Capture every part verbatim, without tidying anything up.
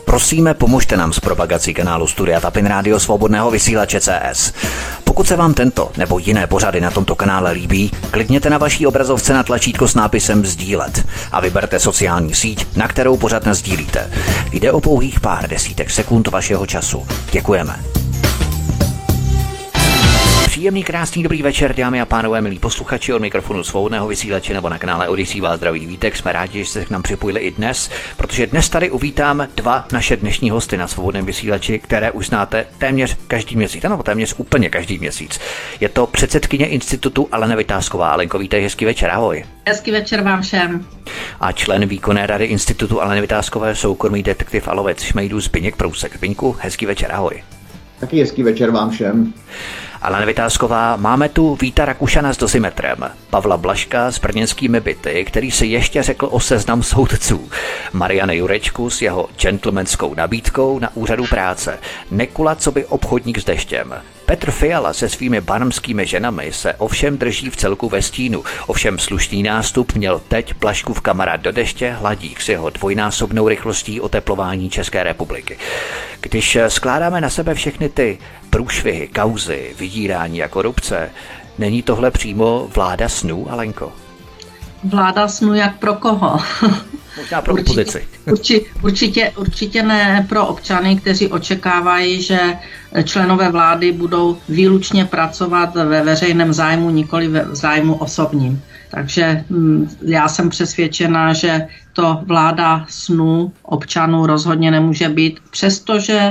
Prosíme, pomožte nám s propagací kanálu Studia Tapin Rádio Svobodného vysílače C S. Pokud se vám tento nebo jiné pořady na tomto kanále líbí, klikněte na vaší obrazovce na tlačítko s nápisem sdílet a vyberte sociální síť, na kterou pořad nasdílíte. Jde o pouhých pár desítek sekund vašeho času. Děkujeme. Příjemný, krásný, dobrý večer, dámy a pánové, milí posluchači, od mikrofonu Svobodného vysílače nebo na kanále Odyssey vás zdraví Vítek. Jsme rádi, že jste k nám připojili i dnes, protože dnes tady uvítám dva naše dnešní hosty na Svobodném vysílači, které už znáte téměř každý měsíc, ano, téměř úplně každý měsíc. Je to předsedkyně institutu Alena Vitásková. Alenko, vítej, hezký večer, ahoj. Hezký večer vám všem. A člen výkonné rady institutu Aleny Vitáskové, soukromý detektiv a lovec šmejdů Zbyněk Prousek. Zbyňku, hezký večer, ahoj. Taky hezký večer vám všem. Alena Vitásková, máme tu Víta Rakušana s dozimetrem, Pavla Blažka s brněnskými byty, který si ještě řekl o seznam soudců, Mariana Jurečku s jeho gentlemanskou nabídkou na úřadu práce, Nekula coby obchodník s deštěm. Petr Fiala se svými barmskými ženami se ovšem drží v celku ve stínu. Ovšem slušný nástup měl teď Blažkův kamarád do deště, Hladík s jeho dvojnásobnou rychlostí oteplování České republiky. Když skládáme na sebe všechny ty průšvihy, kauzy, vydírání a korupce, není tohle přímo vláda snů, Alenko? Vláda snů jak pro koho? Možná pro určitě, opozici. Určitě, určitě, určitě ne pro občany, kteří očekávají, že členové vlády budou výlučně pracovat ve veřejném zájmu, nikoli ve zájmu osobním. Takže já jsem přesvědčena, že to vláda snů občanů rozhodně nemůže být, přestože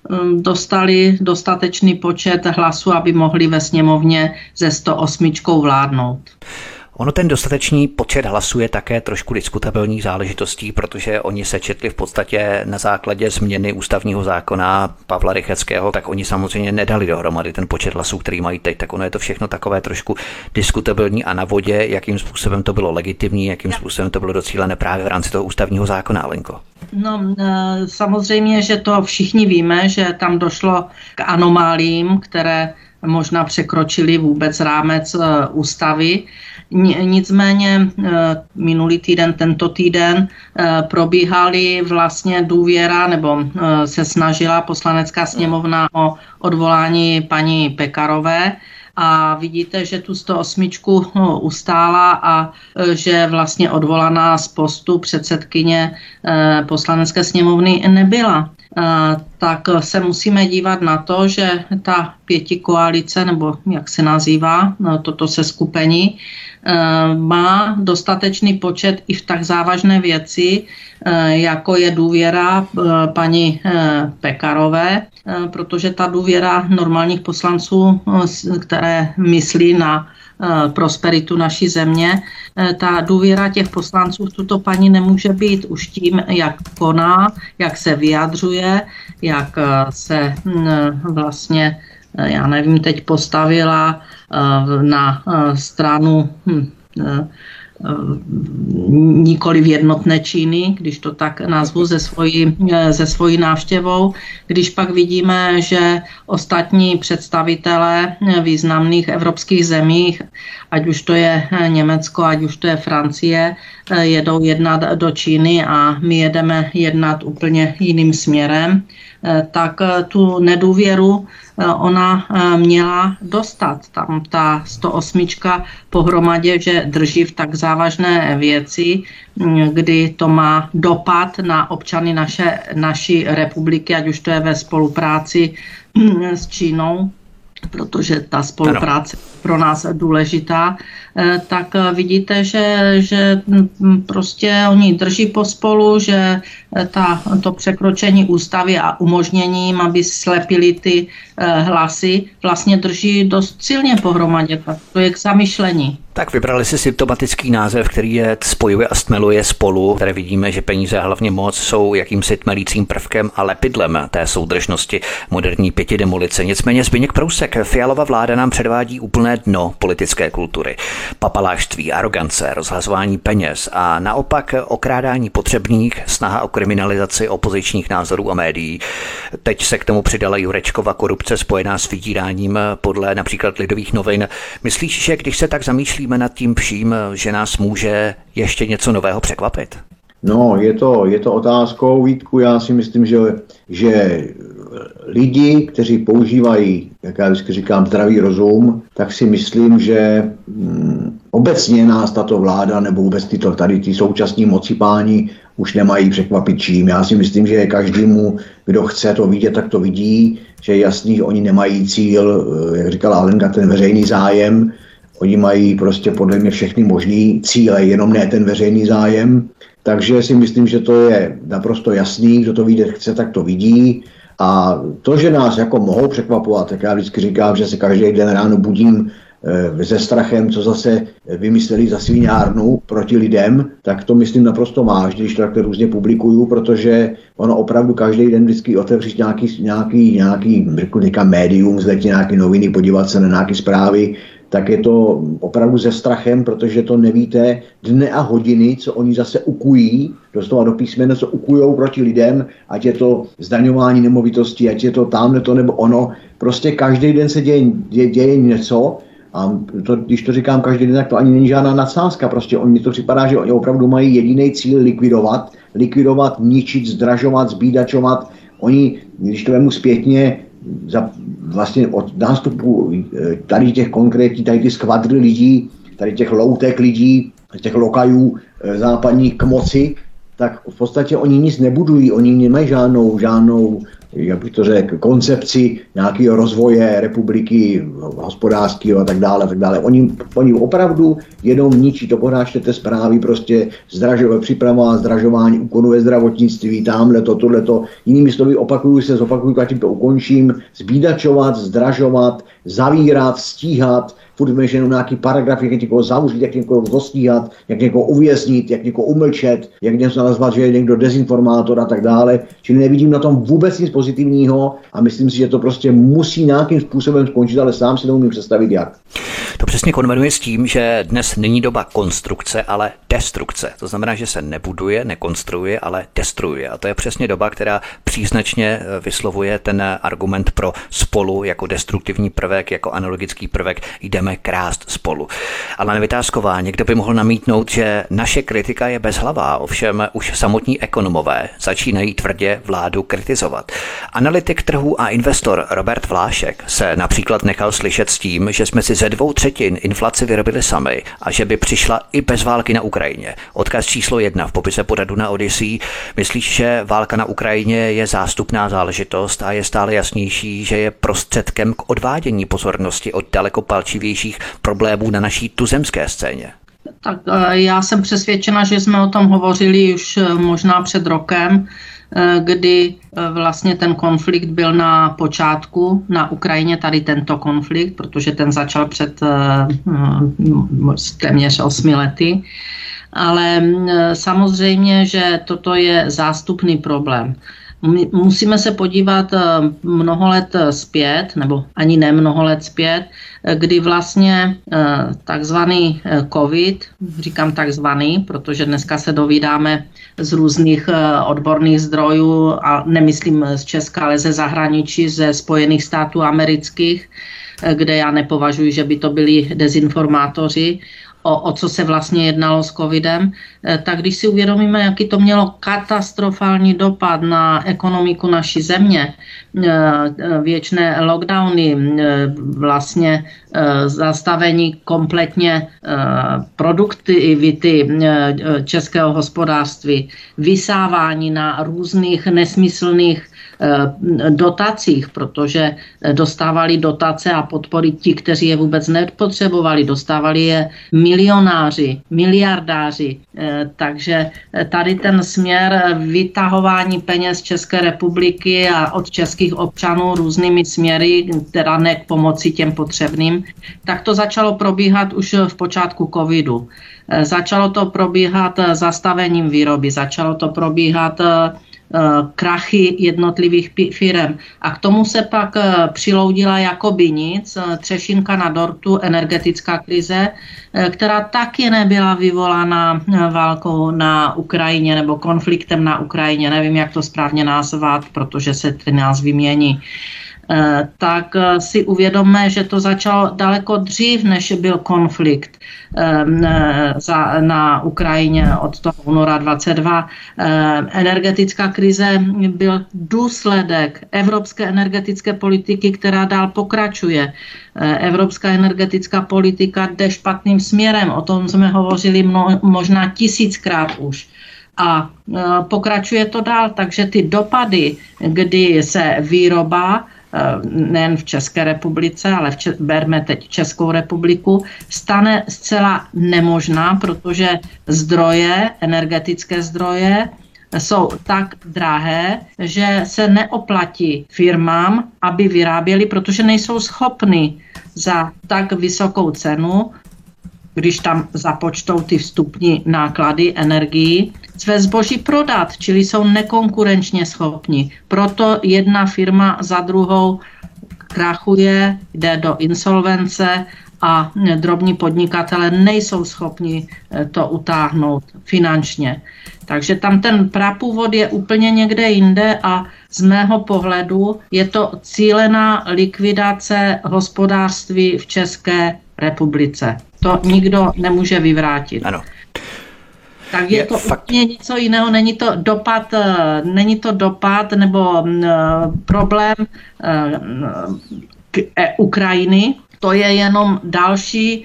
dostali dostatečný počet hlasů, aby mohli ve sněmovně ze sto osm vládnout. Ono ten dostatečný počet hlasů je také trošku diskutabilní záležitostí, protože oni se četli v podstatě na základě změny ústavního zákona Pavla Rychetského, tak oni samozřejmě nedali dohromady ten počet hlasů, který mají teď, tak ono je to všechno takové trošku diskutabilní a na vodě, jakým způsobem to bylo legitimní, jakým způsobem to bylo docílené právě v rámci toho ústavního zákona, Alenko. No, samozřejmě, že to všichni víme, že tam došlo k anomálím, které možná překročily vůbec rámec ústavy. Nicméně minulý týden, tento týden probíhaly vlastně důvěra, nebo se snažila Poslanecká sněmovna o odvolání paní Pekarové. A vidíte, že tu sto osm ustála a že vlastně odvolaná z postu předsedkyně Poslanecké sněmovny nebyla. Tak se musíme dívat na to, že ta pětikoalice, nebo jak se nazývá toto seskupení, má dostatečný počet i v tak závažné věci, jako je důvěra paní Pekarové, protože ta důvěra normálních poslanců, které myslí na prosperitu naší země, ta důvěra těch poslanců v tuto paní nemůže být už tím, jak koná, jak se vyjadřuje, jak se vlastně, já nevím, teď postavila na stranu nikoli v jednotné Číny, když to tak nazvu, ze svojí, ze svojí návštěvou. Když pak vidíme, že ostatní představitelé významných evropských zemí, ať už to je Německo, ať už to je Francie, jedou jednat do Číny a my jedeme jednat úplně jiným směrem, tak tu nedůvěru ona měla dostat. Tam ta sto osm pohromadě, že drží v tak závažné věci, kdy to má dopad na občany naše, naší republiky, ať už to je ve spolupráci s Čínou, protože ta spolupráce je pro nás důležitá, tak vidíte, že, že prostě oni drží pospolu, že ta, to překročení ústavy a umožněním, aby slepili ty hlasy, vlastně drží dost silně pohromadě. Tak to je k zamyšlení. Tak vybrali si symptomatický název, který je spojuje a stmeluje spolu, které vidíme, že peníze a hlavně moc jsou jakýmsi tmelícím prvkem a lepidlem té soudržnosti moderní pětidemolice. Nicméně Zbyněk Prousek, Fialova vláda nám předvádí úplné dno politické kultury. Papalášství, arogance, rozhazování peněz a naopak okrádání potřebných, snaha o kriminalizaci opozičních názorů a médií. Teď se k tomu přidala Jurečkova korupce spojená s vydíráním podle například Lidových novin. Myslíš, že když se tak zamýšlíme nad tím vším, že nás může ještě něco nového překvapit? No, je to, je to otázkou, Vítku, já si myslím, že, že lidi, kteří používají, jak já vždycky říkám, zdravý rozum, tak si myslím, že hm, obecně nás tato vláda nebo vůbec tyto, tady ty současní mocipáni už nemají překvapit čím. Já si myslím, že každému, kdo chce to vidět, tak to vidí, že je jasný, že oni nemají cíl, jak říkala Alenka, ten veřejný zájem. Oni mají prostě podle mě všechny možný cíle, jenom ne ten veřejný zájem. Takže si myslím, že to je naprosto jasný, kdo to vidět chce, tak to vidí. A to, že nás jako mohou překvapovat, tak já vždycky říkám, že se každý den ráno budím e, se strachem, co zase vymysleli za sviňárnu proti lidem, tak to myslím naprosto vážně, když to takhle různě publikuju, protože ono opravdu každý den vždycky otevřít nějaký, nějaký, nějaký řeknu, médium, zletí nějaké noviny, podívat se na nějaké zprávy, tak je to opravdu se strachem, protože to nevíte dne a hodiny, co oni zase ukují, doslova do písmene, co ukujou proti lidem, ať je to zdaňování nemovitostí, ať je to tamhle to nebo ono. Prostě každý den se děje, děje, děje něco a to, když to říkám každý den, tak to ani není žádná nadsázka. Prostě oni to připadá, že oni opravdu mají jediný cíl likvidovat, likvidovat, ničit, zdražovat, zbídačovat. Oni, když to vemu zpětně, za, vlastně od nástupu tady těch konkrétních, tady ty skvadry lidí, tady těch loutek lidí, těch lokajů západních k moci, tak v podstatě oni nic nebudují, oni nemají žádnou, žádnou, jak bych to řekl, koncepci nějakého rozvoje republiky, hospodářského a tak dále, a tak dále. Oni, oni opravdu jenom ničí, to pořád čtete zprávy, prostě zdražové příprava, zdražování úkonů ve zdravotnictví, tamhle to, tohle to. Jinými slovy opakuju se, zopakuju, a tím to ukončím, zbídačovat, zdražovat, zavírat, stíhat, furt vymýšlenou nějaký paragraf, jak někoho zavřít, jak někoho zastíhat, jak někoho uvěznit, jak někoho umlčet, jak něco nazvat, že je někdo dezinformátor a tak dále. Čili nevidím na tom vůbec nic pozitivního a myslím si, že to prostě musí nějakým způsobem skončit, ale sám si neumím představit jak. To přesně konvenuje s tím, že dnes není doba konstrukce, ale destrukce. To znamená, že se nebuduje, nekonstruuje, ale destruuje. A to je přesně doba, která příznačně vyslovuje ten argument pro spolu jako destruktivní prvek, jako analogický prvek. Jdeme krást spolu. Ale Nevytázková, někdo by mohl namítnout, že naše kritika je bezhlavá, ovšem už samotní ekonomové začínají tvrdě vládu kritizovat. Analytik trhu a investor Robert Vlášek se například nechal slyšet s tím, že jsme si ze dvou třetin inflaci vyrobili sami a že by přišla i bez války na Ukrajině. Odkaz číslo jedna v popise pořadu na Odyssey. Myslíš, že válka na Ukrajině je zástupná záležitost a je stále jasnější, že je prostředkem k odvádění pozornosti od daleko palčivějších problémů na naší tuzemské scéně? Tak já jsem přesvědčena, že jsme o tom hovořili už možná před rokem, kdy vlastně ten konflikt byl na počátku na Ukrajině, tady tento konflikt, protože ten začal před téměř osmi lety. Ale samozřejmě, že toto je zástupný problém. Musíme se podívat mnoho let zpět, nebo ani ne mnoho let zpět, kdy vlastně takzvaný covid, říkám takzvaný, protože dneska se dovídáme z různých odborných zdrojů, a nemyslím z Česka, ale ze zahraničí, ze Spojených států amerických, kde já nepovažuji, že by to byli dezinformátoři, O, o co se vlastně jednalo s covidem, tak když si uvědomíme, jaký to mělo katastrofální dopad na ekonomiku naší země, věčné lockdowny, vlastně zastavení kompletně produktivity českého hospodářství, vysávání na různých nesmyslných dotacích, protože dostávali dotace a podpory ti, kteří je vůbec nepotřebovali, dostávali je milionáři, miliardáři, takže tady ten směr vytahování peněz České republiky a od českých občanů různými směry, teda ne k pomoci těm potřebným, tak to začalo probíhat už v počátku covidu. Začalo to probíhat zastavením výroby, začalo to probíhat krachy jednotlivých firem. A k tomu se pak přiloudila jakoby nic, třešinka na dortu, energetická krize, která taky nebyla vyvolána válkou na Ukrajině nebo konfliktem na Ukrajině. Nevím, jak to správně nazvat, protože se ty názvy mění. tak si uvědomme, že to začalo daleko dřív, než byl konflikt na Ukrajině od toho února dvacet dva. Energetická krize byl důsledek evropské energetické politiky, která dál pokračuje. Evropská energetická politika jde špatným směrem, o tom jsme hovořili mno, možná tisíckrát už. A pokračuje to dál, takže ty dopady, kdy se výroba, nejen v České republice, ale v Če- berme teď Českou republiku, stane zcela nemožná, protože zdroje, energetické zdroje jsou tak drahé, že se neoplatí firmám, aby vyráběli, protože nejsou schopni za tak vysokou cenu, když tam započtou ty vstupní náklady energií, své zboží prodat, čili jsou nekonkurenčně schopni. Proto jedna firma za druhou krachuje, jde do insolvence a drobní podnikatelé nejsou schopni to utáhnout finančně. Takže tam ten prapůvod je úplně někde jinde a z mého pohledu je to cílená likvidace hospodářství v České republice. To nikdo nemůže vyvrátit. Ano. Tak je, je to fakt úplně něco jiného, není to dopad, není to dopad nebo uh, problém uh, k, uh, Ukrajiny, to je jenom další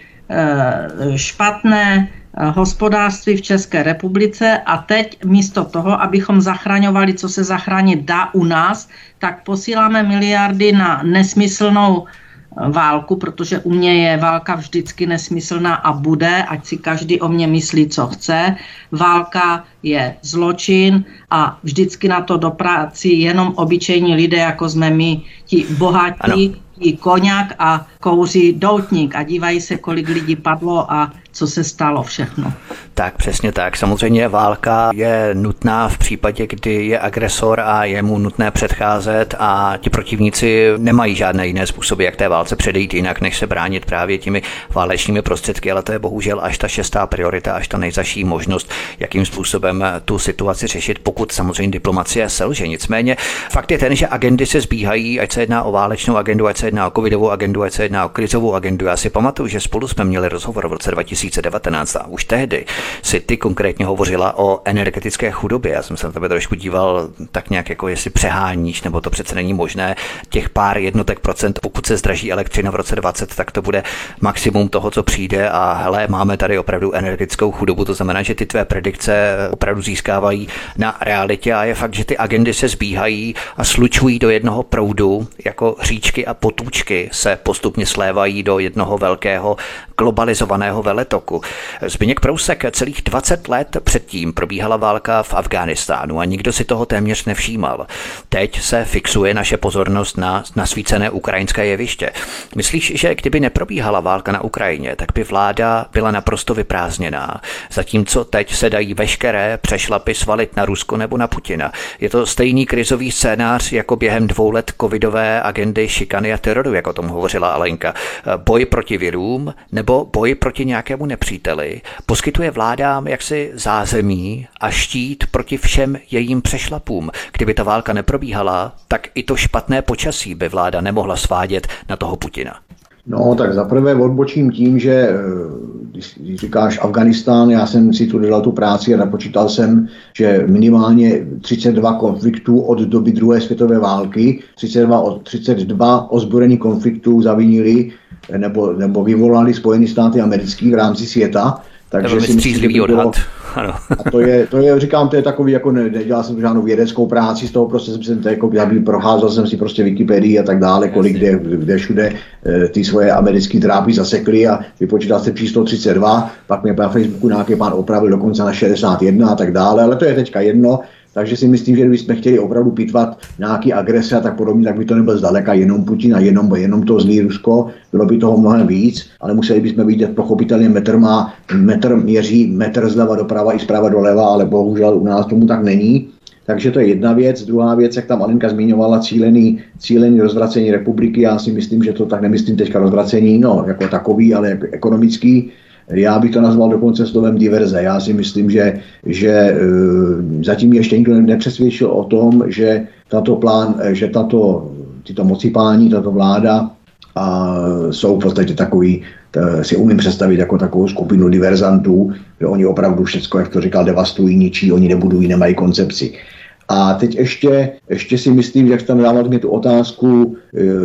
uh, špatné uh, hospodářství v České republice a teď místo toho, abychom zachraňovali, co se zachránit dá u nás, tak posíláme miliardy na nesmyslnou válku, protože u mě je válka vždycky nesmyslná a bude, ať si každý o mě myslí, co chce. Válka je zločin a vždycky na to doprácí jenom obyčejní lidé, jako jsme my, ti bohatí, ti koňák a kouří doutník a dívají se, kolik lidí padlo a co se stalo všechno. Tak, přesně tak. Samozřejmě válka je nutná v případě, kdy je agresor a je mu nutné předcházet a ti protivníci nemají žádné jiné způsoby, jak té válce předejít jinak, než se bránit právě těmi válečnými prostředky, ale to je bohužel až ta šestá priorita, až ta nejzaší možnost, jakým způsobem tu situaci řešit, pokud samozřejmě diplomacie selže. Nicméně fakt je ten, že agendy se zbíhají, ať se jedná o válečnou agendu, ať se jedná o covidovou agendu, ať se jedná o krizovou agendu. Já si pamatuju, že spolu jsme měli rozhovor v roce dva tisíce devatenáct a už tehdy si ty konkrétně hovořila o energetické chudobě. Já jsem se na tebe trošku díval tak nějak, jako jestli přeháníš, nebo to přece není možné. Těch pár jednotek procent, pokud se zdraží elektřina v roce dvacet, tak to bude maximum toho, co přijde a hele, máme tady opravdu energetickou chudobu. To znamená, že ty tvé predikce opravdu získávají na realitě a je fakt, že ty agendy se zbíhají a slučují do jednoho proudu, jako říčky a potůčky se postupně slévají do jednoho velkého globalizovaného veletoku. Zbyněk Prousek, celých dvacet let předtím probíhala válka v Afghánistánu a nikdo si toho téměř nevšímal. Teď se fixuje naše pozornost na nasvícené ukrajinské jeviště. Myslíš, že kdyby neprobíhala válka na Ukrajině, tak by vláda byla naprosto vyprázdněná, zatímco teď se dají veškeré přešlapy svalit na Rusko nebo na Putina? Je to stejný krizový scénář jako během dvou let covidové agendy šikany a teroru, jako o tom hovořila Alenka. Boj proti virům nebo boj proti nějakému nepříteli poskytuje vládám jaksi zázemí a štít proti všem jejím přešlapům. Kdyby ta válka neprobíhala, tak i to špatné počasí by vláda nemohla svádět na toho Putina. No, tak zaprvé odbočím tím, že když říkáš Afghánistán, já jsem si tu dělal tu práci a napočítal jsem, že minimálně třicet dva konfliktů od doby druhé světové války, třicet dva, třicet dva ozbrojených konfliktů zavinili nebo, nebo vyvolali Spojené státy americké v rámci světa. Takže si myslím, že by bylo, ano. A to je, to je, říkám, to je takový, jako ne, nedělal jsem žádnou vědeckou práci, z toho prostě jsem si to jako, procházel jsem si prostě Wikipedii a tak dále, kolik kde, kde všude e, ty svoje americké drápy zasekly a vypočítal jsem číslo třicet dva, pak mě na Facebooku nějaký pán opravil dokonce na šedesát jedna a tak dále, ale to je teďka jedno. Takže si myslím, že kdybychom chtěli opravdu pitvat nějaký agrese a tak podobně, tak by to nebyl zdaleka jenom Putin a jenom, jenom to zlý Rusko, bylo by toho mnohem víc, ale museli bychom vidět pochopitelně metr má, metr měří metr zleva doprava i zprava doleva, ale bohužel u nás tomu tak není. Takže to je jedna věc. Druhá věc, jak tam Alenka zmiňovala, cílený, cílený rozvracení republiky, já si myslím, že to tak nemyslím teďka rozvracení, no, jako takový, ale jako ekonomický. Já bych to nazval dokonce slovem diverze. Já si myslím, že, že zatím ještě nikdo nepřesvědčil o tom, že tato plán, že tato tyto mocipání, tato vláda a jsou v podstatě takový, t, si umím představit jako takovou skupinu diverzantů, že oni opravdu všecko, jak to říkal, devastují, ničí, oni nebudují, nemají koncepci. A teď ještě, ještě si myslím, že jak tam dával mě tu otázku,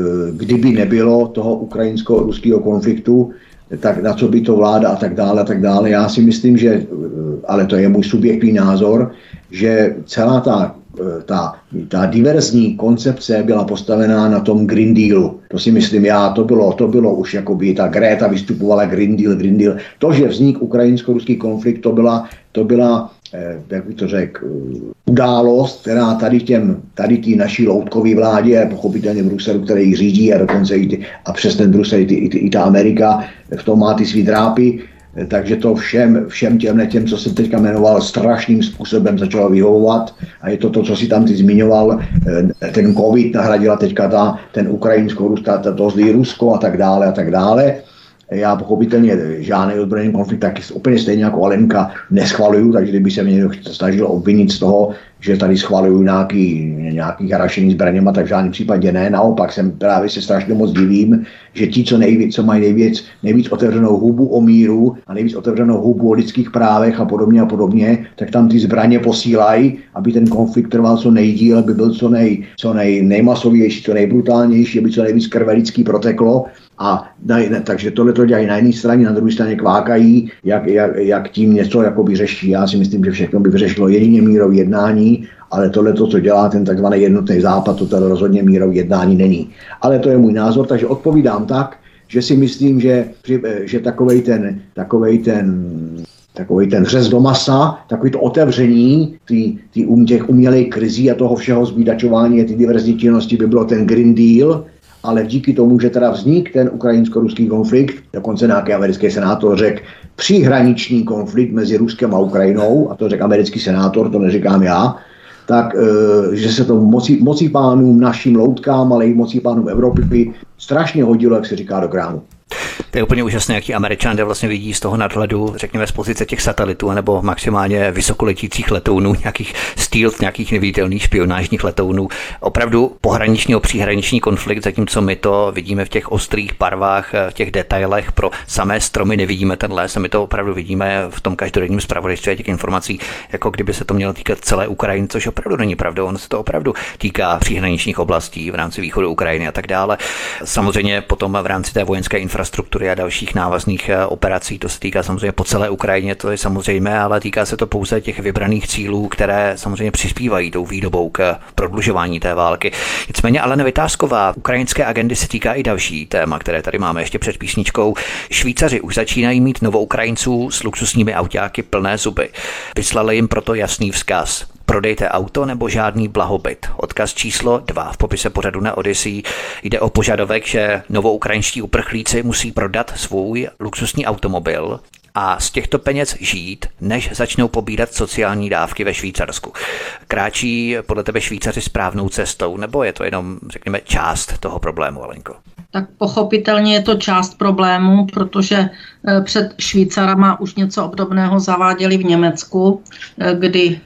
kdyby nebylo toho ukrajinsko-ruského konfliktu, tak na co by to vláda a tak dále a tak dále. Já si myslím, že, ale to je můj subjektivní názor, že celá ta, ta, ta diverzní koncepce byla postavená na tom Green Dealu. To si myslím já, to bylo, to bylo už jakoby ta Greta vystupovala Green Deal, Green Deal. To, že vznik ukrajinsko-ruský konflikt, to byla, to byla jak bych to řekl, událost, která tady těm, tady tý naší loutkové vládě, pochopitelně Bruselu, který ji řídí a dokonce i, ty, a přes ten Brusel i, ty, i, ty, i ta Amerika v tom má ty svý drápy, takže to všem, všem těm, těm, co jsem teďka jmenoval, strašným způsobem začalo vyhovovat a je to to, co si tam ty zmiňoval, ten covid nahradila teďka ta, ten ukrajinsko-ruský, to zlý Rusko a tak dále a tak dále. Já pochopitelně žádný ozbrojený konflikt taky úplně stejně jako Alenka neschvaluju, takže kdyby se mě někdo snažil obvinit z toho, že tady schvaluju nějaký, nějaký harašený zbraněma, tak v žádném případě ne. Naopak jsem právě se strašně moc divím, že ti, co, nejvíc, co mají nejvíc, nejvíc otevřenou hubu o míru a nejvíc otevřenou hubu o lidských právech a podobně a podobně, tak tam ty zbraně posílají, aby ten konflikt trval co nejdíl, aby byl co, nej, co nej, nejmasovější, co nejbrutálnější, aby co nejvíc krve lidský proteklo. A na, ne, takže tohle to dělají na jedné straně, na druhé straně kvákají, jak, jak, jak tím něco jakoby řeší. Já si myslím, že všechno by vyřešilo jedině mírou jednání, ale tohle to, co dělá ten takzvaný jednotný západ, to tady rozhodně mírou jednání není. Ale to je můj názor, takže odpovídám tak, že si myslím, že, že takovej ten, takovej ten takový ten řez do masa, takový to otevření tý, tý um, těch umělých krizí a toho všeho zbídačování a ty diverzní činnosti by bylo ten Green Deal, ale díky tomu, že teda vznik ten ukrajinsko-ruský konflikt, dokonce nějaký americký senátor řekl příhraniční konflikt mezi Ruskem a Ukrajinou, a to řekl americký senátor, to neříkám já, tak, e, že se to moci, mocipánům, našim loutkám, ale i mocipánům Evropy strašně hodilo, jak se říká, do krámu. To je úplně úžasné, jaký Američané vlastně vidí z toho nadhledu, řekněme z pozice těch satelitů, nebo maximálně vysokoletících letounů, nějakých stealth, nějakých neviditelných špionážních letounů. Opravdu pohraniční, příhraniční konflikt, zatímco my to vidíme v těch ostrých barvách, v těch detailech, pro samé stromy nevidíme ten les, a my to opravdu vidíme v tom každodenním zpravodajství těch informací, jako kdyby se to mělo týkat celé Ukrajiny, což opravdu není pravda. Ono se to opravdu týká příhraničních oblastí v rámci východu Ukrajiny a tak dále. Samozřejmě potom v rámci té vojenské infrastruktury a dalších návazných operací, to se týká samozřejmě po celé Ukrajině, to je samozřejmé, ale týká se to pouze těch vybraných cílů, které samozřejmě přispívají tou výdobou k prodlužování té války. Nicméně Alena Vytázková, ukrajinské agendy se týká i další téma, které tady máme ještě před písničkou. Švýcaři už začínají mít Novoukrajinců s luxusními autáky plné zuby. Vyslali jim proto jasný vzkaz. Prodejte auto nebo žádný blahobyt. Odkaz číslo dva v popise pořadu na Odyssey. Jde o požadavek, že novoukrajinští uprchlíci musí prodat svůj luxusní automobil a z těchto peněz žít, než začnou pobírat sociální dávky ve Švýcarsku. Kráčí podle tebe Švýcaři správnou cestou, nebo je to jenom, řekněme, část toho problému, Alenko? Tak pochopitelně je to část problému, protože před Švýcarama už něco obdobného zaváděli v Německu, kdy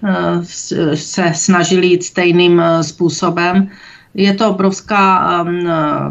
se snažili jít stejným způsobem. Je to obrovská um,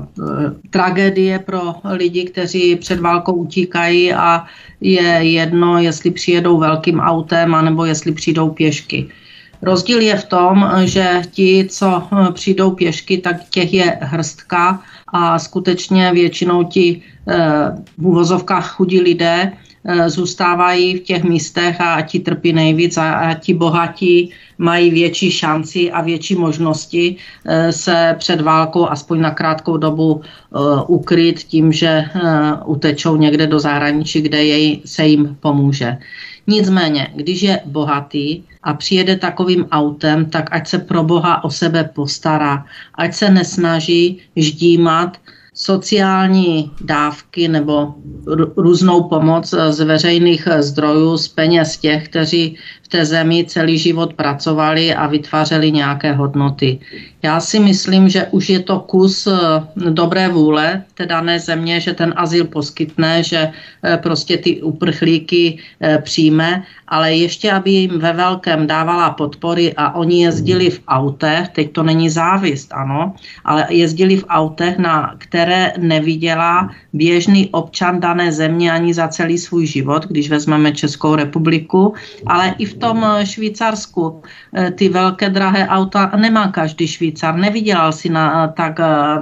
tragédie pro lidi, kteří před válkou utíkají a je jedno, jestli přijedou velkým autem, anebo jestli přijdou pěšky. Rozdíl je v tom, že ti, co přijdou pěšky, tak těch je hrstka a skutečně většinou ti v uvozovkách chudí lidé zůstávají v těch místech a ti trpí nejvíc a, a ti bohatí mají větší šanci a větší možnosti se před válkou aspoň na krátkou dobu uh, ukryt tím, že uh, utečou někde do zahraničí, kde jej, se jim pomůže. Nicméně, když je bohatý a přijede takovým autem, tak ať se pro Boha o sebe postará, ať se nesnaží ždímat sociální dávky nebo r- různou pomoc z veřejných zdrojů, z peněz těch, kteří v té zemi celý život pracovali a vytvářeli nějaké hodnoty. Já si myslím, že už je to kus dobré vůle té dané země, že ten azyl poskytne, že prostě ty uprchlíky přijme, ale ještě, aby jim ve velkém dávala podpory a oni jezdili v autech, teď to není závist, ano, ale jezdili v autech, na které neviděla běžný občan dané země ani za celý svůj život, když vezmeme Českou republiku, ale i v tom Švýcarsku ty velké drahé auta nemá každý Švýcar, nevydělal si na tak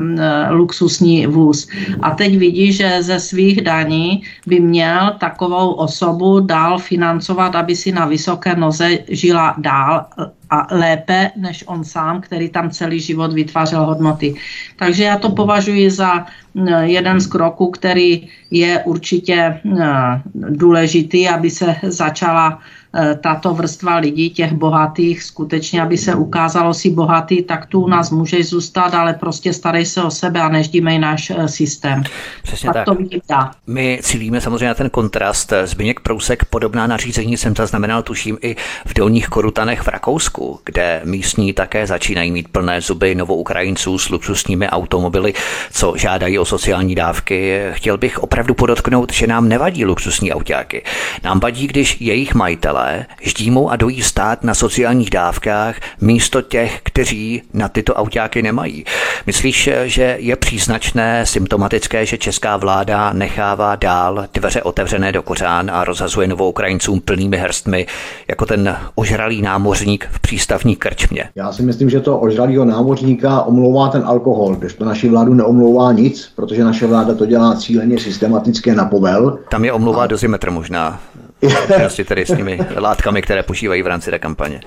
luxusní vůz. A teď vidí, že ze svých daní by měl takovou osobu dál financovat, aby si na vysoké noze žila dál a lépe než on sám, který tam celý život vytvářel hodnoty. Takže já to považuji za jeden z kroků, který je určitě důležitý, aby se začala tato vrstva lidí, těch bohatých, skutečně, aby se ukázalo si bohatý, tak tu u nás můžeš zůstat, ale prostě starej se o sebe a neždímej náš systém. Přesně tak. tak. To vidím já. My cílíme samozřejmě na ten kontrast. Zbyněk Prousek podobná nařízení jsem zaznamenal, tuším, i v Dolních Korutanech v Rakousku, kde místní také začínají mít plné zuby Novoukrajinců s luxusními automobily, co žádají o sociální dávky. Chtěl bych opravdu podotknout, že nám nevadí luxusní autáky. Nám vadí, když jejich majitelé ždímou a dojí stát na sociálních dávkách místo těch, kteří na tyto autáky nemají. Myslíš, že je příznačné, symptomatické, že česká vláda nechává dál dveře otevřené do kořán a rozhazuje Novoukrajincům plnými hrstmi jako ten ožralý námořník v přístavní krčmě? Já si myslím, že to ožralýho námořníka omlouvá ten alkohol, když to naši vládu neomlouvá nic, protože naše vláda to dělá cíleně, systematické na povel. Tam je omlouvá a... dozimetr možná. Prostě tedy s těmi látkami, které používají v rámci té kampaně.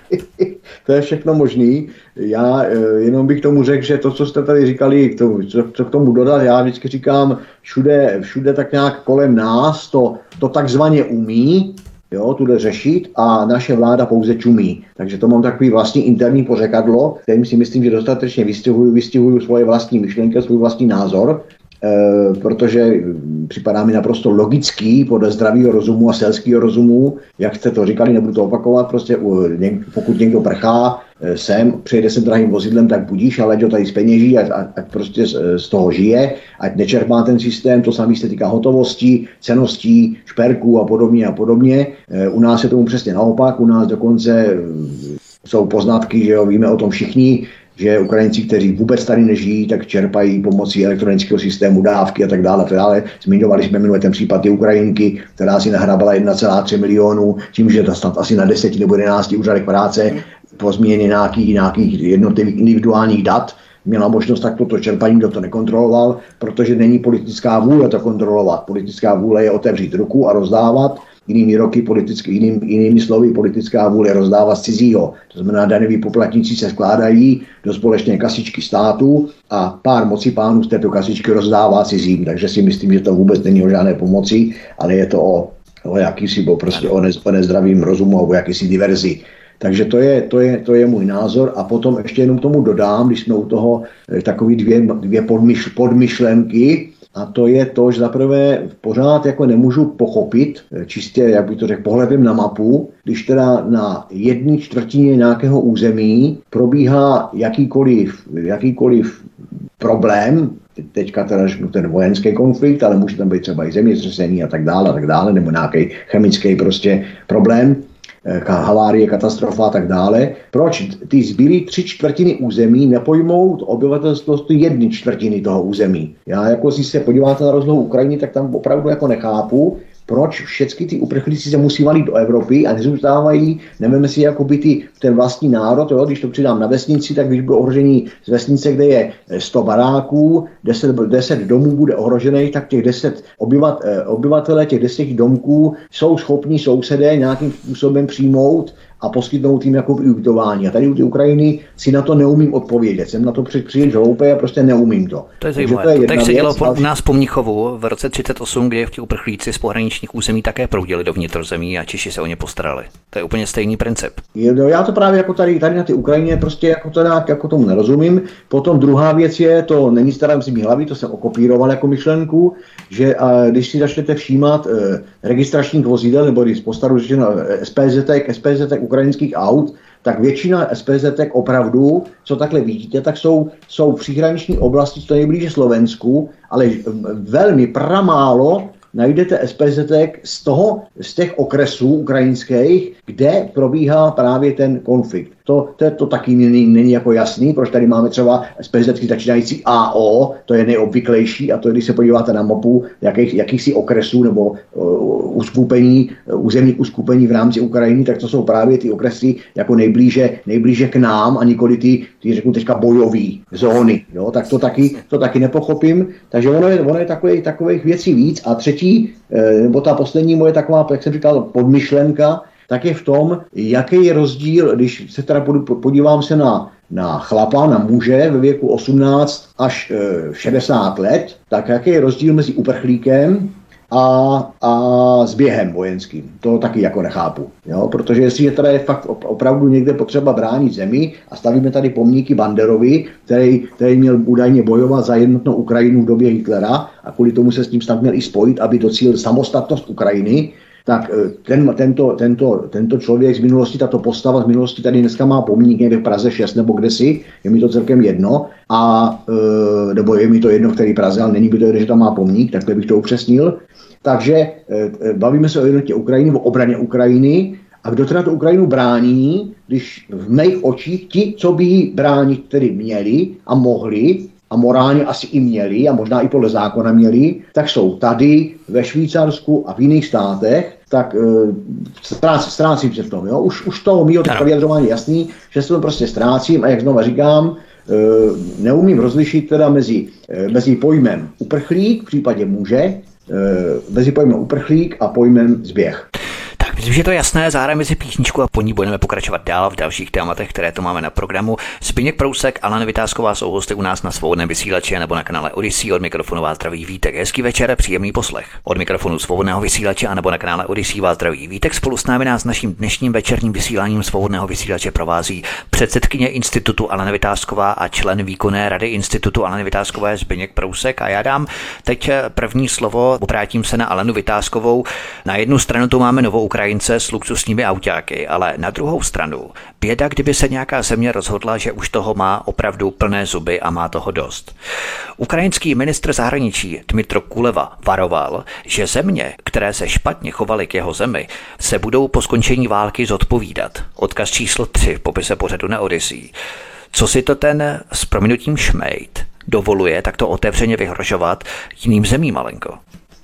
To je všechno možný. Já jenom bych tomu řekl, že to, co jste tady říkali, to, co, co k tomu dodat, já vždycky říkám, všude, všude tak nějak kolem nás to, to takzvaně umí, jo, tuhle řešit a naše vláda pouze čumí. Takže to mám takový vlastní interní pořekadlo, kterým si myslím, že dostatečně vystihuju, vystihuju svoje vlastní myšlenky, svůj vlastní názor. E, protože připadá mi naprosto logický podle zdravého rozumu a selského rozumu, jak jste to říkali, nebudu to opakovat, prostě pokud někdo prchá sem, přijede sem drahým vozidlem, tak budíš, ale ať ho tady zpeněží, ať, ať prostě z toho žije, ať nečerpá ten systém, to samé se týká hotovostí, ceností, šperků a podobně a podobně. E, u nás je tomu přesně naopak, u nás dokonce jsou poznatky, že jo, víme o tom všichni, že Ukrajinci, kteří vůbec tady nežijí, tak čerpají pomocí elektronického systému dávky a tak dále. A tak dále. Zmiňovali jsme minulý ten případ ty Ukrajinky, která si nahrabala jedna celá tři milionu, tím, že to snad asi na deseti nebo jedenácti úřadech práce po změně nějakých, nějakých jednotlivých individuálních dat měla možnost takto to čerpání, kdo to nekontroloval, protože není politická vůle to kontrolovat. Politická vůle je otevřít ruku a rozdávat. Jinými roky, politicky, jiným, jinými slovy, politická vůle rozdává z cizího. To znamená, daňoví poplatníci se skládají do společné kasičky státu a pár moci pánů z této kasičky rozdává cizím. Takže si myslím, že to vůbec není o žádné pomoci, ale je to o, o jakýsi, bo prostě o, nez, o nezdravým rozumu, o jakýsi diverzi. Takže to je, to, je, to je můj názor a potom ještě jenom tomu dodám, když jsme u toho takový dvě, dvě podmyšl, podmyšlenky, a to je to, že zaprvé pořád jako nemůžu pochopit, čistě, jak bych to řekl, pohledem na mapu, když teda na jedné čtvrtině nějakého území probíhá jakýkoliv, jakýkoliv problém, teďka teda řeknu ten vojenský konflikt, ale může tam být třeba i zemětřesení a tak dále, a tak dále, nebo nějaký chemický prostě problém, havárie, katastrofa a tak dále. Proč ty zbylé tři čtvrtiny území nepojmou obyvatelstvo z jedné čtvrtiny toho území? Já jako si se podíváte na rozlohu Ukrajiny, tak tam opravdu jako nechápu, proč všechny ty uprchlíci se musí valit do Evropy a nezůstávají, nevíme si jako by ty, ten vlastní národ, jo? Když to přidám na vesnici, tak když bude ohrožení z vesnice, kde je sto baráků, deset, deset domů bude ohrožených, tak těch deset obyvat, obyvatele těch deset domků jsou schopní sousedé nějakým způsobem přijmout a poskytnout jim jako ubytování. A tady u té Ukrajiny si na to neumím odpovědět. Jsem na to příliš hloupý a prostě neumím to. To je zajímavé. To tak se dělo po, u nás po Mnichovu v roce třicet osm, kdy ti uprchlíci z pohraničních území také proudili do vnitrozemí a Češi se o ně postarali. To je úplně stejný princip. Jo, já to právě jako tady, tady na té Ukrajině prostě jako, to nějak, jako tomu nerozumím. Potom druhá věc je, to není stará z mý hlavy, to jsem okopíroval jako myšlenku, že a, když si začnete všímat e, registračních vozidel, nebo když postaru řečeno SPZek, SPZek ukrajinských aut, tak většina SPZek opravdu, co takhle vidíte, tak jsou, jsou v příhraniční oblasti, to nejblíže Slovensku, ale velmi pramálo najdete SPZek z toho, z těch okresů ukrajinských, kde probíhá právě ten konflikt. To, to, to taky není, není jako jasný, proč tady máme třeba SPZky začínající A O, to je nejobvyklejší, a to když se podíváte na mapu jakých, jakýchsi okresů nebo uh, uskupení, uh, územních uskupení v rámci Ukrajiny, tak to jsou právě ty okresy jako nejblíže, nejblíže k nám a nikoli ty, ty řeknu teďka bojový zóny. Jo? Tak to taky, to taky nepochopím. Takže ono je, ono je takových, takových věcí víc. A třetí, nebo ta poslední moje taková, jak jsem říkal, podmyšlenka, tak je v tom, jaký je rozdíl, když se teda podívám se na, na chlapa, na muže ve věku osmnáct až šedesát let, tak jaký je rozdíl mezi uprchlíkem a, a zběhem vojenským. To taky jako nechápu. Jo? Protože jestliže teda je fakt opravdu někde potřeba bránit zemi a stavíme tady pomníky Banderovi, který, který měl údajně bojovat za jednotnou Ukrajinu v době Hitlera a kvůli tomu se s tím snad měl i spojit, aby docílil samostatnost Ukrajiny, tak ten, tento, tento, tento člověk z minulosti, tato postava z minulosti tady dneska má pomník někde v Praze šest nebo kdesi, je mi to celkem jedno, a, e, nebo je mi to jedno, který Praze, ale není by to jedno, že tam má pomník, takhle bych to upřesnil. Takže e, bavíme se o jednotě Ukrajiny, o obraně Ukrajiny, a kdo teda tu Ukrajinu brání, když v mých očích ti, co by ji bránit tedy měli a mohli, a morálně asi i měli, a možná i podle zákona měli, tak jsou tady, ve Švýcarsku a v jiných státech, tak e, ztrácím se v tom. Jo? Už, už toho mýho teďka vyjadřování jasný, že se to prostě ztrácím a jak znova říkám, e, neumím rozlišit teda mezi, e, mezi pojmem uprchlík, v případě muže, e, mezi pojmem uprchlík a pojmem zběh. Myslím, že je to jasné, zahrajeme si písničku a po ní budeme pokračovat dál v dalších tématech, které tu máme na programu. Zbyněk Prousek, Alena Vytázková jsou hosty u nás na Svobodném vysílači nebo na kanále Odyssey. Od mikrofonu vás zdraví Vítek. Hezký večer, příjemný poslech. Od mikrofonu Svobodného vysílače a nebo na kanále Odyssey vás zdraví Vítek. Spolu s námi nás naším dnešním večerním vysíláním Svobodného vysílače provází předsedkyně Institutu Alena Vytázková a člen výkonné rady Institutu Aleny Vytázkové Zbyněk Prousek. A já dám teď první slovo, obrátím se na Alenu Vytázkovou. Na jednu stranu tu máme novou Ukrajince s luxusními autáky, ale na druhou stranu běda, kdyby se nějaká země rozhodla, že už toho má opravdu plné zuby a má toho dost. Ukrajinský ministr zahraničí Dmytro Kuleba varoval, že země, které se špatně chovaly k jeho zemi, se budou po skončení války zodpovídat. Odkaz číslo tři v popise pořadu na Odyssey. Co si to ten s prominutím šmejd dovoluje takto otevřeně vyhrožovat jiným zemím, Alenko?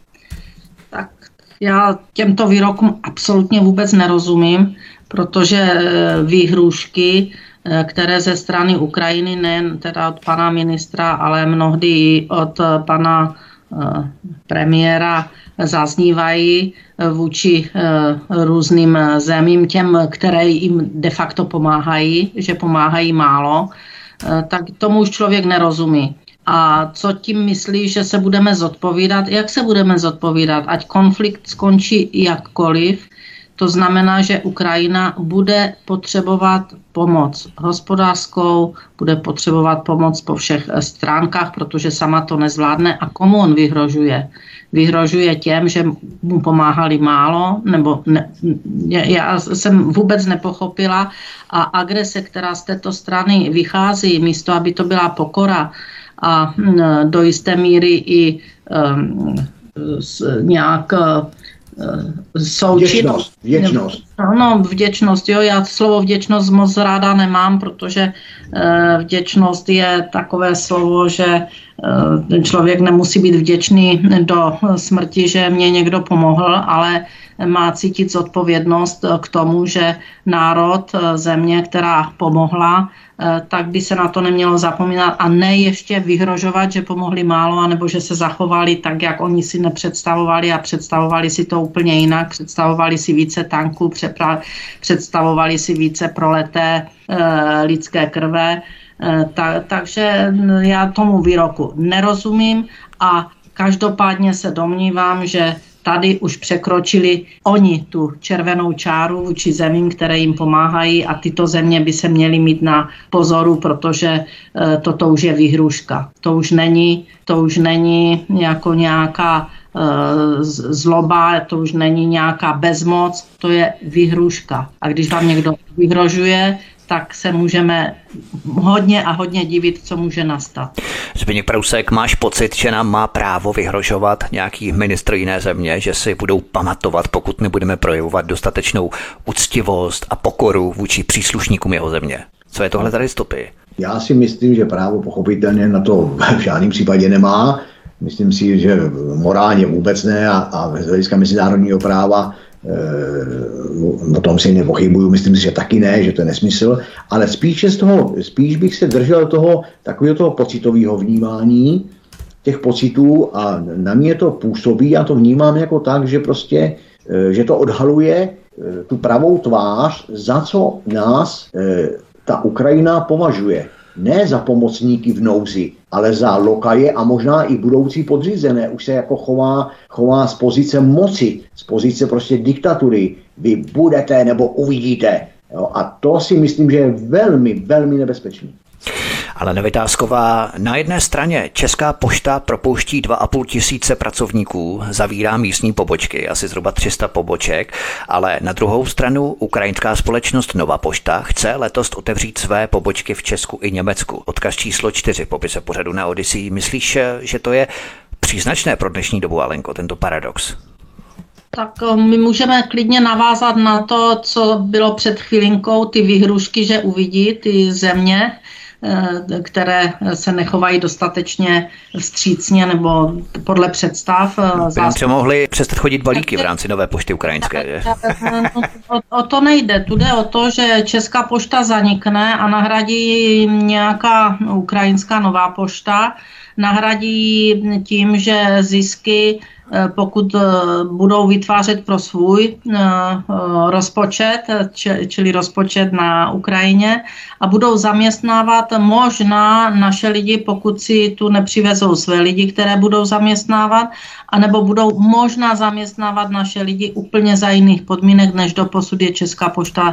Tak já těmto výrokům absolutně vůbec nerozumím, protože výhrůžky, které ze strany Ukrajiny, nejen teda od pana ministra, ale mnohdy i od pana premiéra zaznívají vůči různým zemím, těm, které jim de facto pomáhají, že pomáhají málo, tak tomu už člověk nerozumí. A co tím myslí, že se budeme zodpovídat? Jak se budeme zodpovídat? Ať konflikt skončí jakkoliv, to znamená, že Ukrajina bude potřebovat pomoc hospodářskou, bude potřebovat pomoc po všech stránkách, protože sama to nezvládne. A komu on vyhrožuje? Vyhrožuje těm, že mu pomáhali málo, nebo ne, já jsem vůbec nepochopila. A agrese, která z této strany vychází, místo aby to byla pokora, a do jisté míry i um, nějak uh, součinnost. Vděčnost. No, vděčnost, jo, já slovo vděčnost moc ráda nemám, protože uh, vděčnost je takové slovo, že uh, člověk nemusí být vděčný do smrti, že mě někdo pomohl, ale má cítit zodpovědnost k tomu, že národ, země, která pomohla, tak by se na to nemělo zapomínat a ne ještě vyhrožovat, že pomohli málo, anebo že se zachovali tak, jak oni si nepředstavovali a představovali si to úplně jinak. Představovali si více tanků, představovali si více proleté e, lidské krve. E, ta, takže já tomu výroku nerozumím a každopádně se domnívám, že tady už překročili oni tu červenou čáru vůči zemím, které jim pomáhají a tyto země by se měly mít na pozoru, protože e, toto už je výhruška. To už není, to už není jako nějaká e, zloba, to už není nějaká bezmoc, to je výhruška. A když vám někdo vyhrožuje, tak se můžeme hodně a hodně divit, co může nastat. Zbyněk Prousek, máš pocit, že nám má právo vyhrožovat nějaký ministr jiné země, že si budou pamatovat, pokud nebudeme projevovat dostatečnou uctivost a pokoru vůči příslušníkům jeho země? Co je tohle tady stopy? Já si myslím, že právo pochopitelně na to v žádném případě nemá. Myslím si, že morálně vůbec ne a, a z hlediska mezinárodního práva e, o tom si nepochybuju, myslím si, že taky ne, že to je nesmysl, ale spíše z toho, spíš bych se držel toho takového toho pocitového vnímání těch pocitů a na mě to působí, já to vnímám jako tak, že prostě, e, že to odhaluje e, tu pravou tvář, za co nás e, ta Ukrajina považuje. Ne za pomocníky v nouzi, ale za lokaje a možná i budoucí podřízené. Už se jako chová, chová z pozice moci, z pozice prostě diktatury. Vy budete nebo uvidíte. Jo? A to si myslím, že je velmi, velmi nebezpečný. Ale Nevytázková, na jedné straně Česká pošta propouští dva a půl tisíce pracovníků, zavírá místní pobočky, asi zhruba tři sta poboček, ale na druhou stranu ukrajinská společnost Nova pošta chce letos otevřít své pobočky v Česku i Německu. Odkaz číslo čtyři, popise pořadu na Odyssey. Myslíš, že to je příznačné pro dnešní dobu, Alenko, tento paradox? Tak my můžeme klidně navázat na to, co bylo před chvilinkou, ty výhrušky, že uvidí ty země, které se nechovají dostatečně vstřícně nebo podle představ. By mohli přestat chodit balíky v rámci Nové pošty ukrajinské, že? O, o to nejde. Tu jde o to, že Česká pošta zanikne a nahradí nějaká ukrajinská Nová pošta. Nahradí tím, že zisky, pokud budou vytvářet pro svůj rozpočet, čili rozpočet na Ukrajině, a budou zaměstnávat možná naše lidi, pokud si tu nepřivezou své lidi, které budou zaměstnávat, anebo budou možná zaměstnávat naše lidi úplně za jiných podmínek, než doposud je Česká pošta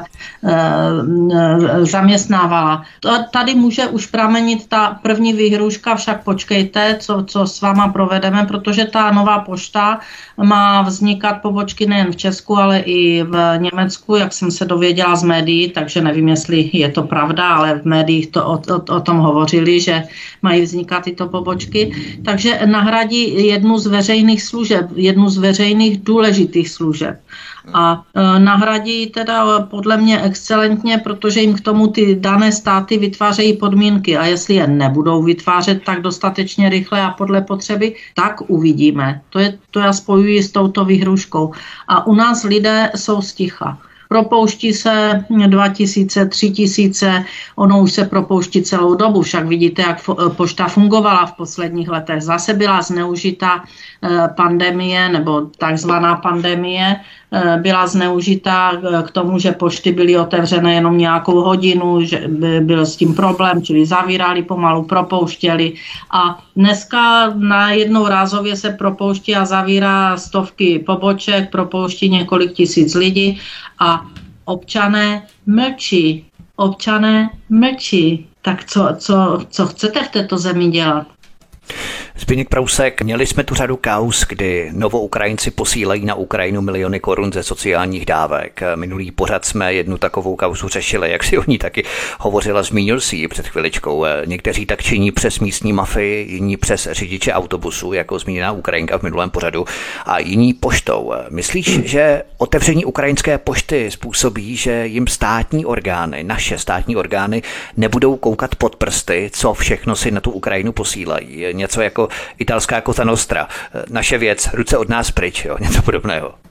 zaměstnávala. Tady může už pramenit ta první výhruška, však počkejte, co, co s váma provedeme, protože ta Nová pošta má vznikat pobočky nejen v Česku, ale i v Německu, jak jsem se dověděla z médií, takže nevím, jestli je to pravda, ale v médiích to o, o, o tom hovořili, že mají vznikat tyto pobočky. Takže nahradí jednu z veřejných služeb, jednu z veřejných důležitých služeb. A e, nahradí teda podle mě excelentně, protože jim k tomu ty dané státy vytvářejí podmínky a jestli je nebudou vytvářet tak dostatečně rychle a podle potřeby, tak uvidíme. To, je, to já spojuji s touto výhruškou. A u nás lidé jsou sticha. Propouští se dva tisíce, tři tisíce, ono už se propouští celou dobu, však vidíte, jak pošta fungovala v posledních letech. Zase byla zneužita pandemie nebo takzvaná pandemie, byla zneužita k tomu, že pošty byly otevřené jenom nějakou hodinu, že byl s tím problém, čili zavírali, pomalu propouštěli a dneska na jednou rázově se propouští a zavírá stovky poboček, propouští několik tisíc lidí a občané mlčí, občané mlčí. Tak co, co, co chcete v této zemi dělat? Zbyněk Prousek, měli jsme tu řadu kauz, kdy Novoukrajinci posílají na Ukrajinu miliony korun ze sociálních dávek. Minulý pořad jsme jednu takovou kauzu řešili, jak si o ní taky hovořila, zmínil si ji před chviličkou. Někteří tak činí přes místní mafii, jiní přes řidiče autobusu, jako zmíněná Ukrajinka v minulém pořadu, a jiní poštou. Myslíš, že otevření ukrajinské pošty způsobí, že jim státní orgány, naše státní orgány, nebudou koukat pod prsty, co všechno si na tu Ukrajinu posílají? Něco jako italská Cosa Nostra. Naše věc, ruce od nás pryč, jo, něco podobného.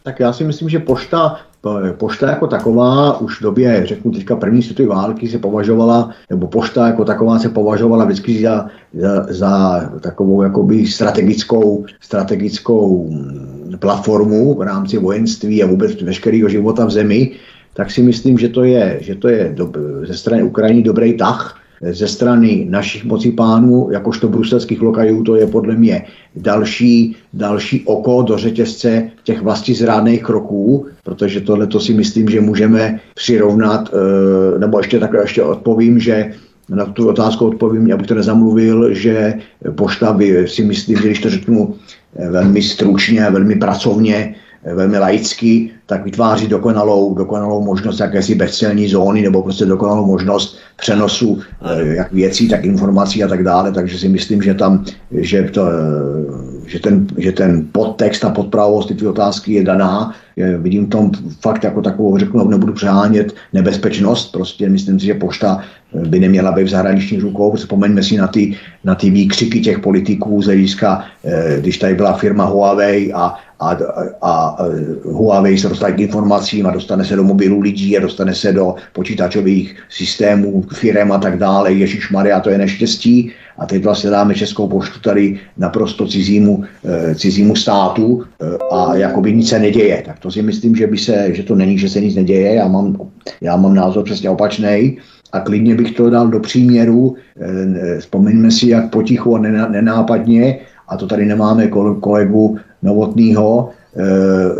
Tak já si myslím, že pošta, pošta jako taková už v době, řeknu teďka první světové války se považovala, nebo pošta jako taková se považovala vždycky za, za, za takovou jakoby strategickou, strategickou platformu v rámci vojenství a vůbec veškerého života v zemi, tak si myslím, že to je, že to je do, ze strany Ukrajiny dobrý tah. Ze strany našich mocipánů, jakožto bruselských lokajů, to je podle mě další, další oko do řetězce těch vlastizrádných kroků, protože tohle to si myslím, že můžeme přirovnat, nebo ještě takhle ještě odpovím, že na tu otázku odpovím, abych to nezamluvil, že pošta by si myslím, že když to řeknu velmi stručně, velmi pracovně, velmi laicky, tak vytváří dokonalou, dokonalou možnost jakési bezcelní zóny nebo prostě dokonalou možnost přenosu jak věcí, tak informací a tak dále. Takže si myslím, že tam, že, to, že, ten, že ten podtext a podpravost ty otázky je daná. Vidím tom fakt jako takovou, řeknu, nebudu přehánět nebezpečnost. Prostě myslím si, že pošta by neměla být v zahraničních rukou. Vzpomeňme si na ty, na ty výkřiky těch politiků z hlediska, když tady byla firma Huawei a A, a, a Huawei se dostane k informacím a dostane se do mobilů lidí a dostane se do počítačových systémů, firem a tak dále. Ježišmarja, to je neštěstí. A teď vlastně dáme Českou poštu tady naprosto cizímu, cizímu státu a jakoby nic se neděje. Tak to si myslím, že, by se, že to není, že se nic neděje. Já mám, já mám názor přesně opačnej. A klidně bych to dal do příměru. Vzpomeňme si, jak potichu a nenápadně, a to tady nemáme kolegu Novotnýho, e, e,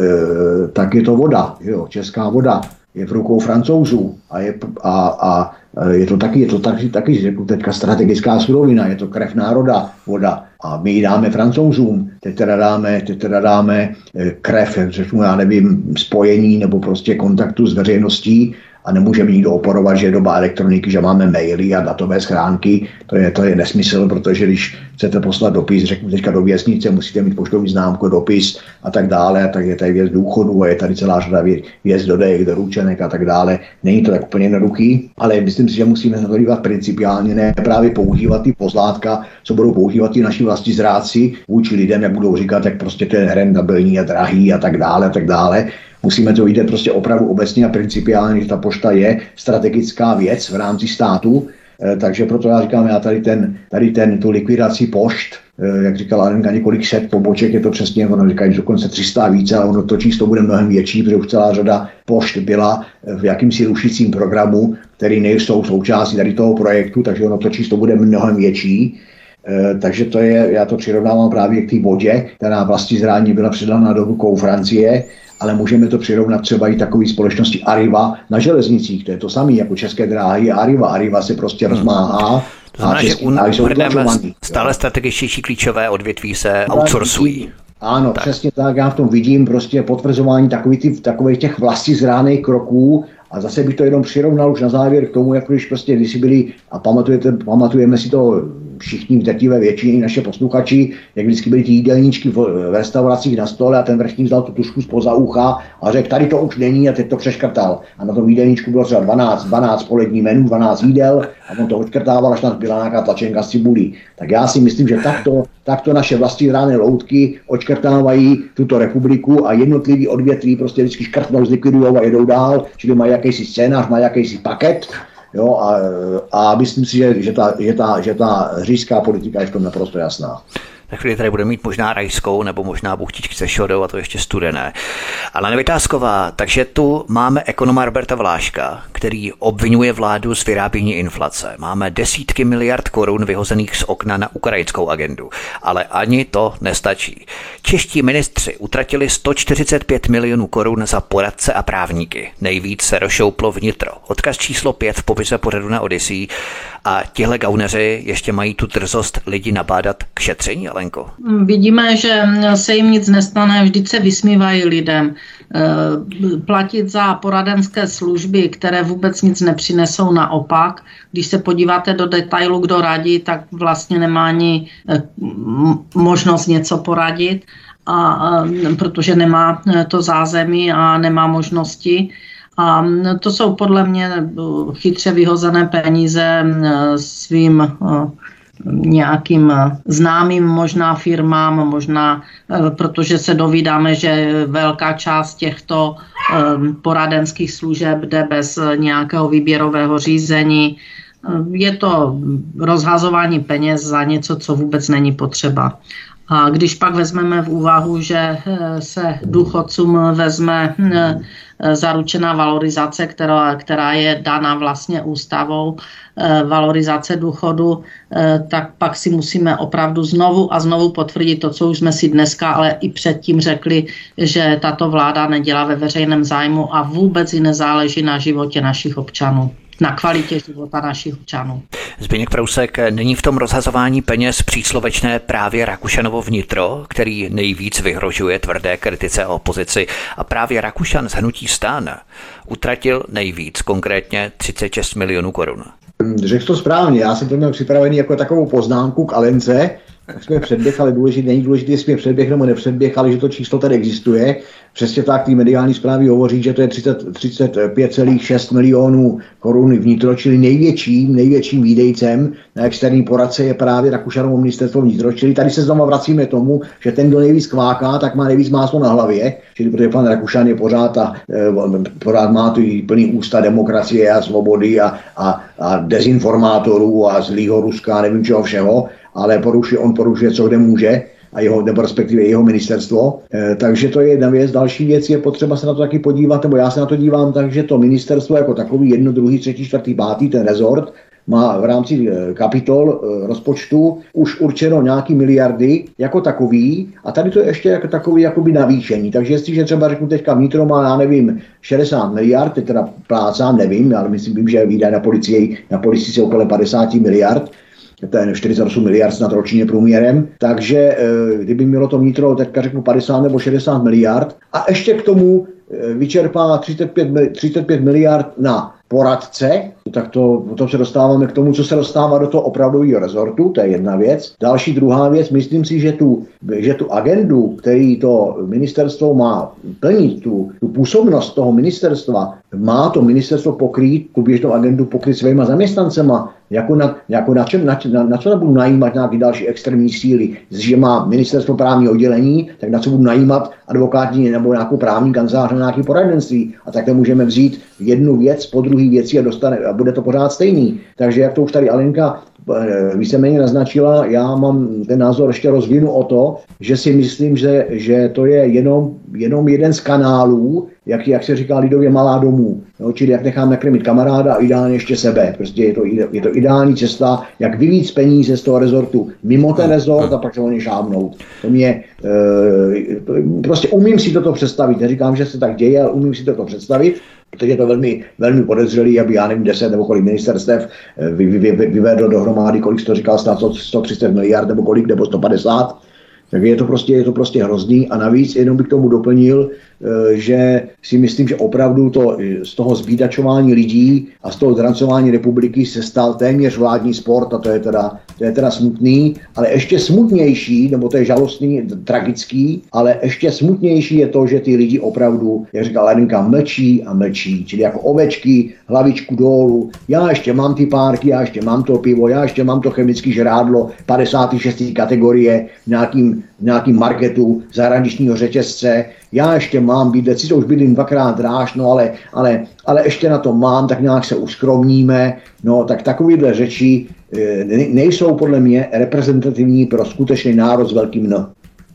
tak je to voda, jo, česká voda je v rukou Francouzů a je, a, a je to taky, je to taky, taky řeknu teďka strategická surovina, je to krev národa, voda a my ji dáme Francouzům, teď teda dáme, teď teda dáme krev, řeknu, já nevím, spojení nebo prostě kontaktu s veřejností a nemůžeme nikdo oporovat, že je doba elektroniky, že máme maily a datové schránky. To je, to je nesmysl, protože když chcete poslat dopis, řeknu teďka do věznice, musíte mít poštovní známku, dopis a tak dále, tak je tady věc důchodu a je tady celá řada věc dodejek, doručenek a tak dále. Není to tak úplně jednoduchý, ale myslím si, že musíme na to dívat principiálně, ne právě používat ty pozlátka, co budou používat ty naši vlastizráci vůči lidem, jak budou říkat, jak prostě to je rentabilní a drahý a tak dále a tak dále. Musíme to vidět prostě opravdu obecně a principiálně, že ta pošta je strategická věc v rámci státu, takže proto já říkám, já tady, ten, tady ten, tu likvidaci pošt, jak říkala Alenka, několik set poboček, je to přesně, ono říkají, že dokonce tři sta a více, ale ono to číslo bude mnohem větší, protože už celá řada pošt byla v jakýmsi rušicím programu, který nejsou součástí tady toho projektu, takže ono to číslo bude mnohem větší. Takže to je, já to přirovnávám právě k té vodě, která vlastizrádně byla předána do rukou Francie, ale můžeme to přirovnat třeba i takové společnosti Arriva na železnicích. To je to samé jako České dráhy a Arriva. Arriva se prostě rozmáhá. To znamená, že u stále strategičtější klíčové odvětví se outsourcují. Ano, tak. Přesně tak. Já v tom vidím prostě potvrzování takových, ty, takových těch vlastizrádných kroků. A zase bych to jenom přirovnal už na závěr k tomu, jako když prostě když si byli, a pamatujete, pamatujeme si to všichni v drtivé většině naše posluchači, jak vždycky byly ty jídelníčky v restauracích na stole a ten vrchní vzal tu tušku zpoza ucha a řekl, tady to už není a teď to přeškrtal. A na tom jídelníčku bylo třeba dvanáct, dvanáct polední menů, dvanáct jídel a on to odškrtával, až tam byla nějaká tlačenka z cibulí. Tak já si myslím, že takto, takto naše vlastizrádné loutky odškrtávají tuto republiku a jednotlivý odvětví prostě vždycky škrtnou, zlikvidujou a jedou dál, čili mají jakýsi scénář, mají jakýsi paket. Jo, a, a myslím si, že, že, ta, že, ta, že ta říšská politika je v tom naprosto jasná. Na chvíli tady bude mít možná rajskou nebo možná buchtičky se šodou a to ještě studené. Ale Nevytázková, takže tu máme ekonoma Roberta Vláška, který obvinuje vládu z vyrábění inflace. Máme desítky miliard korun vyhozených z okna na ukrajinskou agendu. Ale ani to nestačí. Čeští ministři utratili sto čtyřicet pět milionů korun za poradce a právníky. Nejvíc se rozšouplo vnitro. Odkaz číslo pět v popise pořadu na Odyssey. A tihle gauneři ještě mají tu drzost lidi nabádat k šetření, Alenko? Vidíme, že se jim nic nestane, vždyť se vysmívají lidem. Platit za poradenské služby, které vůbec nic nepřinesou, naopak. Když se podíváte do detailu, kdo radí, tak vlastně nemá ani možnost něco poradit, a, protože nemá to zázemí a nemá možnosti. A to jsou podle mě chytře vyhozené peníze svým nějakým známým možná firmám, možná, protože se dovídáme, že velká část těchto poradenských služeb jde bez nějakého výběrového řízení. Je to rozhazování peněz za něco, co vůbec není potřeba. A když pak vezmeme v úvahu, že se důchodcům vezme zaručená valorizace, která, která je dána vlastně ústavou, valorizace důchodu, tak pak si musíme opravdu znovu a znovu potvrdit to, co už jsme si dneska, ale i předtím řekli, že tato vláda nedělá ve veřejném zájmu a vůbec jí nezáleží na životě našich občanů, na kvalitě života našich občanů. Zbyněk Prousek, není v tom rozhazování peněz příslovečné právě Rakušanovo vnitro, který nejvíc vyhrožuje tvrdé kritice a opozici, a právě Rakušan z hnutí STAN utratil nejvíc, konkrétně třicet šest milionů korun. Řekl to správně, já jsem to měl připravený jako takovou poznámku k Alence, tak jsme předběhali, důležitý, není důležité, jestli jsme předběh nebo nepředběhali, že to číslo tady existuje. Přesně tak ty mediální zprávy hovoří, že to je třicet pět celá šest milionů korun vnitro, čili největším, největším výdejcem na externí poradce je právě Rakušanovo ministerstvo vnitro. Čili tady se znovu vracíme tomu, že ten, kdo nejvíc kváká, tak má nejvíc máslo na hlavě, čili protože pan Rakušan je pořád, a, pořád má tu plný ústa demokracie a svobody a, a, a dezinformátorů a zlýho Ruska a nevím čeho všeho, ale porušuje, on porušuje, co kde může, a jeho, nebo respektive jeho ministerstvo. E, takže to je jedna věc. Další věc je potřeba se na to taky podívat, nebo já se na to dívám tak, že to ministerstvo jako takový jedno, druhý, třetí, čtvrtý, pátý, ten rezort, má v rámci kapitol rozpočtu už určeno nějaký miliardy jako takový, a tady to je ještě jako takový jakoby navýšení. Takže jestliže třeba řeknu teďka vnitro má, já nevím, šedesát miliard, teď teda plácám, nevím, ale myslím, že výdaje na policii, na policii se okolo padesát miliard, to je čtyřicet osm miliard snad ročně průměrem, takže kdyby mělo to vnitro, teďka řeknu padesát nebo šedesát miliard, a ještě k tomu vyčerpá třicet pět miliard na poradce, tak to, potom se dostáváme k tomu, co se dostává do toho opravdového rezortu, to je jedna věc. Další, druhá věc, myslím si, že tu, že tu agendu, který to ministerstvo má plnit, tu, tu působnost toho ministerstva, má to ministerstvo pokrýt, tu běžnou agendu pokrýt svýma zaměstnancema, jako na, jako na, čem, na, na, na co nebudu najímat nějaké další extrémní síly, že má ministerstvo právní oddělení, tak na co budu najímat advokátní nebo nějakou právní kancelář na nějaké poradenství. A takhle můžeme vzít jednu věc po druhé věci a, dostane, a bude to pořád stejný. Takže jak to už tady Alenka víceméně naznačila, já mám ten názor ještě rozvinu o to, že si myslím, že, že to je jenom, jenom jeden z kanálů, jak, jak se říká lidově, malá domů. No, čili jak necháme krmit kamaráda a ideálně ještě sebe. Prostě je to, je to ideální cesta, jak vyvíct peníze z toho rezortu mimo ten rezort a pak se o ně šáhnout. To mě, e, prostě umím si toto představit. Neříkám, že se tak děje, ale umím si toto představit. Protože je to velmi, velmi podezřelý, aby já nevím, deset nebo kolik ministerstev vy, vy, vy, vyvedlo dohromady, kolik jsi to říkal, snad sto třicet miliard nebo kolik, nebo sto padesát. Tak je to prostě, je to prostě hrozný. A navíc jenom bych k tomu doplnil, že si myslím, že opravdu to, z toho zbídačování lidí a z toho drancování republiky se stal téměř vládní sport, a to je teda, to je teda smutný, ale ještě smutnější, nebo to je žalostný, tragický, ale ještě smutnější je to, že ty lidi opravdu, jak říkala Lenka, mlčí a mlčí, čili jako ovečky, hlavičku dolů, já ještě mám ty párky, já ještě mám to pivo, já ještě mám to chemické žrádlo padesát šest kategorie v nějakým, v nějakým marketu zahraničního řetězce, já ještě mám bydlet, si to už bydlím dvakrát dráž, no ale, ale, ale ještě na to mám, tak nějak se uskromníme, no tak takovýhle řeči nejsou podle mě reprezentativní pro skutečný národ s velkým N.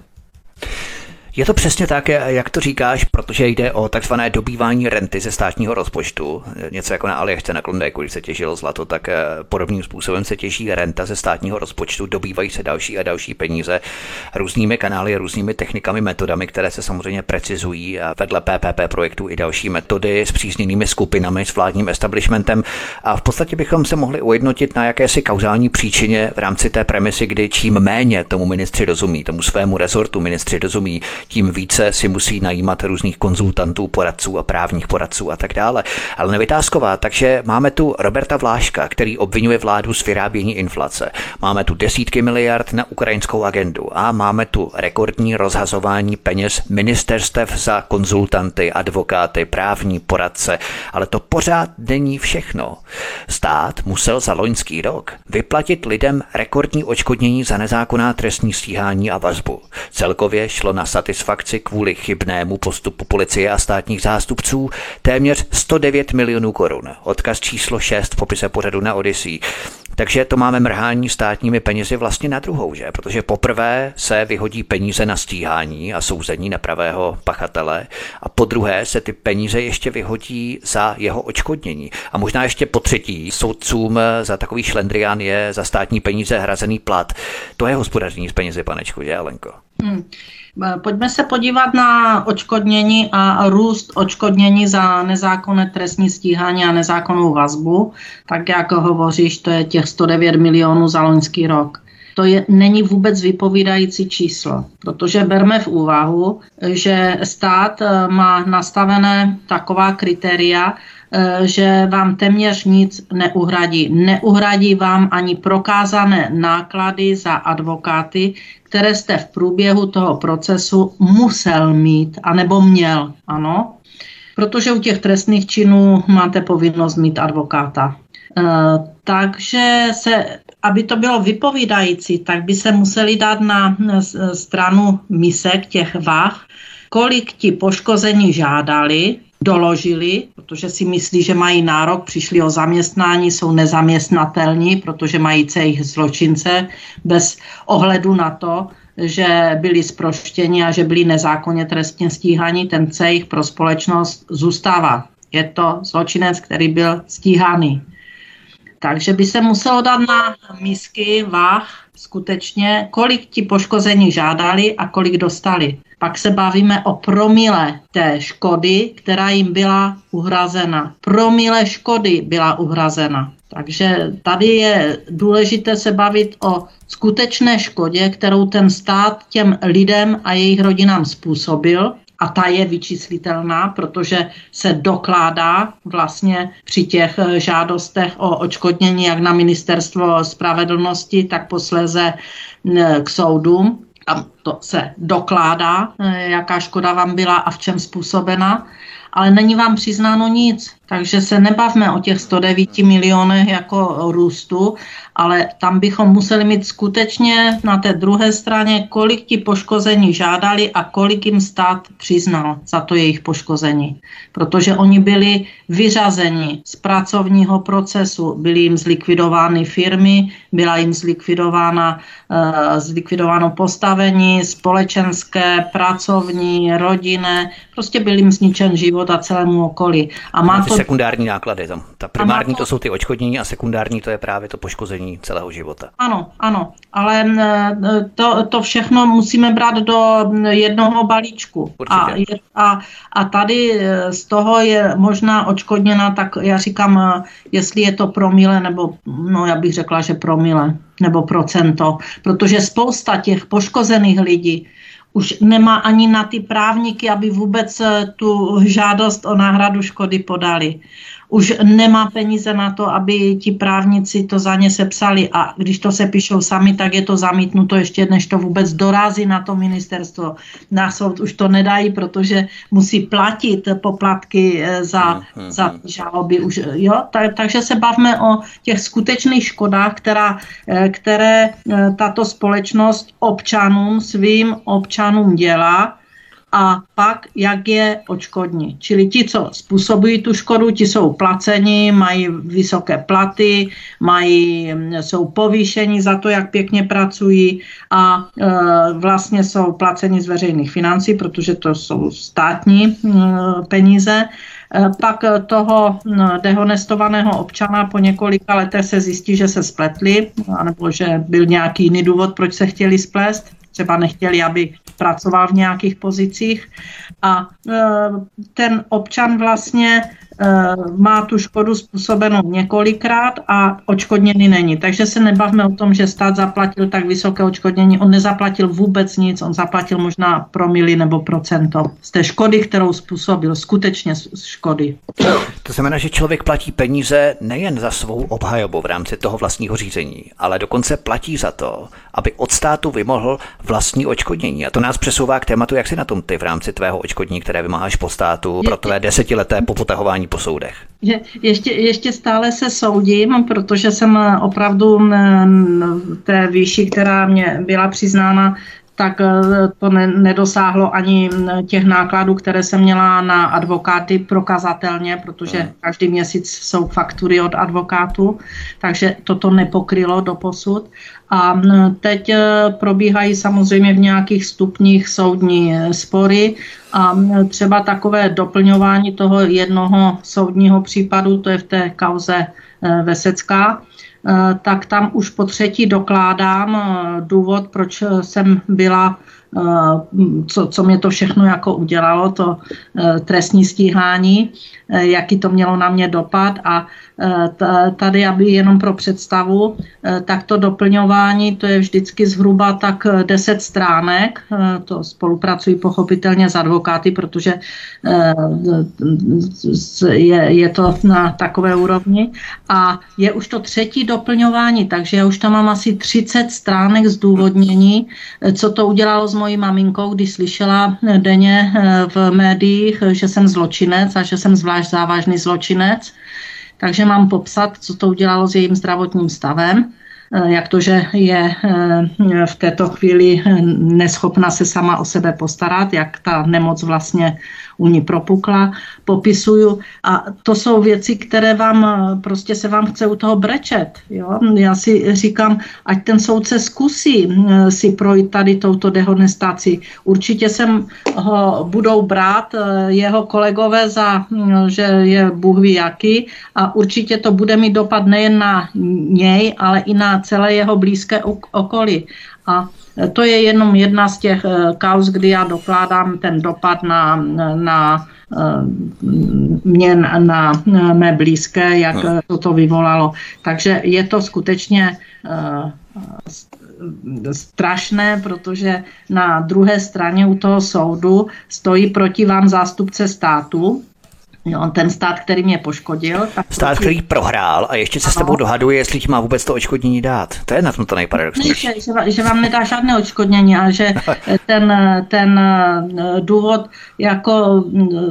Je to přesně tak, jak to říkáš, protože jde o takzvané dobývání renty ze státního rozpočtu. Něco jako na Aljašce na Klondajku, když se těžilo zlato, tak podobným způsobem se těží renta ze státního rozpočtu, dobývají se další a další peníze různými kanály, různými technikami, metodami, které se samozřejmě precizují, a vedle P P P projektů i další metody s přísněnými skupinami, s vládním establishmentem. A v podstatě bychom se mohli ujednotit na jakési kauzální příčině v rámci té premisy, kdy čím méně tomu ministři rozumí, tomu svému rezortu ministři rozumí, tím více si musí najímat různých konzultantů, poradců a právních poradců a tak dále. Ale Vytázková, takže máme tu Roberta Vláška, který obvinuje vládu z vyrábění inflace. Máme tu desítky miliard na ukrajinskou agendu a máme tu rekordní rozhazování peněz ministerstev za konzultanty, advokáty, právní poradce, ale to pořád není všechno. Stát musel za loňský rok vyplatit lidem rekordní odškodnění za nezákonná trestní stíhání a vazbu. Celkově šlo na satisfakci kvůli chybnému postupu policie a státních zástupců téměř sto devět milionů korun. Odkaz číslo šest v popise pořadu na Odyssey. Takže to máme mrhání státními penězi vlastně na druhou, že? Protože poprvé se vyhodí peníze na stíhání a souzení nepravého pachatele a po druhé se ty peníze ještě vyhodí za jeho odškodnění. A možná ještě po třetí soudcům za takový šlendrián je za státní peníze hrazený plat. To je hospodaření s penězi, panečku, že, Alenko? Hmm. Pojďme se podívat na odškodnění a růst odškodnění za nezákonné trestní stíhání a nezákonnou vazbu. Tak jak hovoříš, to je těch sto devět milionů za loňský rok. To je, není vůbec vypovídající číslo, protože berme v úvahu, že stát má nastavené taková kritéria, že vám téměř nic neuhradí. Neuhradí vám ani prokázané náklady za advokáty, které jste v průběhu toho procesu musel mít, anebo měl, ano. Protože u těch trestných činů máte povinnost mít advokáta. E, takže se, aby to bylo vypovídající, tak by se museli dát na stranu misek těch váh, kolik ti poškození žádali, doložili, protože si myslí, že mají nárok, přišli o zaměstnání, jsou nezaměstnatelní, protože mají jejich zločince bez ohledu na to, že byli zproštěni a že byli nezákonně trestně stíhaní, ten cejch pro společnost zůstává. Je to zločinec, který byl stíhaný. Takže by se muselo dát na misky váh skutečně, kolik ti poškození žádali a kolik dostali. Pak se bavíme o promile té škody, která jim byla uhrazena. Promile škody byla uhrazena. Takže tady je důležité se bavit o skutečné škodě, kterou ten stát těm lidem a jejich rodinám způsobil. A ta je vyčíslitelná, protože se dokládá vlastně při těch žádostech o odškodnění jak na ministerstvo spravedlnosti, tak posléze k soudům. A to se dokládá, jaká škoda vám byla a v čem způsobena, ale není vám přiznáno nic. Takže se nebavme o těch sto devět milionech jako růstu, ale tam bychom museli mít skutečně na té druhé straně, kolik ti poškození žádali a kolik jim stát přiznal za to jejich poškození. Protože oni byli vyřazeni z pracovního procesu, byly jim zlikvidovány firmy, byla jim zlikvidována, uh, zlikvidováno postavení společenské, pracovní, rodinné, prostě byl jim zničen život a celému okolí. A má to sekundární náklady tam. Ta primární to... to jsou ty odškodnění a sekundární to je právě to poškození celého života. Ano, ano, ale to, to všechno musíme brát do jednoho balíčku. A, a, a tady z toho je možná odškodněna, tak já říkám, jestli je to promile, nebo no já bych řekla, že promile, nebo procento, protože spousta těch poškozených lidí už nemá ani na ty právníky, aby vůbec tu žádost o náhradu škody podali. Už nemá peníze na to, aby ti právníci to za ně sepsali a když to sepíšou sami, tak je to zamítnuto ještě, než to vůbec dorazí na to ministerstvo. Na soud už to nedají, protože musí platit poplatky za, za žaloby. Už, jo? Tak, takže se bavme o těch skutečných škodách, která, které tato společnost občanům, svým občanům dělá, a pak, jak je odškodní. Čili ti, co způsobují tu škodu, ti jsou placeni, mají vysoké platy, mají, jsou povýšeni za to, jak pěkně pracují a e, vlastně jsou placeni z veřejných financí, protože to jsou státní e, peníze. E, pak toho dehonestovaného občana po několika letech se zjistí, že se spletli, anebo že byl nějaký jiný důvod, proč se chtěli splést. Třeba nechtěli, aby pracoval v nějakých pozicích. A e, ten občan vlastně má tu škodu způsobenou několikrát a odškodněný není. Takže se nebavme o tom, že stát zaplatil tak vysoké odškodnění. On nezaplatil vůbec nic, on zaplatil možná promily nebo procento z té škody, kterou způsobil, skutečně škody. To znamená, že člověk platí peníze nejen za svou obhajobu v rámci toho vlastního řízení, ale dokonce platí za to, aby od státu vymohl vlastní odškodnění. A to nás přesouvá k tématu, jak si na tom ty v rámci tvého odškodnění, které vymáháš po státu pro tvé desetileté popotahování po soudech. Je, ještě, ještě stále se soudím, protože jsem opravdu v té výši, která mě byla přiznána, tak to ne, nedosáhlo ani těch nákladů, které jsem měla na advokáty prokazatelně, protože každý měsíc jsou faktury od advokátů, takže toto nepokrylo doposud. A teď probíhají samozřejmě v nějakých stupních soudní spory a třeba takové doplňování toho jednoho soudního případu, to je v té kauze Vesecká, tak tam už po třetí dokládám důvod, proč jsem byla, co, co mě to všechno jako udělalo, to trestní stíhání, jaký to mělo na mě dopad a tady, aby jenom pro představu, tak to doplňování, to je vždycky zhruba tak deset stránek, to spolupracují pochopitelně s advokáty, protože je, je to na takové úrovni a je už to třetí doplňování, takže já už tam mám asi třicet stránek zdůvodnění, co to udělalo s mojí maminkou, když slyšela denně v médiích, že jsem zločinec a že jsem zvlášť závažný zločinec. Takže mám popsat, co to udělalo s jejím zdravotním stavem, jak to, že je v této chvíli neschopna se sama o sebe postarat, jak ta nemoc vlastně u ní propukla, popisuju. A to jsou věci, které vám prostě se vám chce u toho brečet. Jo? Já si říkám, ať ten soudce zkusí si projít tady touto dehonestací. Určitě sem ho budou brát jeho kolegové za, že je Bůh ví jaký a určitě to bude mít dopad nejen na něj, ale i na celé jeho blízké okolí. A to je jenom jedna z těch kauz, kdy já dokládám ten dopad na, na mě, na, na mé blízké, jak to, to vyvolalo. Takže je to skutečně strašné, protože na druhé straně u toho soudu stojí proti vám zástupce státu, jo, ten stát, který mě poškodil. Tak stát, proti... který prohrál a ještě se ano. s tebou dohaduje, jestli ti má vůbec to odškodnění dát. To je na tom to nejparadoxnější. Že, že, že vám nedá žádné odškodnění a že ten, ten důvod, jako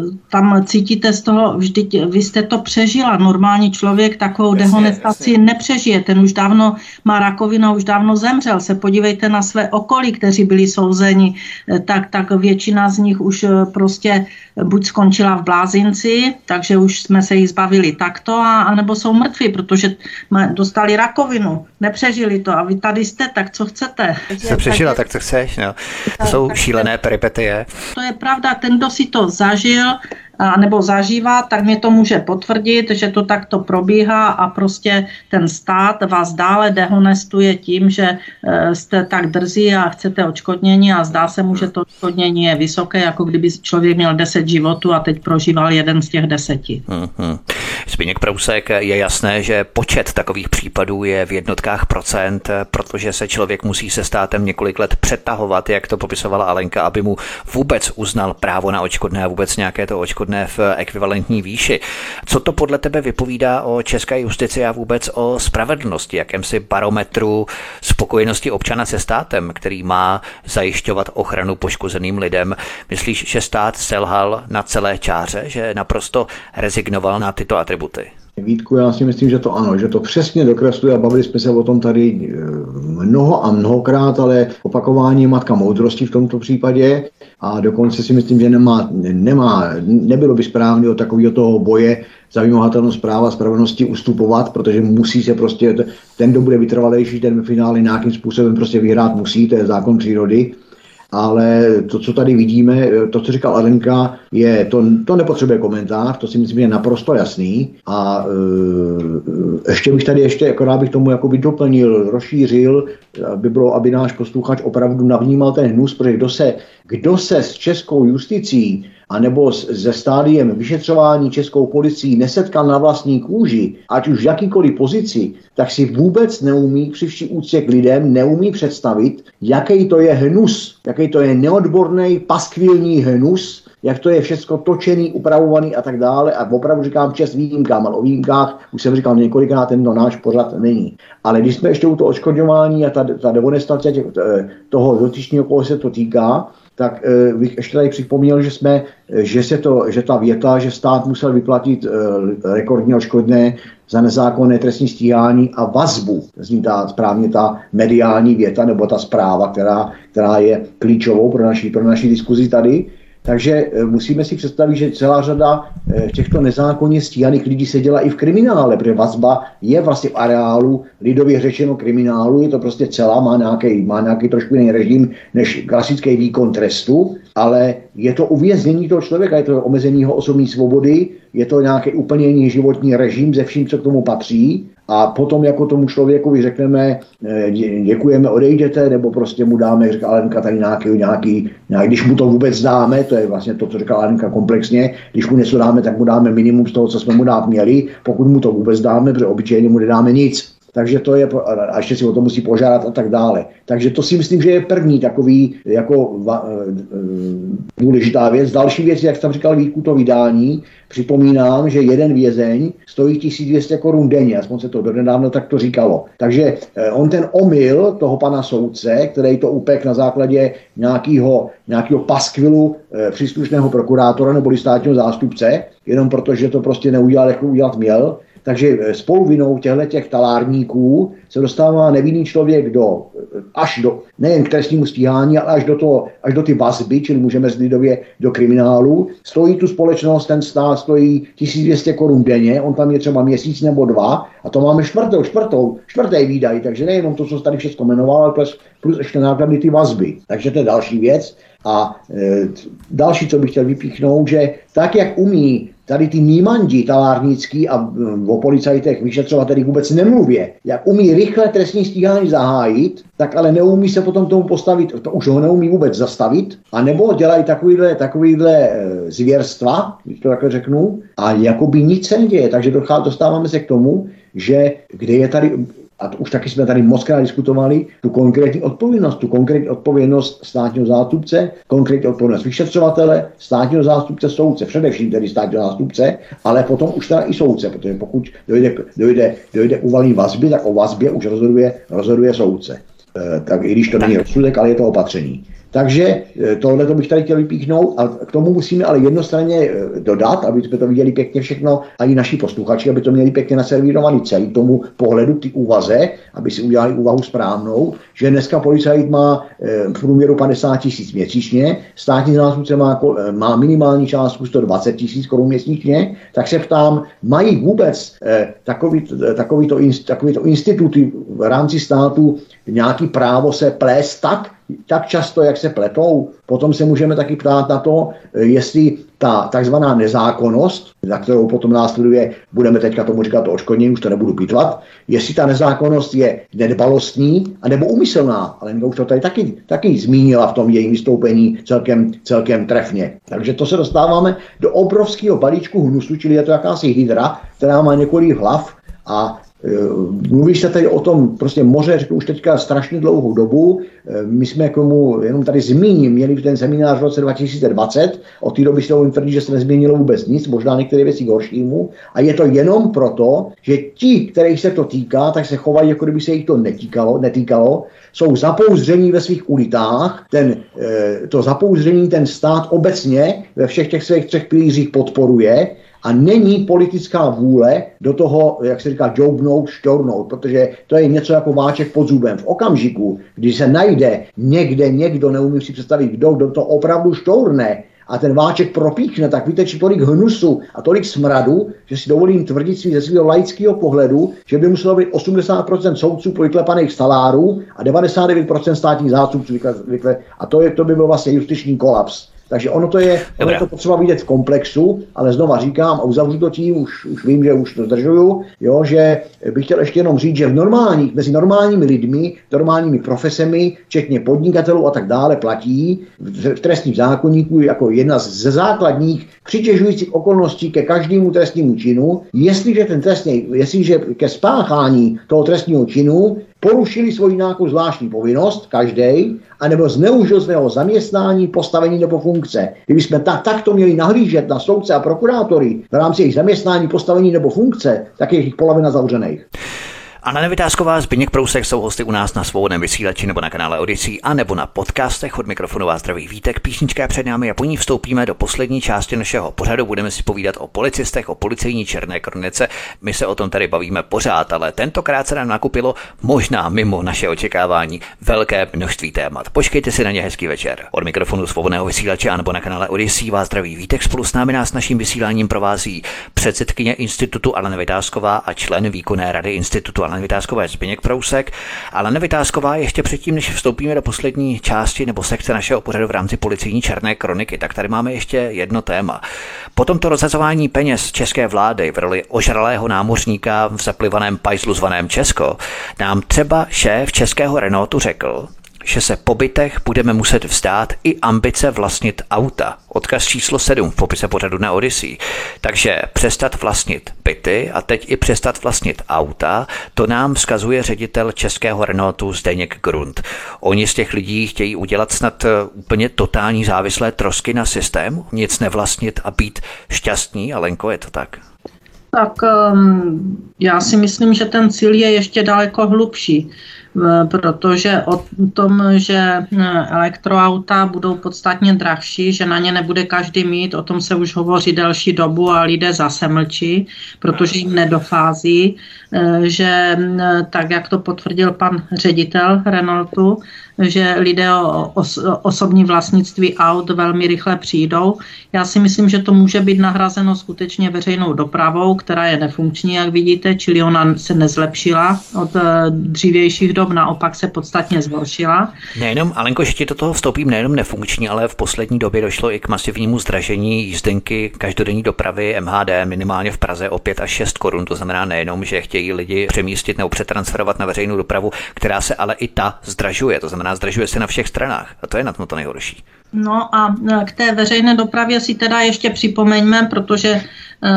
tam cítíte z toho, vždyť vy jste to přežila. Normální člověk takovou jasně, dehonestaci jasně. nepřežije. Ten už dávno má rakovinu, už dávno zemřel. Se podívejte na své okolí, kteří byli souzeni, tak, tak většina z nich už prostě buď skončila v blázinci, takže už jsme se jich zbavili takto, a, anebo jsou mrtví, protože dostali rakovinu, nepřežili to a vy tady jste, tak co chcete? Jste přežila, tak co chceš, no. To tak, jsou tak, šílené peripetie. To je pravda, ten, kdo si to zažil, nebo zažívá, tak mě to může potvrdit, že to takto probíhá a prostě ten stát vás dále dehonestuje tím, že jste tak drzí a chcete odškodnění a zdá se mu, že to odškodnění je vysoké, jako kdyby člověk měl deset životů a teď prožíval jeden z těch deseti. Mm-hmm. Zbyněk Prousek, je jasné, že počet takových případů je v jednotkách procent, protože se člověk musí se státem několik let přetahovat, jak to popisovala Alenka, aby mu vůbec uznal právo na odškodné a vůbec nějaké to odškodné v ekvivalentní výši. Co to podle tebe vypovídá o české justici a vůbec o spravedlnosti, jakémsi barometru spokojenosti občana se státem, který má zajišťovat ochranu poškozeným lidem? Myslíš, že stát selhal na celé čáře, že naprosto rezignoval na tyto atributy? Vítku, já si myslím, že to ano, že to přesně dokresluje a bavili jsme se o tom tady mnoho a mnohokrát, ale opakování je matka moudrosti v tomto případě a dokonce si myslím, že nemá, nemá nebylo by správně od takového toho boje za vymahatelnost práva a spravedlnosti ustupovat, protože musí se prostě, ten, kdo bude vytrvalejší, ten v finále nějakým způsobem prostě vyhrát musí, to je zákon přírody. Ale to, co tady vidíme, to, co říkal Alenka, je, to, to nepotřebuje komentář, to si myslím, že je naprosto jasný. A e, ještě bych tady ještě, akorát bych tomu jakoby doplnil, rozšířil, aby bylo, aby náš posluchač opravdu navnímal ten hnus, protože kdo se, kdo se s českou justicí anebo se stádiem vyšetřování českou policií nesetkal na vlastní kůži, ať už v jakýkoliv pozici, tak si vůbec neumí při vší úctě k lidem, neumí představit, jaký to je hnus, jaký to je neodborný, paskvilní hnus, jak to je všechno točený, upravovaný a tak dále. A opravdu říkám čest výjimkám, ale o výjimkách už jsem říkal několikrát, tento náš pořad není. Ale když jsme ještě u toho odškodňování a ta, ta dehonestace toho dotyčního, koho se to týká, tak eh, bych ještě tady připomněl, že jsme, že se to, že ta věta, že stát musel vyplatit eh, rekordně odškodné za nezákonné trestní stíhání a vazbu, zní ta správně ta mediální věta nebo ta zpráva, která, která je klíčovou pro naši, pro naši diskuzi tady. Takže musíme si představit, že celá řada těchto nezákonně stíhaných lidí se dělá i v kriminále, protože vazba je vlastně v areálu, lidově řečeno kriminálu, je to prostě celá, má nějaký, má nějaký trošku jiný režim než klasický výkon trestu, ale je to uvěznění toho člověka, je to omezení jeho osobní svobody, je to nějaký úplně jiný životní režim se vším, co k tomu patří. A potom jako tomu člověku řekneme, děkujeme, odejděte, nebo prostě mu dáme, jak říká Alenka, tady nějaký, nějaký, nějaký, když mu to vůbec dáme, to je vlastně to, co říká Alenka komplexně, když mu něco dáme, tak mu dáme minimum z toho, co jsme mu dát měli, pokud mu to vůbec dáme, protože obyčejně mu nedáme nic. Takže to je, a ještě si o to musí požádat a tak dále. Takže to si myslím, že je první takový jako va, důležitá věc. Další věc, jak jsem říkal, Vítku, to vydání. Připomínám, že jeden vězeň stojí tisíc dvě stě korun denně, aspoň se to donedávno tak to říkalo. Takže on ten omyl toho pana soudce, který to upek na základě nějakého, nějakého paskvilu e, příslušného prokurátora nebo státního zástupce, jenom protože to prostě neudělal, jak to udělat měl. Takže spoluvinou těchto talárníků se dostává nevinný člověk do, až do, nejen k trestnímu stíhání, ale až do, toho, až do ty vazby, čili můžeme lidově do kriminálu. Stojí tu společnost, ten stát stojí tisíc dvě stě korun denně, on tam je třeba měsíc nebo dva a to máme čtvrtou, čtvrtou, čtvrtý výdaj, takže nejenom to, co tady všechno jmenoval, ale plus, plus ještě náklady ty vazby. Takže to je další věc. A e, další, co bych chtěl vypíchnout, že tak, jak umí tady ty nímandi talárnický a o policajtech vyšetřovatelích vůbec nemluvě, jak umí rychle trestní stíhání zahájit, tak ale neumí se potom tomu postavit, to už ho neumí vůbec zastavit, anebo dělají takovýhle, takovýhle zvěrstva, když to takhle řeknu, a jakoby nic se neděje. Takže dostáváme se k tomu, že kde je tady, a to už taky jsme tady mockrát diskutovali, tu konkrétní odpovědnost, tu konkrétní odpovědnost státního zástupce, konkrétní odpovědnost vyšetřovatele, státního zástupce, soudce, především tedy státního zástupce, ale potom už teda i soudce, protože pokud dojde, dojde, dojde uvalení vazby, tak o vazbě už rozhoduje, rozhoduje soudce. E, tak i když to není rozsudek, ale je to opatření. Takže tohle to bych tady chtěl vypíchnout a k tomu musíme ale jednostranně dodat, aby jsme to viděli pěkně všechno, a i naši posluchači, aby to měli pěkně naservírovaný celý tomu pohledu, ty úvaze, aby si udělali úvahu správnou, že dneska policajt má v průměru padesát tisíc měsíčně, státní zástupce má, má minimální částku sto dvacet tisíc korun měsíčně, tak se ptám, mají vůbec takový, takovýto, takovýto instituty v rámci státu nějaký právo se plést tak, tak často, jak se pletou. Potom se můžeme taky ptát na to, jestli ta takzvaná nezákonnost, za kterou potom následuje, budeme teďka tomu říkat to odškodnění, už to nebudu pitvat, jestli ta nezákonnost je nedbalostní anebo úmyslná. Ale už to tady taky, taky zmínila v tom jejím vystoupení celkem, celkem trefně. Takže to se dostáváme do obrovského balíčku hnusu, čili je to jakási hydra, která má několik hlav a mluví se tady o tom prostě moře, řeknu už teďka strašně dlouhou dobu. My jsme k tomu, jenom tady zmíním, měli ten seminář v roce dva tisíce dvacet, od té doby se to tvrdí, že se nezměnilo vůbec nic, možná některé věci k horšímu. A je to jenom proto, že ti, kterých se to týká, tak se chovají, jako kdyby se jich to netýkalo, netýkalo, jsou zapouzření ve svých ulitách, ten, to zapouzření ten stát obecně ve všech těch svých třech pilířích podporuje, a není politická vůle do toho, jak se říká, džoubnout, šťournout, protože to je něco jako váček pod zubem. V okamžiku, kdy se najde někde někdo, neumím si představit, kdo, kdo to opravdu šťourne a ten váček propíchne, tak vytečí tolik hnusu a tolik smradu, že si dovolím tvrdit si ze svého laického pohledu, že by muselo být osmdesát procent soudců vyklepaných salárů a devadesát devět procent státních zástupců. A to, je, to by byl vlastně justiční kolaps. Takže ono to je, ono je to potřeba vidět v komplexu, ale znova říkám, a uzavřu to tím, už, už vím, že už to zdržuju, jo, že bych chtěl ještě jenom říct, že v normální, mezi normálními lidmi, normálními profesemi, včetně podnikatelů a tak dále, platí v trestním zákoníku jako jedna ze základních přitěžujících okolností ke každému trestnímu činu, jestliže ten trestný, jestliže ke spáchání toho trestního činu porušili svoji nějakou zvláštní povinnost, každý, anebo zneužil svého zaměstnání, postavení nebo funkce. Kdybychom ta, takto měli nahlížet na soudce a prokurátory v rámci jejich zaměstnání, postavení nebo funkce, tak je jich polovina zavřených. Anna Nevitásková, Zbyněk Prousek jsou hosty u nás na Svobodném vysílači nebo na kanále Odyssey a nebo na podcastech. Od mikrofonu vás zdraví Vítek, písnička před námi a po ní vstoupíme do poslední části našeho pořadu. Budeme si povídat o policistech, o policejní černé kronice. My se o tom tady bavíme pořád, ale tentokrát se nám nakupilo možná mimo naše očekávání velké množství témat. Počkejte si na ně, hezký večer. Od mikrofonu Svobodného vysílače a nebo na kanále Odyssey vás zdraví Vítek. Spolu s námi nás naším vysíláním provází předsedkyně institutu Anna Nevitásková a člen výkonné rady institutu Anna Nevitásková, Zbyněk Prousek. Ale Nevitásková ještě předtím, než vstoupíme do poslední části nebo sekce našeho pořadu v rámci policejní černé kroniky, tak tady máme ještě jedno téma. Po tomto rozhazování peněz české vlády v roli ožralého námořníka v zaplivaném pajzlu zvaném Česko nám třeba šéf českého Renaultu řekl, že se po bytech budeme muset vzdát i ambice vlastnit auta. Odkaz číslo sedm v popise pořadu na Odyssey. Takže přestat vlastnit byty a teď i přestat vlastnit auta, to nám vzkazuje ředitel českého Renaultu Zdeněk Grund. Oni z těch lidí chtějí udělat snad úplně totální závislé trosky na systému, nic nevlastnit a být šťastní. A Lenko, je to tak? Tak um, já si myslím, že ten cíl je ještě daleko hlubší, protože o tom, že elektroauta budou podstatně drahší, že na ně nebude každý mít, o tom se už hovoří delší dobu a lidé zase mlčí, protože jim nedochází, že tak, jak to potvrdil pan ředitel Renaultu, že lidé o os- osobní vlastnictví aut velmi rychle přijdou. Já si myslím, že to může být nahrazeno skutečně veřejnou dopravou, která je nefunkční, jak vidíte, čili ona se nezlepšila od dřívějších dob, naopak se podstatně zhoršila. Nejenom, Alenko, že ti do toho vstoupím, nejenom nefunkční, ale v poslední době došlo i k masivnímu zdražení jízdenky každodenní dopravy M H D minimálně v Praze o pět až šest korun. To znamená nejenom, že chtějí lidi přemístit nebo přetransferovat na veřejnou dopravu, která se ale i ta zdražuje. To znamená, zdražuje se na všech stranách. A to je na tom to nejhorší. No a k té veřejné dopravě si teda ještě připomeňme, protože e,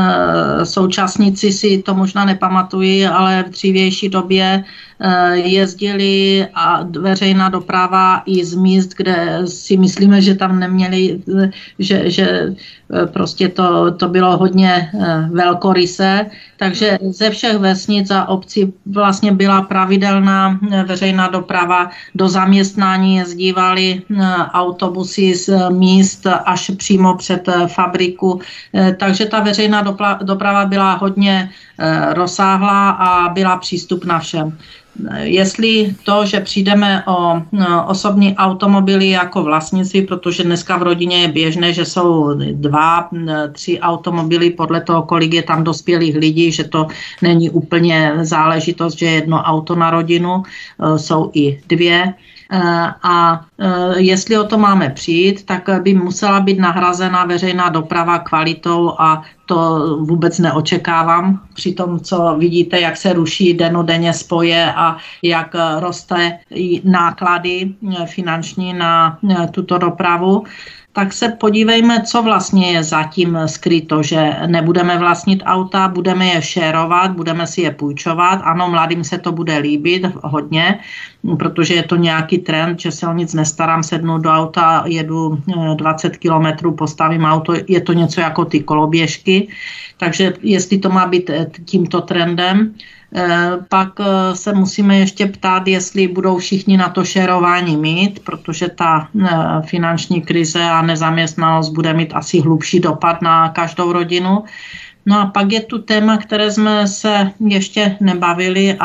současníci si to možná nepamatují, ale v dřívější době e, jezdili a veřejná doprava i z míst, kde si myslíme, že tam neměli, že, že prostě to, to bylo hodně e, velkorysé, takže ze všech vesnic a obcí vlastně byla pravidelná veřejná doprava, do zaměstnání jezdívali e, autobusy z míst až přímo před fabriku, takže ta veřejná doprava byla hodně rozsáhlá a byla přístupná všem. Jestli to, že přijdeme o osobní automobily jako vlastnictví, protože dneska v rodině je běžné, že jsou dva, tři automobily podle toho, kolik je tam dospělých lidí, že to není úplně záležitost, že jedno auto na rodinu, jsou i dvě. A jestli o to máme přijít, tak by musela být nahrazena veřejná doprava kvalitou a to vůbec neočekávám. Při tom, co vidíte, jak se ruší dennodenně spoje a jak roste náklady finanční na tuto dopravu, tak se podívejme, co vlastně je zatím skryto, že nebudeme vlastnit auta, budeme je šérovat, budeme si je půjčovat. Ano, mladým se to bude líbit hodně, protože je to nějaký trend, že se o nic nestarám, sednu do auta, jedu dvacet kilometrů, postavím auto, je to něco jako ty koloběžky. Takže jestli to má být tímto trendem, pak se musíme ještě ptát, jestli budou všichni na to šerování mít, protože ta finanční krize a nezaměstnanost bude mít asi hlubší dopad na každou rodinu. No a pak je tu téma, které jsme se ještě nebavili a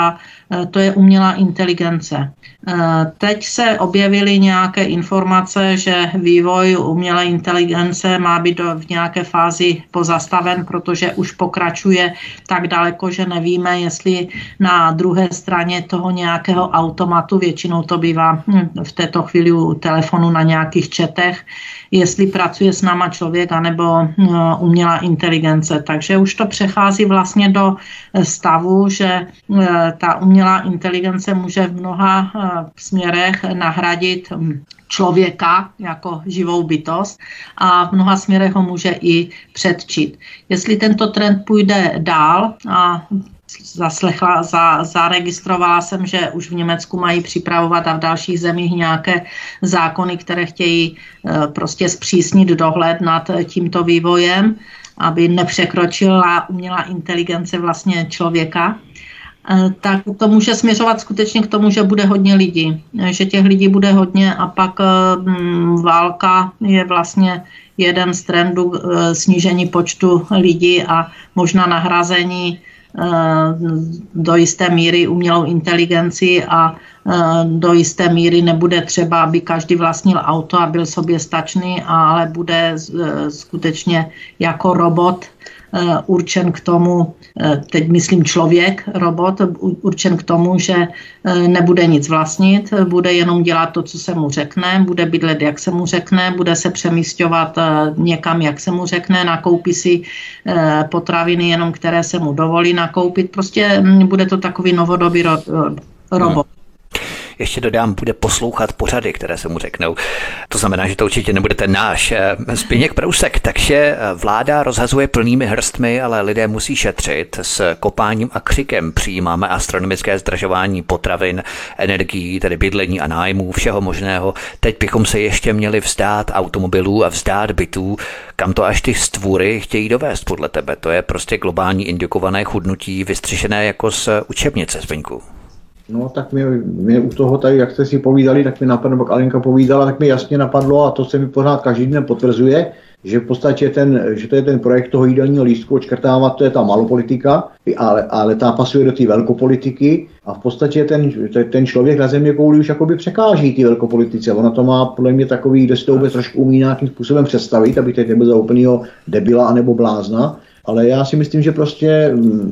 to je umělá inteligence. Teď se objevily nějaké informace, že vývoj umělé inteligence má být v nějaké fázi pozastaven, protože už pokračuje tak daleko, že nevíme, jestli na druhé straně toho nějakého automatu, většinou to bývá v této chvíli u telefonu na nějakých četech, jestli pracuje s náma člověk anebo umělá inteligence. Takže už to přechází vlastně do stavu, že ta umělá inteligence může v mnoha směrech nahradit člověka jako živou bytost a v mnoha směrech ho může i předčit. Jestli tento trend půjde dál a zaslechla, za, zaregistrovala jsem, že už v Německu mají připravovat a v dalších zemích nějaké zákony, které chtějí e, prostě zpřísnit dohled nad tímto vývojem, aby nepřekročila umělá inteligence vlastně člověka, e, tak to může směřovat skutečně k tomu, že bude hodně lidí, že těch lidí bude hodně a pak e, m, válka je vlastně jeden z trendů e, snížení počtu lidí a možná nahrazení do jisté míry umělou inteligenci a do jisté míry nebude třeba, aby každý vlastnil auto a byl soběstačný, ale bude skutečně jako robot určen k tomu, teď myslím člověk, robot, určen k tomu, že nebude nic vlastnit, bude jenom dělat to, co se mu řekne, bude bydlet, jak se mu řekne, bude se přemísťovat někam, jak se mu řekne, nakoupí si potraviny jenom, které se mu dovolí nakoupit. Prostě bude to takový novodobý ro- robot. Hmm. Ještě dodám, bude poslouchat pořady, které se mu řeknou. To znamená, že to určitě nebude ten náš Zbyněk Prousek. Takže vláda rozhazuje plnými hrstmi, ale lidé musí šetřit. S kopáním a křikem přijímáme astronomické zdražování potravin, energií, tedy bydlení a nájmů, všeho možného. Teď bychom se ještě měli vzdát automobilů a vzdát bytů. Kam to až ty stvůry chtějí dovést podle tebe? To je prostě globální indukované chudnutí, vystřižené jako z učebnice, Zbyňku. No tak mě, mě u toho tady, jak jste si povídali, tak mi napadlo, jak Alenka povídala, tak mi jasně napadlo a to se mi pořád každý den potvrzuje, že v podstatě ten, že to je ten projekt toho jídelního lístku odškrtávat, to je ta malopolitika, ale, ale ta pasuje do té velkopolitiky a v podstatě ten, ten člověk na země kouli už jakoby překáží ty velkopolitice. Ona to má podle mě takový, kde si to vůbec trošku umí nějakým způsobem představit, aby teď nebyl za úplnýho debila anebo blázna. Ale já si myslím, že prostě,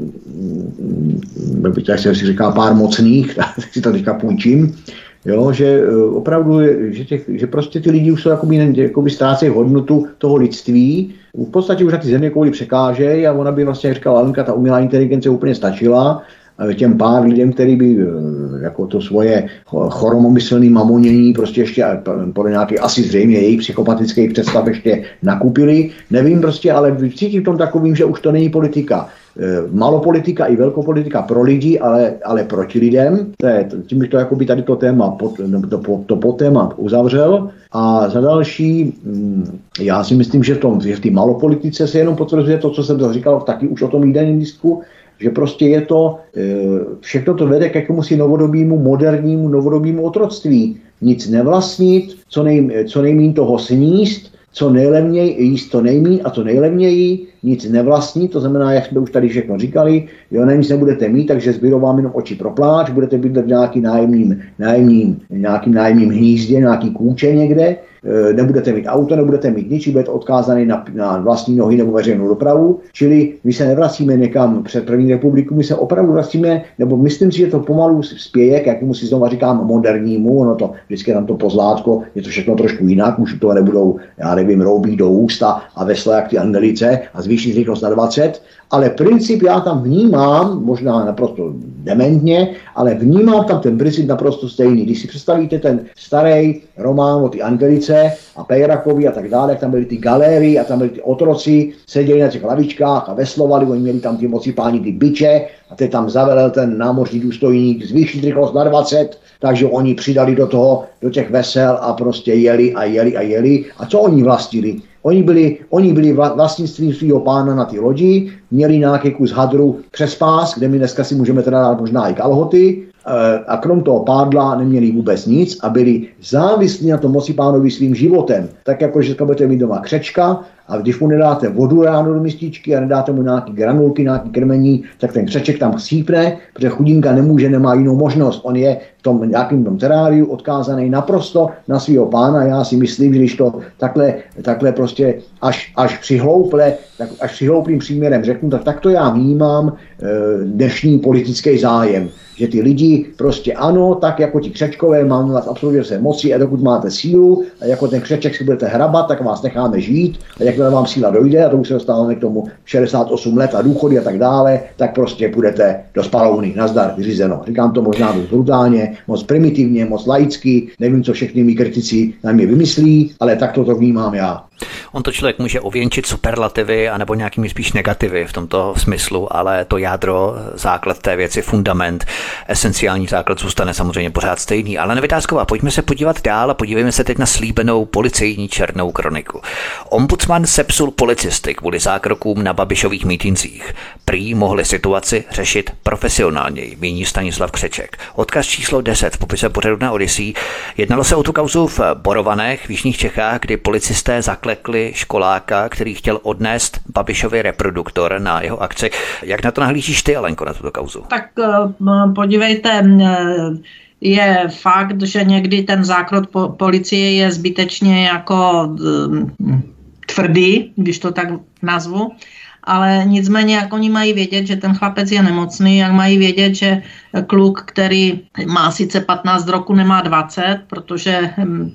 tak se si říká pár mocných, tak si to teďka půjčím, jo, že opravdu, že, těch, že prostě ty lidi už jsou jakoby, jakoby ztrácejí hodnotu toho lidství. V podstatě už na ty země kouli překážejí a ona by vlastně, jak říkala Alenka, ta umělá inteligence úplně stačila těm pár lidem, který by jako to svoje choromomyslný mamonění prostě ještě podle nějaký asi zřejmě jejich psychopatických představ ještě nakupili. Nevím prostě, ale cítím tom takovým, že už to není politika. Malopolitika i velkopolitika pro lidi, ale, ale proti lidem. To je, tím bych to jakoby tady to téma, pod, to, to podtéma uzavřel. A za další, já si myslím, že v, tom, že v té malopolitice se jenom potvrzuje to, co jsem říkal taky už o tom jídelním lístku, že prostě je to, všechno to vede k jakémusi novodobímu, modernímu, novodobímu otroctví. Nic nevlastnit, co, nej, co nejmín toho sníst, co nejlevněji, jíst to nejmín a co nejlevněji, nic nevlastnit, to znamená, jak jsme už tady všechno říkali, jo, nic nebudete mít, takže zbydou vám jenom oči pro pláč, budete bydlet v nějaký nájemním, nájemním, nějakým nájemním hnízdě, nějaký kůče někde, nebudete mít auto, nebudete mít nic, budete odkázaný na, na vlastní nohy nebo veřejnou dopravu, čili my se nevracíme někam před první republiku, my se opravdu vracíme, nebo myslím si, že to pomalu spěje, k jakému si znovu říkám modernímu, ono to vždycky tam to pozlátko, je to všechno trošku jinak, už to nebudou, já nevím, roubí do ústa a vesle jak ty Angelice a zvýšit rychlost na dvacet, ale princip já tam vnímám, možná naprosto dementně, ale vnímám tam ten princip naprosto stejný. Když si představíte ten starý román o ty Angelice a Pejrakovi a tak dále, jak tam byly ty galérie a tam byly ty otroci, seděli na těch lavičkách a veslovali, oni měli tam ty moci páni ty biče a teď tam zavelel ten námořní důstojník zvýšit rychlost na dvacet, takže oni přidali do toho, do těch vesel a prostě jeli a jeli a jeli. A co oni vlastnili? Oni byli, oni byli vlastnictvím svého pána na ty lodi, měli nějaký kus hadru přes pás, kde my dneska si můžeme teda dát možná i kalhoty, a krom toho pádla neměli vůbec nic a byli závislí na tom moci pánovi svým životem. Tak jako, že budete mít doma křečka A když mu nedáte vodu ráno do mističky a nedáte mu nějaký granulky, nějaký krmení, tak ten křeček tam chcípne, protože chudinka nemůže, nemá jinou možnost. On je v tom nějakým tom teráriu odkázaný naprosto na svého pána. Já si myslím, že když to takhle, takhle prostě až, až přihlouple, tak až přihlouplým příměrem řeknu, tak, tak to já vnímám e, dnešní politický zájem. Že ty lidi prostě ano, tak jako ti křečkové máme vás absolutně se moci a dokud máte sílu a jako ten křeček si budete hrabat, tak vás necháme žít a jakmile vám síla dojde a to už se dostáváme k tomu šedesát osm let a důchody a tak dále, tak prostě půjdete do spalovny, nazdar, vyřízeno. Říkám to možná dost brutálně, moc primitivně, moc laicky, nevím, co všechny mý kritici na mě vymyslí, ale tak to vnímám já. On to člověk může ověnčit superlativy anebo nějakými spíš negativy v tomto smyslu, ale to jádro, základ té věci, fundament, esenciální základ zůstane samozřejmě pořád stejný. Ale Vytázková, pojďme se podívat dál a podívejme se teď na slíbenou policejní černou kroniku. Ombudsman sepsul policisty kvůli zákrokům na Babišových mítincích. Prý mohli situaci řešit profesionálněji, míní Stanislav Křeček. Odkaz číslo deset v popise pořadu na Odyssey. Jednalo se o tu kauzu v Borovanech v jižních Čechách, kdy policisté zaklekli školáka, který chtěl odnést Babišovi reproduktor na jeho akci. Jak na to nahlížíš ty, Alenko, na tuto kauzu? Tak podívejte, je fakt, že někdy ten zákrok po- policie je zbytečně jako tvrdý, když to tak nazvu, ale nicméně, jak oni mají vědět, že ten chlapec je nemocný, jak mají vědět, že kluk, který má sice patnáct roku, nemá dvacet, protože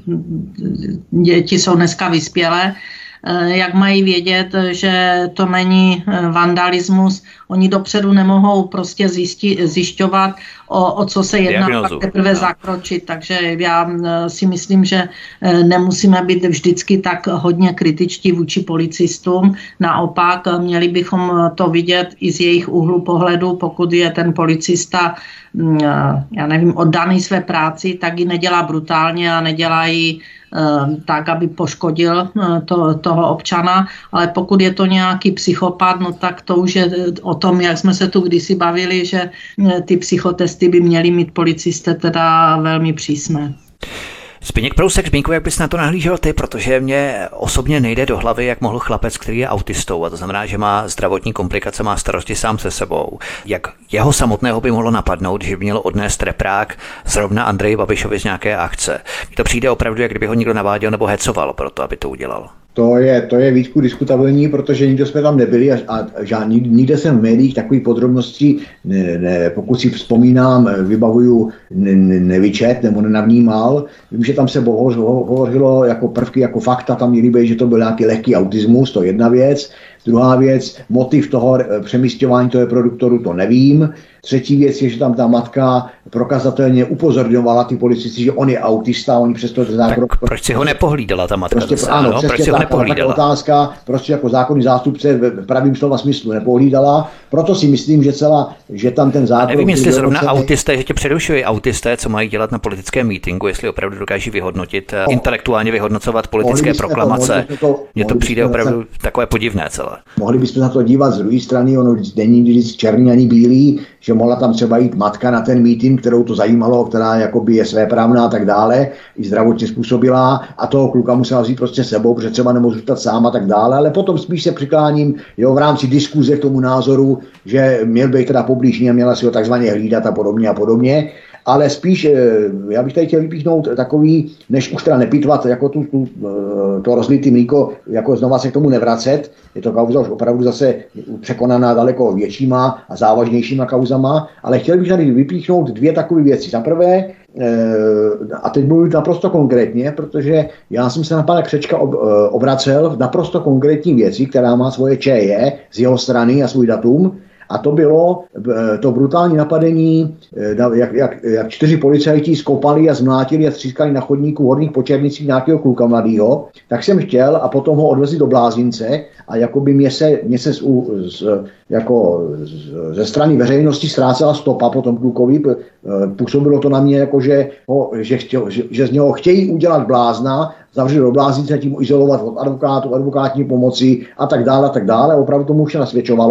děti jsou dneska vyspělé, jak mají vědět, že to není vandalismus. Oni dopředu nemohou prostě zjistit, zjišťovat, o, o co se jedná, pak teprve zakročit. Takže já si myslím, že nemusíme být vždycky tak hodně kritičtí vůči policistům. Naopak, měli bychom to vidět i z jejich úhlu pohledu, pokud je ten policista, já nevím, oddaný své práci, tak ji nedělá brutálně a nedělá ji tak, aby poškodil to, toho občana, ale pokud je to nějaký psychopat, no tak to už je o tom, jak jsme se tu kdysi bavili, že ty psychotesty by měly mít policisté teda velmi přísné. Zbyněk Prousek, Zbyňku, jak bys na to nahlížel ty, protože mě osobně nejde do hlavy, jak mohl chlapec, který je autistou, a to znamená, že má zdravotní komplikace, má starosti sám se sebou. Jak jeho samotného by mohlo napadnout, že by mělo odnést reprák zrovna Andreji Babišovi z nějaké akce. Mně to přijde opravdu, jak kdyby ho někdo naváděl nebo hecoval pro to, aby to udělal. To je, to je Vítku diskutabilní, protože nikdo jsme tam nebyli a, a žádný, nikde jsem v médiích takových podrobností, ne, ne, pokud si vzpomínám, vybavuju, ne, ne, nevyčet nebo nenavnímal. Vím, že tam se hovořilo jako prvky, jako fakta, tam měli být, že to byl nějaký lehký autismus, to je jedna věc. Druhá věc, motiv toho přemísťování toho reproduktoru, to nevím. Třetí věc je, že tam ta matka prokazatelně upozorňovala ty policisty, že on je autista, oni přesto ten zákrok... Tak proč si ho nepohlídala ta matka? Prostě, zase, ano, no? Proč si ho nepohlídala? Otázka, proč jako zákonný zástupce v pravým slova smyslu nepohlídala. Proto si myslím, že celá, že tam ten zákrok... A nevím, jestli zrovna autisté, že tě přerušují autisté, co mají dělat na politickém mítinku, jestli opravdu dokáží vyhodnotit, no, intelektuálně vyhodnocovat politické proklamace. Mně to přijde opravdu takové podivné celé. Mohli bychom na to dívat z druhé strany, ono není vždycky černý ani bílý, že mohla tam třeba jít matka na ten meeting, kterou to zajímalo, která jakoby je svéprávná a tak dále, i zdravotně způsobila, a toho kluka musela vzít prostě sebou, protože třeba nemohl zůstat sám a tak dále, ale potom spíš se přikláním, jo, v rámci diskuze k tomu názoru, že měl být teda poblížně a měla si ho takzvaně hlídat a podobně a podobně. Ale spíš, já bych tady chtěl vypíchnout takový, než už teda nepitvat jako tu, tu, to rozlitý mlíko, jako znova se k tomu nevracet. Je to kauza už opravdu zase překonaná daleko většíma a závažnějšíma kauzama, ale chtěl bych tady vypíchnout dvě takové věci. Za prvé, a teď mluvím naprosto konkrétně, protože já jsem se na pana Křečka obracel v naprosto konkrétní věci, která má svoje ČE z jeho strany a svůj datum. A to bylo to brutální napadení, jak, jak, jak čtyři policajti skopali a zmlátili a střískali na chodníku v Horních Počernicích nějakého kluka mladýho, tak jsem chtěl a potom ho odvezli do Blázince a jakoby mě se, mě se z, z, jako z, ze strany veřejnosti ztrácela stopa po tom klukovi. Působilo to na mě jako, že, ho, že, chtěl, že, že z něho chtějí udělat blázna, zavřeli do Blázince a tím izolovat od advokátu, advokátní pomoci a tak dále a tak dále. Opravdu tomu už nasvědčovalo.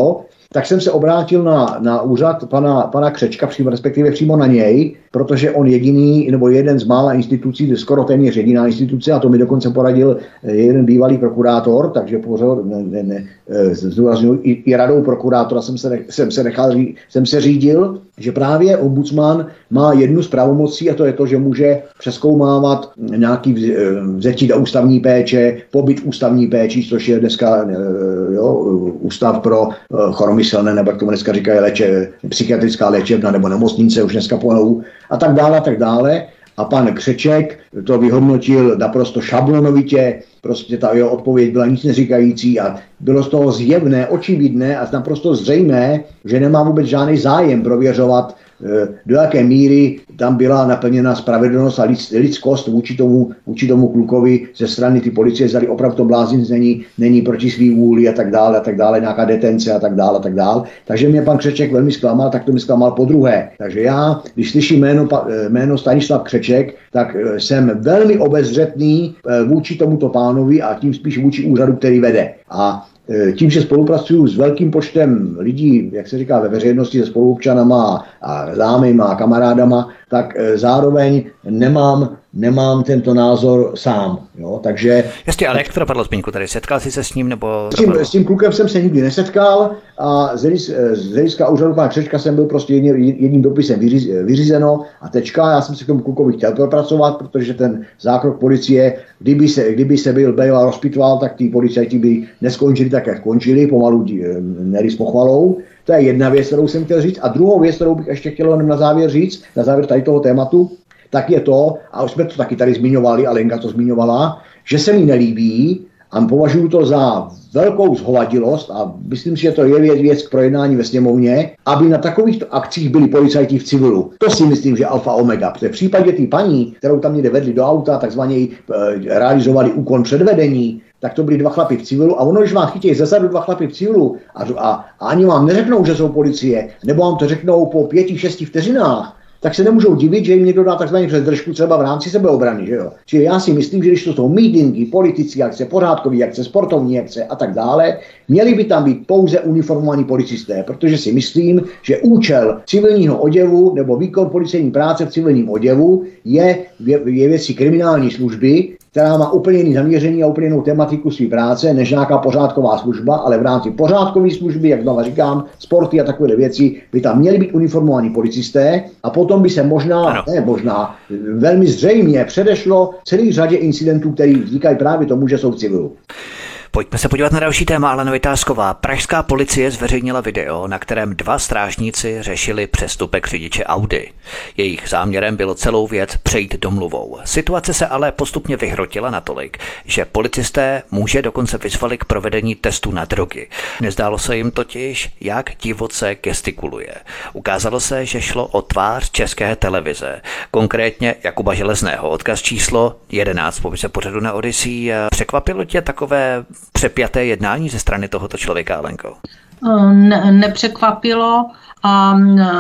tak jsem se obrátil na, na úřad pana, pana Křečka, přímo, respektive přímo na něj, protože on jediný, nebo jeden z mála institucí, skoro téměř jediná instituce, a to mi dokonce poradil jeden bývalý prokurátor, takže pořád ne, ne, ne, zdůrazňuji, i, i radou prokurátora jsem se, jsem se nechal, jsem se řídil, že právě ombudsman má jednu z pravomocí, a to je to, že může přezkoumávat nějaký vzetí do ústavní péče, pobyt ústavní péči, což je dneska jo, ústav pro choromyslné, nebo jak tomu dneska říkají, léče, psychiatrická léčebna nebo nemocnice už dneska pomalu, a tak dále, a tak dále. A pan Křeček to vyhodnotil naprosto šablonovitě, prostě ta jeho odpověď byla nic neříkající a bylo z toho zjevné, očividné a naprosto zřejmé, že nemá vůbec žádný zájem prověřovat, do jaké míry tam byla naplněna spravedlnost a lidskost vůči tomu, vůči tomu klukovi ze strany ty policie, zdali opravdu to blázinec není, není proti svý vůli a tak dále, a tak dále, nějaká detence a tak dále, a tak dále. Takže mě pan Křeček velmi zklamal, tak to mi zklamal po druhé. Takže já, když slyším jméno, jméno Stanislav Křeček, tak jsem velmi obezřetný vůči tomuto pánovi a tím spíš vůči úřadu, který vede. A tím, že spolupracuju s velkým počtem lidí, jak se říká ve veřejnosti, se spoluobčanama a známýma a kamarádama, tak zároveň nemám, nemám tento názor sám. Jo? Takže, Jasně, ale jak to dopadlo, Zbyňku, tady setkal jsi se s ním? Nebo s, tím, s tím klukem jsem se nikdy nesetkal a z hlediska úřadu pana Křečka jsem byl prostě jedním, jedním dopisem vyříz, vyřízeno a tečka. Já jsem se k tomu klukovi chtěl propracovat, protože ten zákrok policie, kdyby se, kdyby se byl Bejla rozpitval, tak ty policajti by neskončili tak, jak končili, pomalu neli s pochvalou. To je jedna věc, kterou jsem chtěl říct. A druhou věc, kterou bych ještě chtěl na závěr říct, na závěr tady toho tématu, tak je to, a už jsme to taky tady zmiňovali, a Lenka to zmiňovala, že se mi nelíbí a považuji to za velkou zhovadilost a myslím si, že to je věc, věc k projednání ve sněmovně, aby na takovýchto akcích byli policajti v civilu. To si myslím, že alfa omega. Protože v případě té paní, kterou tam někde vedli do auta, takzvaně e, realizovali úkon předvedení, tak to byli dva chlapy v civilu a ono, když vám chytějí zezadu dva chlapy v civilu a, a, a ani vám neřeknou, že jsou policie, nebo vám to řeknou po pěti, šesti vteřinách, tak se nemůžou divit, že jim někdo dá takzvaně přes držku třeba v rámci sebeobrany, že jo. Čili já si myslím, že když to jsou mítingy, politické akce, pořádkové akce, sportovní akce a tak dále, měli by tam být pouze uniformovaní policisté, protože si myslím, že účel civilního oděvu nebo výkon policejní práce v civilním oděvu je, je, je věcí kriminální služby, která má úplně jiný zaměření a úplně jinou tematiku své práce než nějaká pořádková služba, ale v rámci pořádkové služby, jak znovu říkám, sporty a takové věci, by tam měli být uniformovaní policisté a potom by se možná, ano. ne možná, velmi zřejmě předešlo celý řadě incidentů, které vznikají právě tomu, že jsou v civilu. Pojďme se podívat na další téma, Alena Vytázková. Pražská policie zveřejnila video, na kterém dva strážníci řešili přestupek řidiče Audi. Jejich záměrem bylo celou věc přejít domluvou. Situace se ale postupně vyhrotila natolik, že policisté muže dokonce vyzvali k provedení testu na drogy. Nezdálo se jim totiž, jak divoce gestikuluje. Ukázalo se, že šlo o tvář České televize, konkrétně Jakuba Železného. Odkaz číslo jedenáct v popise pořadu na Odyssey. Překvapilo tě takové přepjaté jednání ze strany tohoto člověka, Alenko? Ne, nepřekvapilo a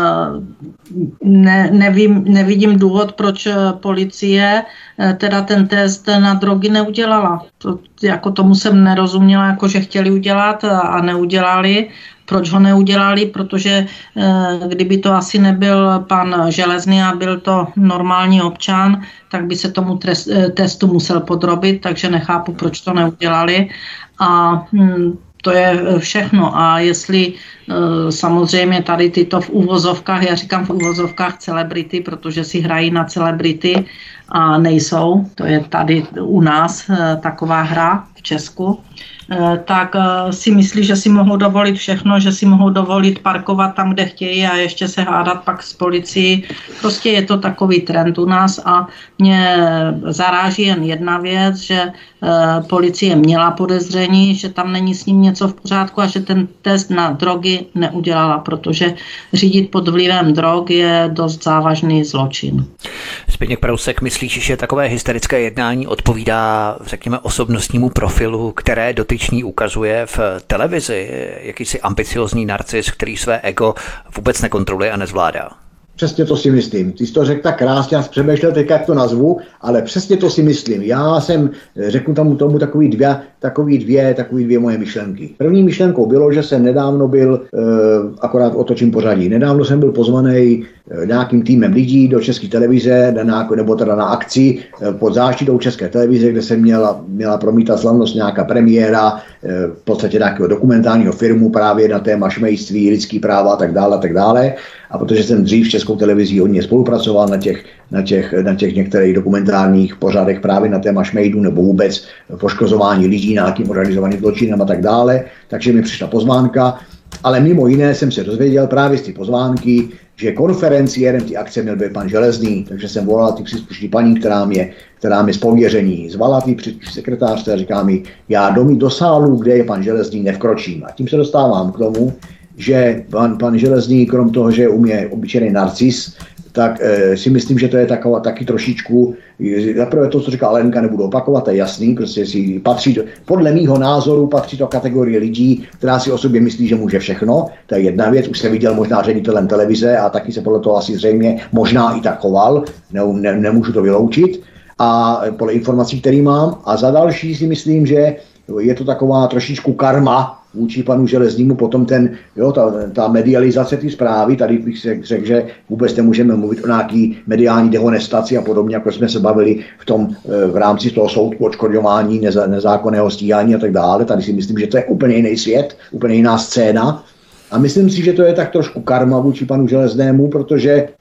ne, nevím, nevidím důvod, proč policie teda ten test na drogy neudělala. To, jako tomu jsem nerozuměla, jako že chtěli udělat a neudělali. Proč ho neudělali? Protože kdyby to asi nebyl pan Železný a byl to normální občan, tak by se tomu trest, testu musel podrobit, takže nechápu, proč to neudělali. A hm, to je všechno. A jestli samozřejmě tady tyto v úvozovkách, já říkám v úvozovkách celebrity, protože si hrají na celebrity a nejsou, to je tady u nás taková hra v Česku, tak si myslí, že si mohou dovolit všechno, že si mohou dovolit parkovat tam, kde chtějí a ještě se hádat pak s policií. Prostě je to takový trend u nás a mě zaráží jen jedna věc, že policie měla podezření, že tam není s ním něco v pořádku a že ten test na drogy neudělala, protože řídit pod vlivem drog je dost závažný zločin. Zbyněk Prousek, myslíš, že takové hysterické jednání odpovídá, řekněme, osobnostnímu profilu, které dotyčný ukazuje v televizi, jakýsi ambiciozní narcis, který své ego vůbec nekontroluje a nezvládá? Přesně to si myslím. Ty jsi to řekl tak krásně, já jsem přemýšlel teď, jak to nazvu, ale přesně to si myslím. Já jsem, řeknu tomu, tomu takový dvě, takový dvě, takový dvě moje myšlenky. První myšlenkou bylo, že jsem nedávno byl, eh, akorát otočím pořadí, nedávno jsem byl pozvaný eh, nějakým týmem lidí do České televize, na, nebo teda na akci eh, pod záštitou České televize, kde se měla, měla promítat slavnost nějaká premiéra, eh, v podstatě nějakého dokumentárního filmu právě na téma šmejství, lidský práva a tak dále a tak dále. A protože jsem dřív s Českou televizí hodně spolupracoval na těch, na těch, na těch některých dokumentárních pořadech právě na téma šmejdů nebo vůbec poškozování lidí nějakým organizovaným zločinem a tak dále, takže mi přišla pozvánka. Ale mimo jiné jsem se dozvěděl právě z té pozvánky, že konferenciérem té akce měl být pan Železný, takže jsem volal ty příslušný paní, která mě, která mě z pověření zvala, ty příslušný sekretářce a říká mi, já do, do sálu, kde je pan Železný, nevkročím. A tím se dostávám k tomu, že pan, pan Železný, krom toho, že je u mě obyčejný narcis, tak e, si myslím, že to je taková taky trošičku, zaprvé to, co říká Alenka, nebudu opakovat, to je jasný, prostě si patří, do, podle mýho názoru patří do kategorie lidí, která si o sobě myslí, že může všechno, to je jedna věc, už se viděl možná ředitelem televize a taky se podle toho asi zřejmě možná i tak choval, ne, ne, nemůžu to vyloučit, a podle informací, které mám, a za další si myslím, že je to taková trošičku karma vůči panu Železnímu, potom ten, jo, ta, ta medializace ty zprávy, tady bych řekl, že vůbec nemůžeme mluvit o nějaký mediální dehonestaci a podobně, jako jsme se bavili v tom, v rámci toho soudku odškodňování, neza, nezákonného stíhání a tak dále. Tady si myslím, že to je úplně jiný svět, úplně jiná scéna. A myslím si, že to je tak trošku karma vůči panu Železnému, protože e,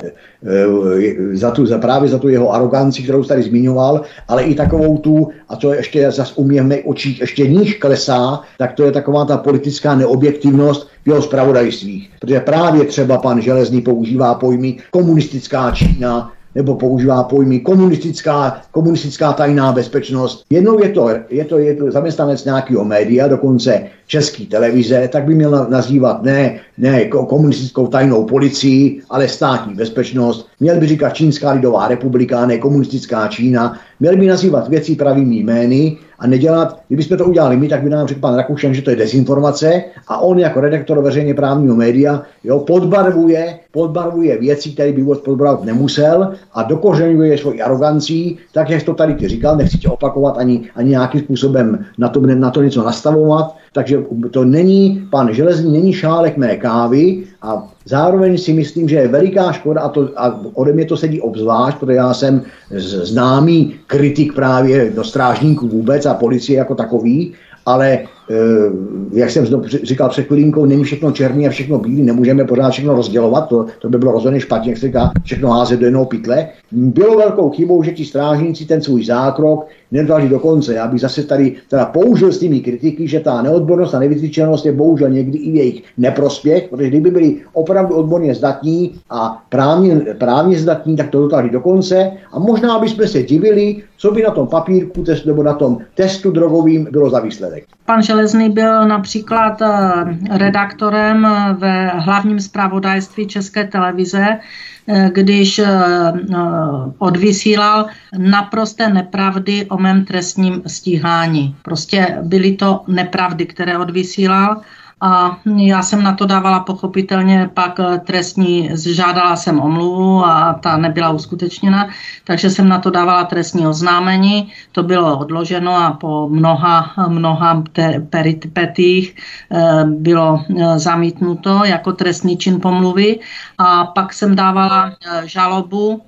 za tu, za, právě za tu jeho aroganci, kterou jsi tady zmiňoval, ale i takovou tu, a co ještě zase u mě v mých očích ještě níž klesá, tak to je taková ta politická neobjektivnost v jeho zpravodajstvích. Protože právě třeba pan Železný používá pojmy komunistická Čína, nebo používá pojmy komunistická, komunistická tajná bezpečnost. Jednou je to, je to, je to zaměstnanec nějakého média, dokonce České televize, tak by měl nazývat ne, ne komunistickou tajnou policii, ale státní bezpečnost. Měl by říkat Čínská lidová republika, ne komunistická Čína. Měl by nazývat věci pravými jmény a nedělat, kdybychom to udělali my, tak by nám řekl pan Rakušan, že to je dezinformace a on jako redaktor veřejně právního média jo, podbarvuje, podbarvuje věci, které by vůbec podbarvovat nemusel a dokořeňuje svoji arogancí, tak jak to tady ty říkal, nechci tě opakovat ani, ani nějakým způsobem na to, na to něco nastavovat, takže to není, pan Železný není šálek mé kávy a zároveň si myslím, že je veliká škoda a, to, a ode mě to sedí obzvlášť, protože já jsem známý kritik právě do strážníků vůbec a policie jako takový, ale jak jsem říkal před chvílinkou, není všechno černý a všechno bílý, nemůžeme pořád všechno rozdělovat, to, to by bylo rozhodně špatně, jak se říká, všechno házet do jednoho pytle. Bylo velkou chybou, že ti strážníci ten svůj zákrok nedali do konce. Já bych zase tady teda použil s těmi kritiky, že ta neodbornost a nevycvičenost je bohužel někdy i v jejich neprospěch, protože kdyby byli opravdu odborně zdatní a právně, právně zdatní, tak to dotáhli do konce a možná bychom se divili, co by na tom papírku testu, nebo na tom testu drogovým bylo za výsledek. Pan Železný byl například redaktorem ve hlavním zpravodajství České televize, když odvysílal naprosté nepravdy o mém trestním stíhání. Prostě byly to nepravdy, které odvysílal. A já jsem na to dávala pochopitelně pak trestní, žádala jsem omluvu a ta nebyla uskutečněna, takže jsem na to dávala trestní oznámení, to bylo odloženo a po mnoha, mnoha peripetích bylo zamítnuto jako trestný čin pomluvy a pak jsem dávala žalobu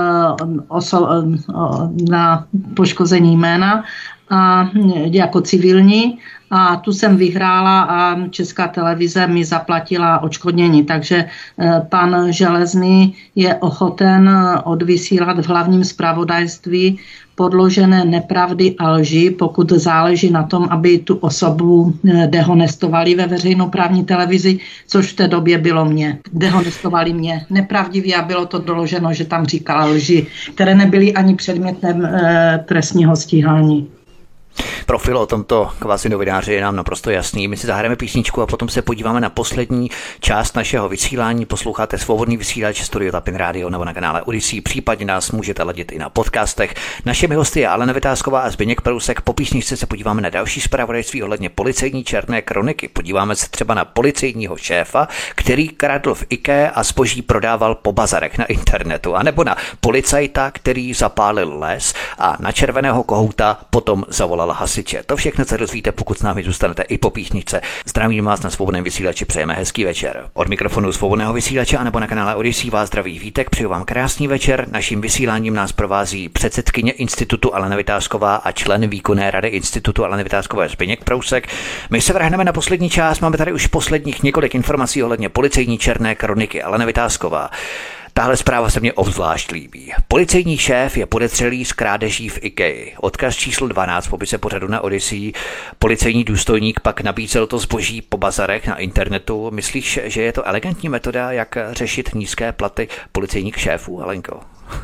na poškození jména a jako civilní. A tu jsem vyhrála a Česká televize mi zaplatila odškodnění. Takže pan Železný je ochoten odvysílat v hlavním zpravodajství podložené nepravdy a lži, pokud záleží na tom, aby tu osobu dehonestovali ve veřejnoprávní televizi, což v té době bylo mě. Dehonestovali mě nepravdivě a bylo to doloženo, že tam říkala lži, které nebyly ani předmětem e, trestního stíhání. Profil o tomto kvazi novináři je nám naprosto jasný. My si zahrajeme písničku a potom se podíváme na poslední část našeho vysílání. Posloucháte Svobodný vysílač, Studio Tapin Radio nebo na kanále Odyssey. Případně nás můžete ladit i na podcastech. Našimi hosty je Alena Vytázková a Zbyněk Prousek. Po písničce se podíváme na další zpravodajství ohledně policejní černé kroniky. Podíváme se třeba na policejního šéfa, který kradl v IKEA a zboží prodával po bazarech na internetu, anebo na policajta, který zapálil les a na červeného kohouta potom zavolal hasiče. To všechno se dozvíte, pokud s námi zůstanete i po písničce. Zdravím vás na Svobodném vysílači, přejeme hezký večer. Od mikrofonu Svobodného vysílače a nebo na kanále Odyssey vás zdraví Vítek, přeju vám krásný večer. Naším vysíláním nás provází předsedkyně Institutu Alena Vytázková a člen výkonné rady Institutu Aleny Vytázkové Zbyněk Prousek. My se vrhneme na poslední část, máme tady už posledních několik informací ohledně policejní černé kroniky. Alena Vytázková. Tahle zpráva se mně obzvlášť líbí. Policejní šéf je podezřelý z krádeží v IKEA. Odkaz číslo dvanáct v popise pořadu na Odyssey. Policejní důstojník pak nabízel to zboží po bazarech na internetu. Myslíš, že je to elegantní metoda, jak řešit nízké platy policejních šéfů, Alenko?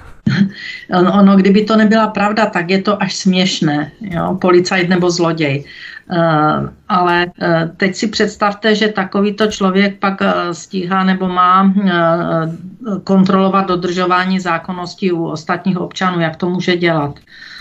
Ono, kdyby to nebyla pravda, tak je to až směšné, jo? Policajt nebo zloděj. Uh, ale uh, teď si představte, že takovýto člověk pak uh, stíhá nebo má uh, kontrolovat dodržování zákonností u ostatních občanů. Jak to může dělat?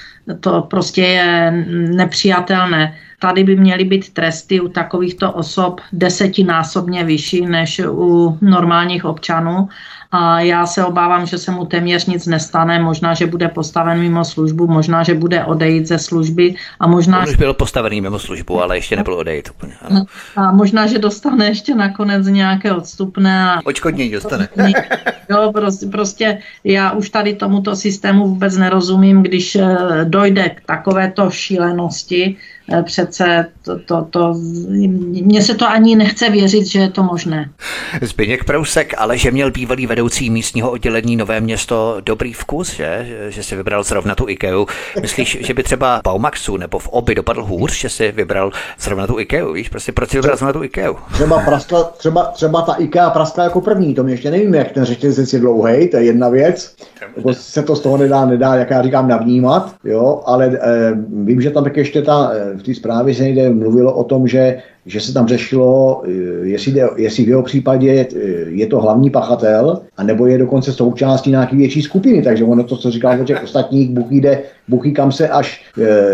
To prostě je nepřijatelné. Tady by měly být tresty u takovýchto osob desetinásobně vyšší než u normálních občanů. A já se obávám, že se mu téměř nic nestane. Možná, že bude postaven mimo službu, možná, že bude odejít ze služby. A možná, On už byl postavený mimo službu, ale ještě nebyl odejít úplně. Ano. A možná, že dostane ještě nakonec nějaké odstupné. A... Odškodnění dostane. Jo, prostě, prostě já už tady tomuto systému vůbec nerozumím, když dojde k takovéto šílenosti. Přece to, to, to, mně se to ani nechce věřit, že je to možné. Zbyněk Prousek, ale že měl bývalý vedoucí místního oddělení Nové Město dobrý vkus, že? Že si vybral zrovna tu IKEA. Myslíš, že by třeba Baumaxu nebo v Obi dopadl hůř, že si vybral zrovna tu IKEA? Víš, prostě proč si vybral zrovna tu IKEA? Třeba, praskla, třeba, třeba ta IKEA praskla jako první, to my ještě nevíme, jak ten řetězec je dlouhej, to je jedna věc. Jako se to z toho nedá, nedá, jak já říkám, navnímat, jo, ale eh, vím, že tam tak ještě ta, v té zprávě se někde mluvilo o tom, že, že se tam řešilo, jestli, jde, jestli v jeho případě je, je to hlavní pachatel, anebo je dokonce součástí nějaké větší skupiny, takže ono to, co říkal o těch ostatních, Bůh jde, Bůh kam se až,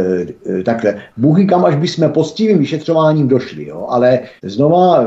e, takhle, Bůh kam až bychom poctivým vyšetřováním došli, jo, ale znova,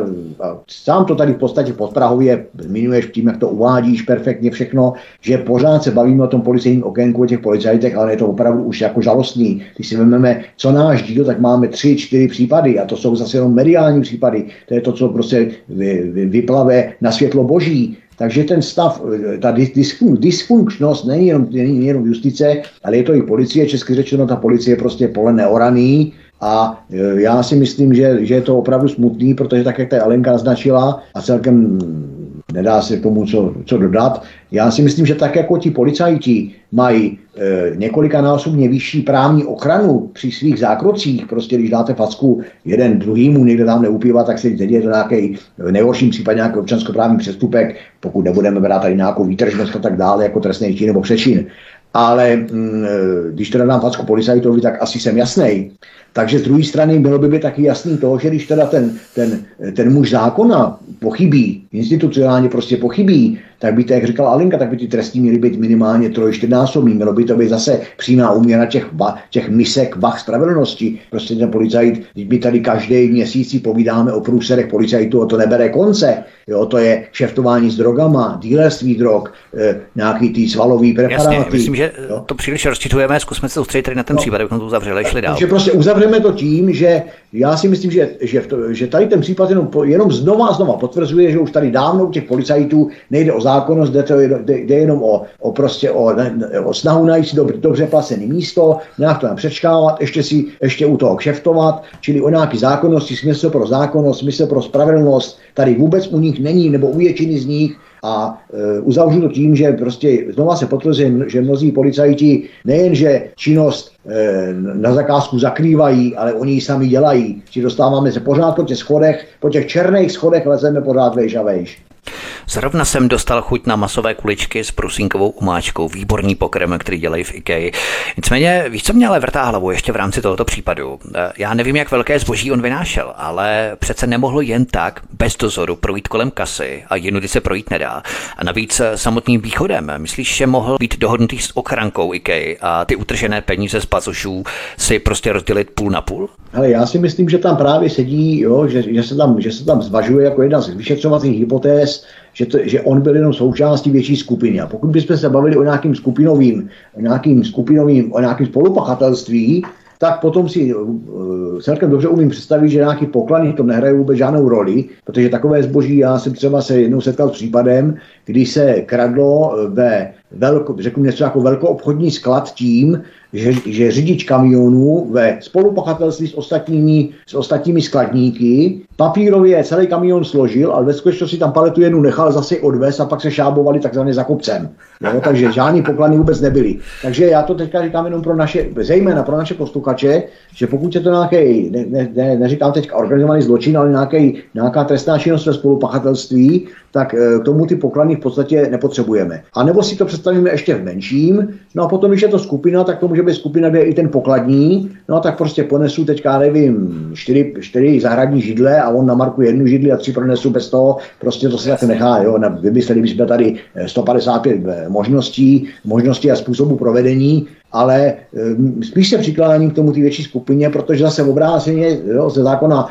sám to tady v podstatě podprahově zmiňuješ tím, jak to uvádíš perfektně všechno, že pořád se bavíme o tom policejním okénku, o těch policajtech, ale je to opravdu už jako žalostný. Když si vezmeme, co náš díl, tak máme tři, čtyři případy a to jsou zase jenom mediální případy. To je to, co prostě vy, vy, vyplave na světlo boží. Takže ten stav, ta disfun, dysfunkčnost není jenom, není jenom justice, ale je to i policie. Česky řečeno, ta policie je prostě pole neoraný. A já si myslím, že, že je to opravdu smutný, protože tak, jak ta Alenka naznačila a celkem nedá se k tomu co, co dodat. Já si myslím, že tak jako ti policajti mají e, několikanásobně vyšší právní ochranu při svých zákrocích, prostě když dáte facku jeden druhýmu, někde tam neupívá, tak se děje to nějaký v nejhorším případě nějaký občanskoprávní přestupek, pokud nebudeme brát tady nějakou výtržnost a tak dále, jako trestný čin nebo přečin. Ale mm, když teda dám facku policajtovi, tak asi jsem jasnej. Takže z druhé strany bylo by, by taky jasný to, že když teda ten, ten, ten muž zákona pochybí, institucionálně prostě pochybí, tak by to, jak říkala Alenka, tak by ty tresty měly být minimálně troj, čtyřnásobný. Mělo by to být zase přímá úměra těch, těch misek vah spravedlnosti. Prostě ten policajt, když by tady každý měsíc si povídáme o průserech policajtů, to nebere konce. Jo, to je šeftování s drogama, dílerství drog, e, nějaký ty svalový preparáty. Jasně, myslím, že jo? To příliš rozčitujeme, zkusme se soustředit tady na ten no. případ, abychom to uzavřeli, šli dál. Takže prostě uzavřeme to tím, že já si myslím, že, že, to, že tady ten případ jenom, jenom znova a znova potvrzuje, že už tady dávno u těch policajtů nejde o zákonnost, jde, to, jde, jde jenom o, o, prostě o, o snahu najít si dobře, dobře placené místo, nějak to napřečkávat, ještě si ještě u toho kšeftovat, čili o nějaký zákonnosti, smysl pro zákonnost, smysl pro spravedlnost, tady vůbec u nich není, nebo u většiny z nich. A e, uzavřu to tím, že prostě znova se potvrzuje, že mnozí policajti nejenže činnost e, na zakázku zakrývají, ale oni ji sami dělají. Či dostáváme se pořád po těch schodech, po těch černých schodech lezeme pořád vejš a vejš. Zrovna jsem dostal chuť na masové kuličky s prusínkovou umáčkou, výborný pokrm, který dělají v IKEA. Nicméně, víš, co mě ale vrtá hlavu ještě v rámci tohoto případu? Já nevím, jak velké zboží on vynášel, ale přece nemohlo jen tak bez dozoru projít kolem kasy a jinudy se projít nedá. A navíc samotným východem, myslíš, že mohl být dohodnutý s ochrankou IKEA a ty utržené peníze z pazošů si prostě rozdělit půl na půl? Ale já si myslím, že tam právě sedí, jo, že, že, se tam, že se tam zvažuje jako jedna z vyšetřovacích hypotéz, že, to, že on byl jenom součástí větší skupiny. A pokud bychom se bavili o nějakým skupinovým, o nějakým skupinovým, o nějakým spolupachatelství, tak potom si uh, celkem dobře umím představit, že nějaký poklady v tom nehrají vůbec žádnou roli, protože takové zboží, já jsem třeba se jednou setkal s případem, kdy se kradlo ve velko, řeknu něco jako velkoobchodní sklad tím, že, že řidič kamionů ve spolupachatelství s ostatními, s ostatními skladníky papírově celý kamion složil, ale ve skutečnosti tam paletu jednu nechal, zase odvez a pak se šábovali takzvaně za kopcem. Jo, takže žádný poklady vůbec nebyly. Takže já to teďka říkám jenom pro naše, zejména pro naše posluchače, že pokud je to nějaký, ne, ne, ne, neříkám teďka organizovaný zločin, ale nějaký, nějaká trestná činnost ve spolupachatelství, tak k tomu ty poklady v podstatě nepotřebujeme. A nebo si to představíme ještě v menším, no a potom, když je to skupina, tak to může být skupina, kde je i ten pokladní, no a tak prostě ponesu teďka, nevím, čtyři, čtyři zahradní židle a on namarkuje jednu židli a tři pronesu bez toho, prostě to se tak nechá, jo, vymysleli bychom tady sto padesát pět možností, možností a způsobu provedení, ale spíš se přikláním k tomu ty větší skupině, protože zase obráceně jo, ze zákona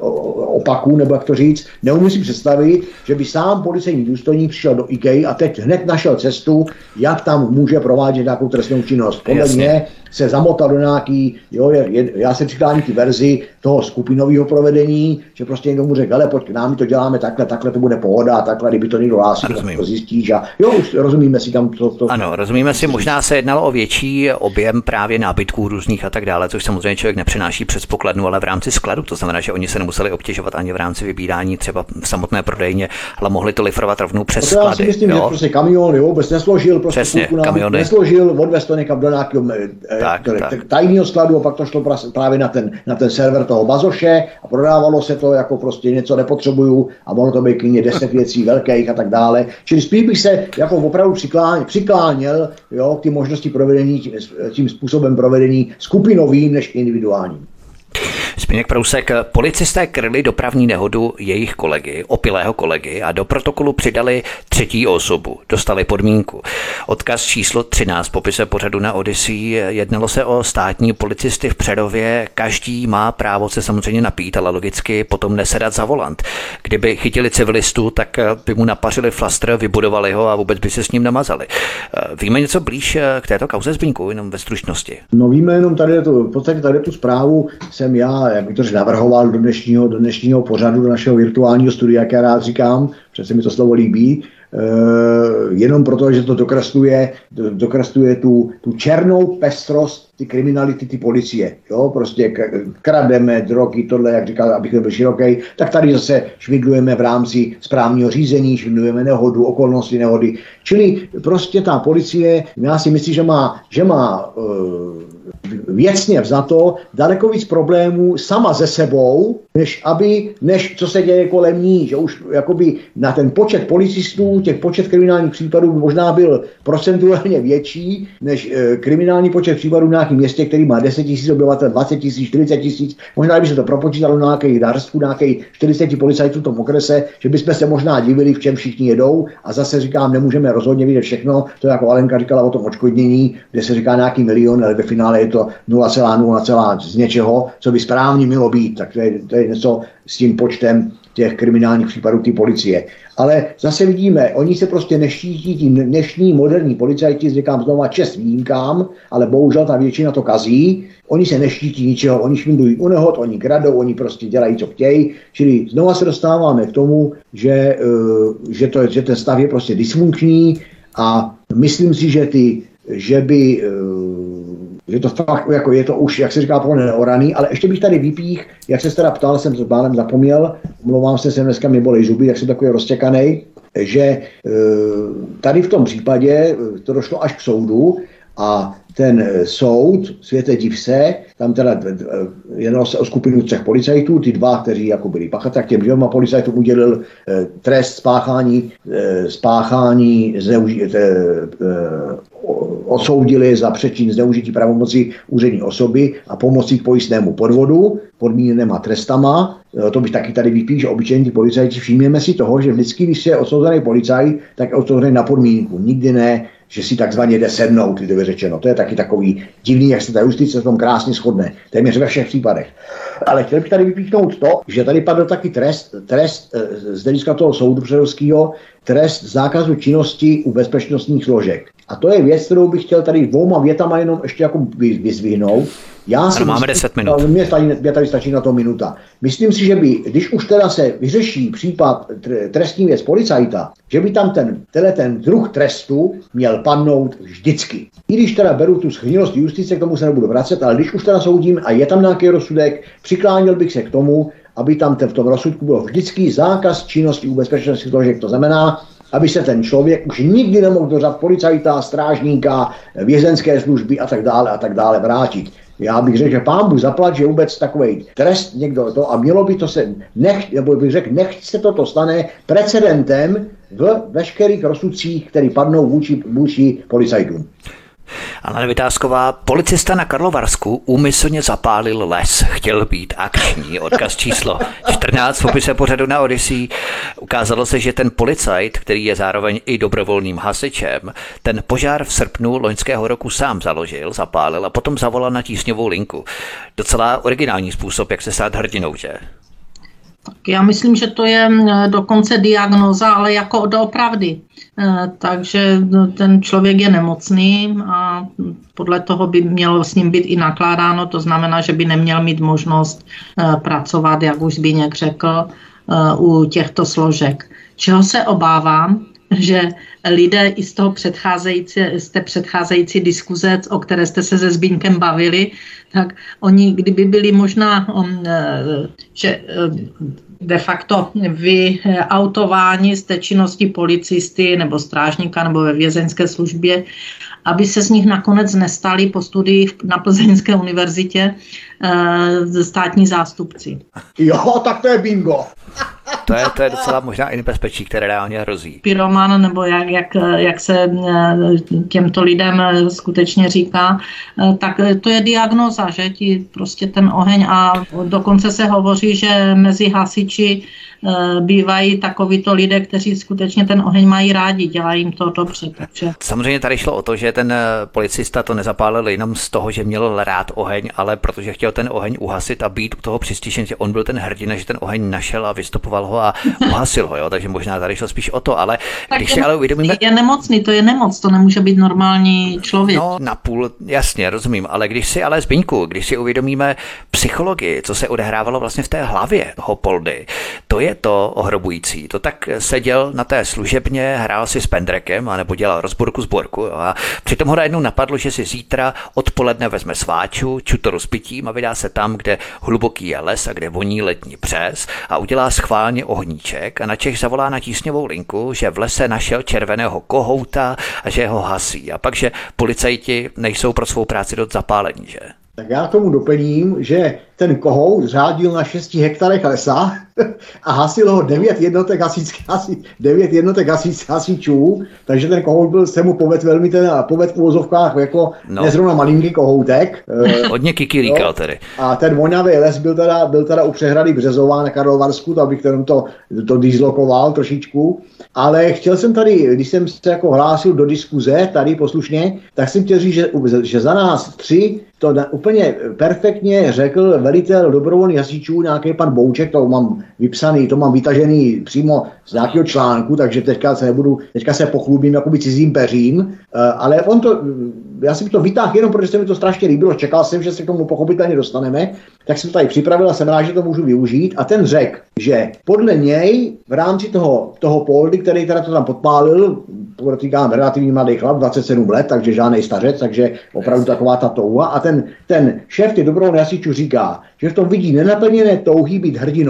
opaků, nebo jak to říct, neumím si představit, že by sám policejní důstojník přišel do IKEA a teď hned našel cestu, jak tam může provádět nějakou trestnou činnost. Podle Jasně. mě se zamotal do nějaký, jo, je, je, já se přikláním k verzi toho skupinového provedení, že prostě někdo mu řekl, ale pojď k nám, my to děláme takhle, takhle to bude pohoda, takhle, kdyby to někdo hlásí, tak to zjistíš. A jo, už rozumíme si tam to. to ano, rozumíme si, možná se jednalo o větší objem právě nábytků různých a tak dále, což samozřejmě člověk nepřenáší přes pokladnu, ale v rámci skladu, to znamená, že oni se nemuseli obtěžovat ani v rámci vybírání třeba v samotné prodejně, ale mohli to lifrovat rovnou přes no to sklady. Já si myslím, jo? že prostě kamion, jo, vůbec nesložil, prostě Přesně, kamiony. nesložil, odvez to někam do nějakého tak, tak. tajného skladu a pak to šlo právě na ten, na ten server toho bazoše a prodávalo se to jako prostě něco nepotřebuju a mohlo to být klidně deset věcí velkých a tak dále. Čili spíš bych se jako opravdu přikláněl, přikláněl jo, k ty možnosti provedení tím, tím způsobem provedení skupinovým než individuálním. Zbyněk Prousek, policisté kryli dopravní nehodu jejich kolegy, opilého kolegy a do protokolu přidali třetí osobu, dostali podmínku. Odkaz číslo třináct popise pořadu na Odyssey, jednalo se o státní policisty v Přerově, každý má právo se samozřejmě napít, ale logicky potom nesedat za volant. Kdyby chytili civilistu, tak by mu napařili flastr, vybudovali ho a vůbec by se s ním namazali. Víme něco blíž k této kauze, Zbyňku, jenom ve stručnosti? No víme jenom tady, to, v podstatě tady tu zprávu jsem já, jak bych to navrhoval do dnešního, do dnešního pořadu, do našeho virtuálního studia, jak já rád říkám, přece mi to slovo líbí, e, jenom proto, že to dokresluje, dokresluje tu, tu černou pestrost ty kriminality, ty policie. Jo? Prostě krademe drogy, tohle, jak říkal, abych byl široký, tak tady zase švindlujeme v rámci správního řízení, švindlujeme nehodu, okolnosti nehody. Čili prostě ta policie, já si myslím, že má, že má e, věcně vzato daleko víc problémů sama ze sebou, než aby, než co se děje kolem ní, že už jakoby na ten počet policistů, těch počet kriminálních případů možná byl procentuálně větší, než e, kriminální počet případů v nějakém městě, který má deset tisíc obyvatel, dvacet tisíc, čtyřicet tisíc, možná by se to propočítalo na nějaký dárstvu, nějaký čtyřicet policajtů v tom okrese, že bychom se možná divili, v čem všichni jedou, a zase říkám, nemůžeme rozhodně vidět všechno, to jako Alenka říkala o tom odškodnění, kde se říká nějaký milion, ale ve finále je to nula celá nula z něčeho, co by správně mělo být, tak to je, to je něco s tím počtem těch kriminálních případů ty policie. Ale zase vidíme, oni se prostě neštítí, tí dnešní moderní policajti, říkám znova čest výjimkám, ale bohužel ta většina to kazí, oni se neštítí ničeho, oni švindlují u nehod, oni kradou, oni prostě dělají, co chtějí, čili znova se dostáváme k tomu, že, uh, že, to, že ten stav je prostě dysfunkční a myslím si, že ty, že by uh, že to fakt, jako je to už, jak se říká, plně neoraný, ale ještě bych tady vypích, jak se teda ptal, jsem s bálem zapomněl, omlouvám se, jsem dneska mi bolej zuby, jak jsem takový roztěkanej, že e, tady v tom případě to došlo až k soudu a ten soud, světe div se, tam teda jednalo se o skupinu třech policajtů, ty dva, kteří jako byli pachatelé, těm dvěma policajtům udělil eh, trest spáchání, eh, spáchání zneuži- eh, eh, odsoudili za přečin zneužití pravomoci úřední osoby a pomocí k pojistnému podvodu, podmíněnýma trestama. To bych taky tady vypíš, že obyčejní policajti, všimněme si toho, že vždycky, když je odsouzený policajt, tak je odsouzený na podmínku. Nikdy ne, že si takzvaně jde sednout, kdyby řečeno. To je taky takový divný, jak se ta justice v tom krásně shodne. Téměř ve všech případech. Ale chtěl bych tady vypíchnout to, že tady padl taky trest, trest z hlediska toho soudu předovského, trest zákazu činnosti u bezpečnostních složek. A to je věc, kterou bych chtěl tady dvouma větama jenom ještě jako vyzvihnout. Já si ano, máme myslím, deset minut. Mě tady, mě tady stačí na to minuta. Myslím si, že by, když už teda se vyřeší případ trestní věc policajta, že by tam ten, ten druh trestu měl padnout vždycky. I když teda beru tu schnilost justice, k tomu se nebudu vracet, ale když už teda soudím a je tam nějaký rozsudek, přiklánil bych se k tomu, aby tam ten, v tom rozsudku bylo vždycky zákaz činnosti u bezpečnostních složek. To znamená, aby se ten člověk už nikdy nemohl do řad policajta, strážníka, vězenské služby a tak dále a tak dále vrátit. Já bych řekl, že pán Bůh zaplať, že vůbec takovej trest někdo to a mělo by to se, nech, nebo bych řekl, nechť se toto stane precedentem v veškerých rozsudcích, které padnou vůči, vůči policajtům. Alena Vitásková, policista na Karlovarsku úmyslně zapálil les, chtěl být akční, odkaz číslo čtrnáct v popise pořadu na Odyssey. Ukázalo se, že ten policajt, který je zároveň i dobrovolným hasičem, ten požár v srpnu loňského roku sám založil, zapálil a potom zavolal na tísňovou linku. Docela originální způsob, jak se stát hrdinou, že? Tak já myslím, že to je dokonce diagnóza, ale jako doopravdy. Takže ten člověk je nemocný a podle toho by mělo s ním být i nakládáno, to znamená, že by neměl mít možnost pracovat, jak už Zbyněk řekl, u těchto složek. Čeho se obávám, že lidé i z toho předcházející, z té předcházející diskuze, o které jste se se Zbyňkem bavili, tak oni, kdyby byli možná, že de facto vyautováni z té činnosti policisty nebo strážníka nebo ve vězeňské službě, aby se z nich nakonec nestali po studii na Plzeňské univerzitě e, státní zástupci. Jo, tak to je bingo. To je, to je docela možná i nebezpečí, které reálně hrozí. Pyroman, nebo jak, jak, jak se těmto lidem skutečně říká, tak to je diagnóza, že ti prostě ten oheň a dokonce se hovoří, že mezi hasiči bývají takovýto lidé, kteří skutečně ten oheň mají rádi, dělají jim to dobře. Takže... Samozřejmě tady šlo o to, že ten policista to nezapálil jenom z toho, že měl rád oheň, ale protože chtěl ten oheň uhasit a být u toho přistižen, že on byl ten hrdina, že ten oheň našel a vystupoval ho a uhasil ho, jo? Takže možná tady šlo spíš o to, ale tak když je, si ale uvědomíme... Je nemocný, to je nemoc, to nemůže být normální člověk. No, napůl, jasně, rozumím, ale když si ale Zbyňku, když si uvědomíme psychologii, co se odehrávalo vlastně v té hlavě Hopoldy, to je to ohrobující. To tak seděl na té služebně, hrál si s pendrekem, anebo dělal rozborku sborku. Jo, a přitom ho najednou napadlo, že si zítra odpoledne vezme sváču, čutoru s pitím a vydá se tam, kde hluboký je les a kde voní letní břez a udělá schválně ohníček a načež zavolá na tísňovou linku, že v lese našel červeného kohouta a že ho hasí. A pak, že policajti nejsou pro svou práci dost zapálení, že? Tak já tomu doplním, že ten kohout řádil na šesti hektarech lesa a hasil ho devět jednotek hasičů, devět jednotek hasič, hasičů, takže ten kohout byl, se mu poved velmi ten, poved v uvozovkách jako no. Nezrovna malinký kohoutek. Hodně kikirikal tedy. A ten vonavý les byl teda, byl teda u přehrady Březová na Karlovarsku, to abych to, to, to dislokoval trošičku. Ale chtěl jsem tady, když jsem se jako hlásil do diskuze, tady poslušně, tak jsem chtěl říct, že, že za nás tři to úplně perfektně řekl velitel dobrovolných hasičů, nějaký pan Bouček, to mám vypsaný, to mám vytažený přímo z nějakého článku, takže teďka se nebudu, teďka se pochlubím jakoby cizím peřím, ale on to, já jsem to vytáhl jenom, protože se mi to strašně líbilo, čekal jsem, že se k tomu pochopitelně dostaneme, tak jsem to tady připravil a jsem rád, že to můžu využít a ten řekl, že podle něj v rámci toho, toho Poldy, který teda to tam podpálil, podotýkám relativně mladý chlap, dvacet sedm let, takže žádnej stařec, takže opravdu taková ta touha a ten, ten šéf těch dobrovolných hasičů říká, že v tom vidí nenaplněné touhy být hrdinou.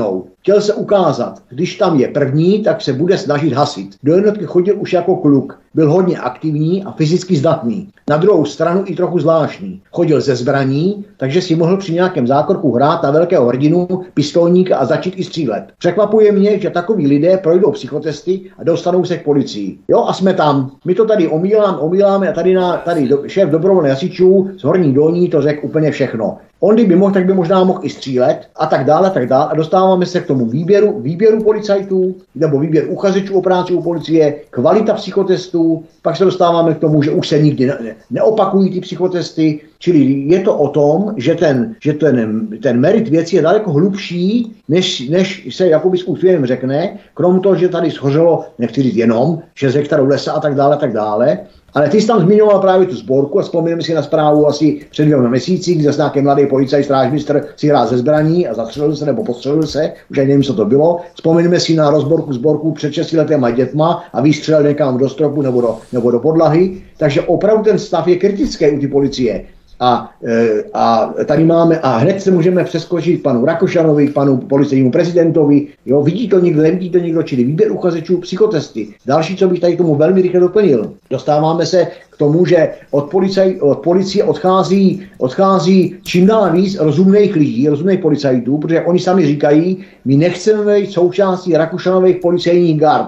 chtěl se ukázat, když tam je první, tak se bude snažit hasit. Do jednotky chodil už jako kluk, byl hodně aktivní a fyzicky zdatný. Na druhou stranu i trochu zvláštní. Chodil ze zbraní, takže si mohl při nějakém zákroku hrát na velkého hrdinu, pistolníka a začít i střílet. Překvapuje mě, že takoví lidé projdou psychotesty a dostanou se k policii. Jo, a jsme tam. My to tady omíláme, omíláme a tady, na, tady do, šéf dobrovolných hasičů z Horní Dolní to řekl úplně všechno. On kdyby mohl, tak by možná mohl i střílet a tak dále, tak dále. A dostáváme se k tomu výběru, výběru policajtů, nebo výběr uchazečů o práci u policie, kvalita psychotestů, pak se dostáváme k tomu, že už se nikdy ne, ne, neopakují ty psychotesty, čili je to o tom, že ten, že ten, ten merit věcí je daleko hlubší, než, než se jakoby s úsměvem řekne, krom toho, že tady schořelo, nechci říct jenom, šest hektarů lesa a tak dále, tak dále. Ale ty jsi tam zmiňoval právě tu sborku a vzpomínáme si na zprávu asi před dvěma měsíci, kde nějaký mladý policajt, strážmistr si hrál ze zbraní a zastřelil se nebo postřelil se, už ani nevím, co to bylo. Vzpomínáme si na rozborku sborku před šesti letéma dětma a vystřelil někam do stropu nebo do, nebo do podlahy. Takže opravdu ten stav je kritický u ty policie. A, a tady máme, a hned se můžeme přeskočit panu Rakušanovi, panu policejnímu prezidentovi, jo, vidí to někdo, nevidí to někdo, čili výběr uchazečů, psychotesty. Další, co bych tady tomu velmi rychle doplnil, dostáváme se k tomu, že od, policaj, od policie odchází, odchází čím dál víc rozumných lidí, rozumných policajtů, protože oni sami říkají, my nechceme být součástí Rakušanových policejních gard.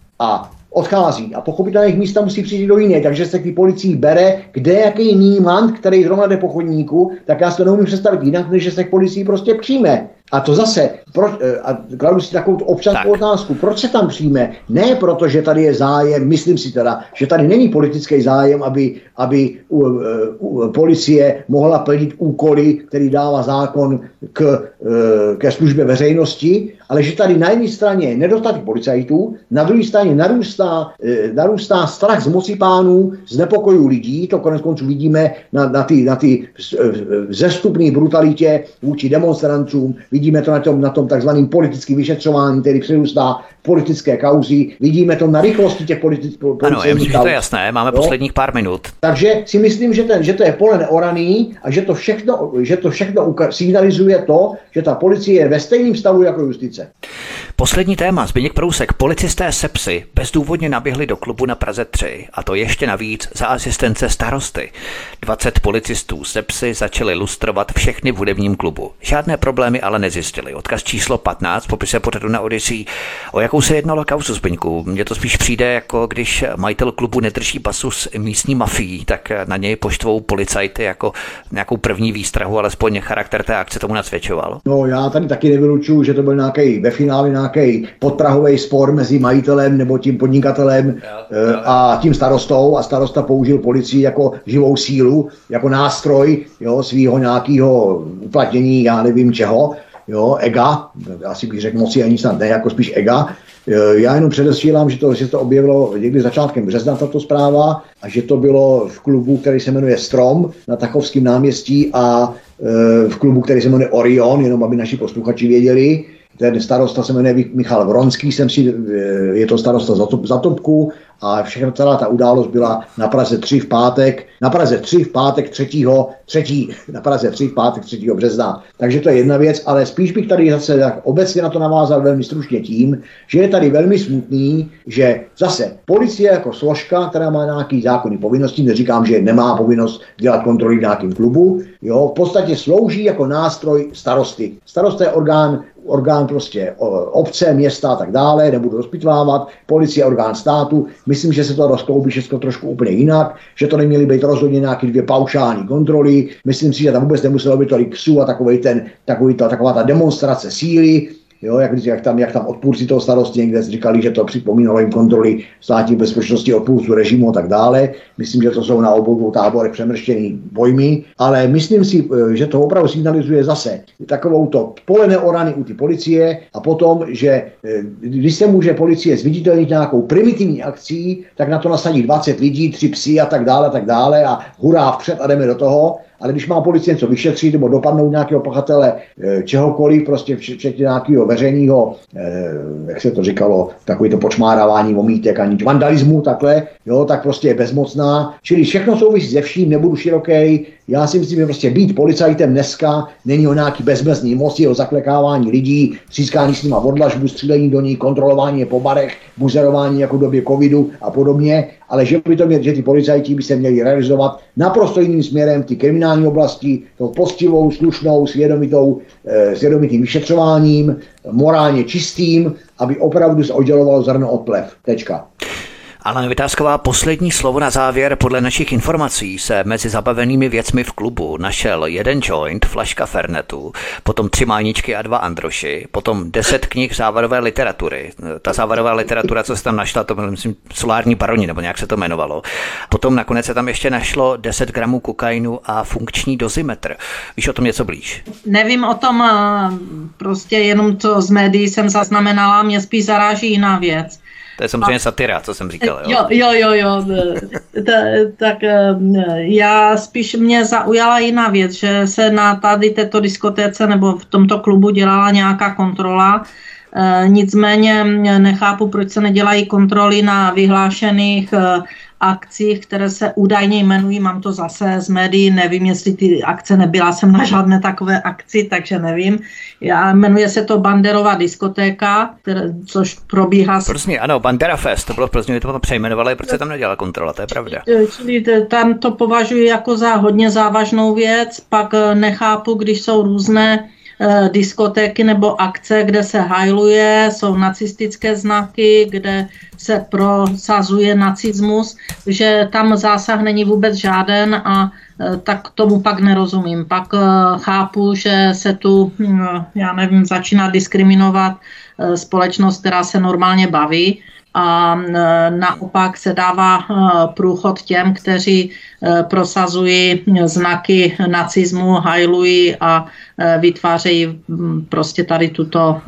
A odchází a pochopitelně místa musí přijít do jiné, takže se k té policii bere, kde jaký nímant, který zrovna jde po chodníku, tak já si to neumím představit jinak, než že se k policii prostě přijme. A to zase, proč, a kladu si takovou občanskou otázku, proč se tam přijme? Ne proto, že tady je zájem, myslím si teda, že tady není politický zájem, aby, aby u, u, policie mohla plnit úkoly, který dává zákon k, ke službě veřejnosti, ale že tady na jedné straně je nedostatek policajtů, na druhé straně narůstá, narůstá strach z moci pánů, z nepokojů lidí, to konec konců vidíme na, na ty, na ty vzestupné brutalitě vůči demonstrantům, vidíme to na tom, na tom takzvaném politickém vyšetřování, který přerůstá politické kauzy, vidíme to na rychlosti těch politických kauz. Ano, já myslím, že to je jasné, máme jo? posledních pár minut. Takže si myslím, že, ten, že to je pole neoraný a že to všechno, že to všechno signalizuje to, že ta policie je ve stejném stavu jako justice. Poslední téma, Zbyněk Prousek. Policisté Sepsy bezdůvodně naběhli do klubu na Praze tři, a to ještě navíc za asistence starosty. dvacet policistů Sepsy začali lustrovat všechny v hudebním klubu. Žádné problémy ale nezjistili. Odkaz číslo patnáct, popise pořadu na Odyssey. O jakou se jednalo kauzu, Zbyňku? Mně to spíš přijde, jako když majitel klubu nedrží pasu s místní mafií, tak na něj poštvou policajty jako nějakou první výstrahu, alespoň charakter té akce tomu nasvědčoval. No, já tady taky nevylučuju, že to byl nějaký ve finále nějaký podprahový spor mezi majitelem nebo tím podnikatelem jo, jo. a tím starostou, a starosta použil policii jako živou sílu, jako nástroj, jo, svýho nějakého uplatnění, já nevím čeho, jo, ega, asi bych řekl moci ani snad ne, jako spíš ega. Já jenom předesílám, že to, že to objevilo někdy začátkem března tato zpráva a že to bylo v klubu, který se jmenuje Strom na Tachovském náměstí a e, v klubu, který se jmenuje Orion, jenom aby naši posluchači věděli. Ten starosta se jmenuje Michal Vronský, jsem si, je to starosta Zatopku a všechna celá ta událost byla na Praze tři v pátek, na Praze tři v pátek třetího třetí na Praze tři v pátek třetího března. Takže to je jedna věc, ale spíš bych tady zase tak obecně na to navázal velmi stručně tím, že je tady velmi smutný, že zase policie jako složka, která má nějaký zákonný povinnosti, neříkám, že nemá povinnost dělat kontroly v nějakém klubu, jo, v podstatě slouží jako nástroj starosty. Starosta je orgán orgán prostě obce, města a tak dále, nebudu rozpitvávat, policie, orgán státu. Myslím, že se to rozkloubí všechno trošku úplně jinak, že to neměly být rozhodně nějaké dvě paušální kontroly. Myslím si, že tam vůbec nemuselo být tolik psů a takový ten, takový ta, taková ta demonstrace síly. Jo, jak, jak, tam, jak tam odpůrci toho starosty někde říkali, že to připomínalo jim kontroly státní bezpečnosti, odpůrců režimu a tak dále. Myslím, že to jsou na obou táborech přemrštěný pojmy, ale myslím si, že to opravdu signalizuje zase takovou to pole neorany u ty policie a potom, že když se může policie zviditelnit nějakou primitivní akcí, tak na to nasadí dvacet lidí, tři psy a tak dále a tak dále a hurá vpřed a jdeme do toho. Ale když má policie něco vyšetřit nebo dopadnout nějakého pachatele e, čehokoliv, prostě včetně nějakého veřejného, e, jak se to říkalo, takový to počmárávání omítek ani vandalismu, takhle, jo, tak prostě je bezmocná. Čili všechno souvisí se vším, nebudu široký, Já si myslím, že prostě být policajtem dneska není o nějaký bezmezný moci, o zaklekávání lidí, třískání s nima odlažbu, střílení do ní, kontrolování je po barech, buzerování jako v době covidu a podobně, ale že by to měl, že ty policajti by se měli realizovat naprosto jiným směrem, ty kriminální oblasti, tou poctivou, slušnou, svědomitou, eh, svědomitým vyšetřováním, morálně čistým, aby opravdu se oddělovalo zrno od plev. Tečka. Alena Vytázková, poslední slovo na závěr. Podle našich informací se mezi zabavenými věcmi v klubu našel jeden joint, flaška Fernetu, potom tři máničky a dva androši, potom deset knih závodové literatury. Ta závodová literatura, co se tam našla, to byl, myslím, solární baroni, nebo nějak se to jmenovalo. Potom nakonec se tam ještě našlo deset gramů kokainu a funkční dozimetr. Víš o tom něco blíž? Nevím o tom, prostě jenom to z médií jsem zaznamenala, mě spíš zaráží jiná věc. To je samozřejmě satira, co jsem říkal. Jo, jo, jo, jo. Tak já spíš mě zaujala jiná věc, že se na tady této diskotéce nebo v tomto klubu dělala nějaká kontrola. Nicméně nechápu, proč se nedělají kontroly na vyhlášených akcích, které se údajně jmenují, mám to zase z médií, nevím, jestli ty akce, nebyla jsem na žádné takové akci, takže nevím. Já, jmenuje se to Banderová diskotéka, které, což probíhá... Prostě ano, Bandera Fest, to bylo v Plzni, to přejmenovali, proč se tam nedělala kontrola, to je pravda. Čili tam to považuji jako za hodně závažnou věc, pak nechápu, když jsou různé diskotéky nebo akce, kde se hajluje, jsou nacistické znaky, kde se prosazuje nacismus, že tam zásah není vůbec žáden a tak tomu pak nerozumím. Pak chápu, že se tu, já nevím, začíná diskriminovat společnost, která se normálně baví, a naopak se dává průchod těm, kteří prosazují znaky nacismu, hajlují a vytvářejí prostě tady tuto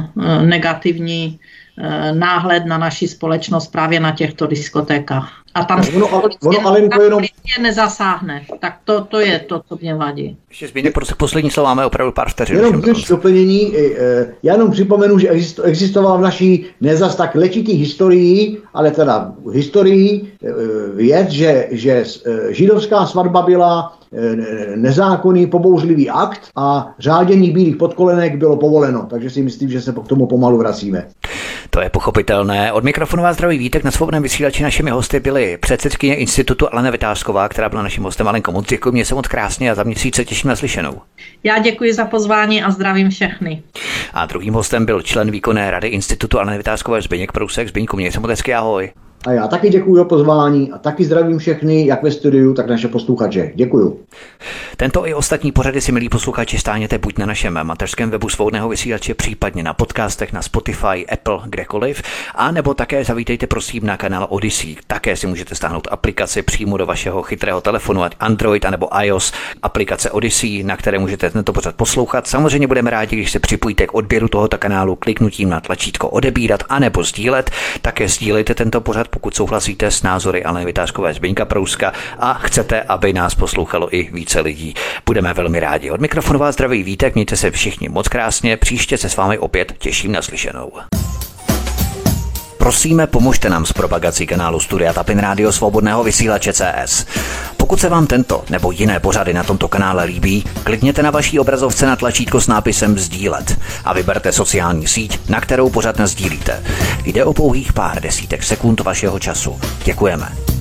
negativní náhled na naši společnost právě na těchto diskotékách. A tam ono, policie, ono, ale tam jenom... policie nezasáhne. Tak to, to je to, co mě vadí. Ještě Zbigněk, poslední slovo, máme opravdu pár vteřin. Jenom doplnění, já jenom připomenu, že existovala v naší nezas tak letitý historii, ale teda historii věc, že, že židovská svatba byla nezákonný pobouřlivý akt a řádění bílých podkolenek bylo povoleno, takže si myslím, že se k tomu pomalu vracíme. To je pochopitelné. Od mikrofonu vás zdraví Vítek, na Svobodném vysílači našimi hosty byly předsedkyně institutu Alena Vytázková, která byla naším hostem. Alenko, moc děkuji, mě se moc krásně a za měsíc se těším na slyšenou. Já děkuji za pozvání a zdravím všechny. A druhým hostem byl člen výkonné rady institutu Alena Vytázkové Zbyněk Prousek. Zbyňku, měj se moc hezky, ahoj. A já taky děkuji za pozvání a taky zdravím všechny, jak ve studiu, tak naše posluchače. Děkuju. Tento i ostatní pořady si, milí posluchači, stáhněte buď na našem mateřském webu Svobodného vysílače, případně na podcastech, na Spotify, Apple, kdekoliv, a nebo také zavítejte prosím na kanál Odyssey. Také si můžete stáhnout aplikaci přímo do vašeho chytrého telefonu, ať Android anebo iOS, aplikace Odyssey, na které můžete tento pořad poslouchat. Samozřejmě budeme rádi, když se připojíte k odběru tohoto kanálu kliknutím na tlačítko odebírat anebo sdílet. Také sdílejte tento pořad, pokud souhlasíte s názory Aleny Vytázkové, Zbyňka Prouska a chcete, aby nás poslouchalo i více lidí. Budeme velmi rádi. Od mikrofonu vás zdraví Vítek, mějte se všichni moc krásně, příště se s vámi opět těším na slyšenou. Prosíme, pomožte nám s propagací kanálu Studia Tapin Rádio Svobodného vysílače C S. Pokud se vám tento nebo jiné pořady na tomto kanále líbí, klikněte na vaší obrazovce na tlačítko s nápisem sdílet a vyberte sociální síť, na kterou pořad nasdílíte. Jde o pouhých pár desítek sekund vašeho času. Děkujeme.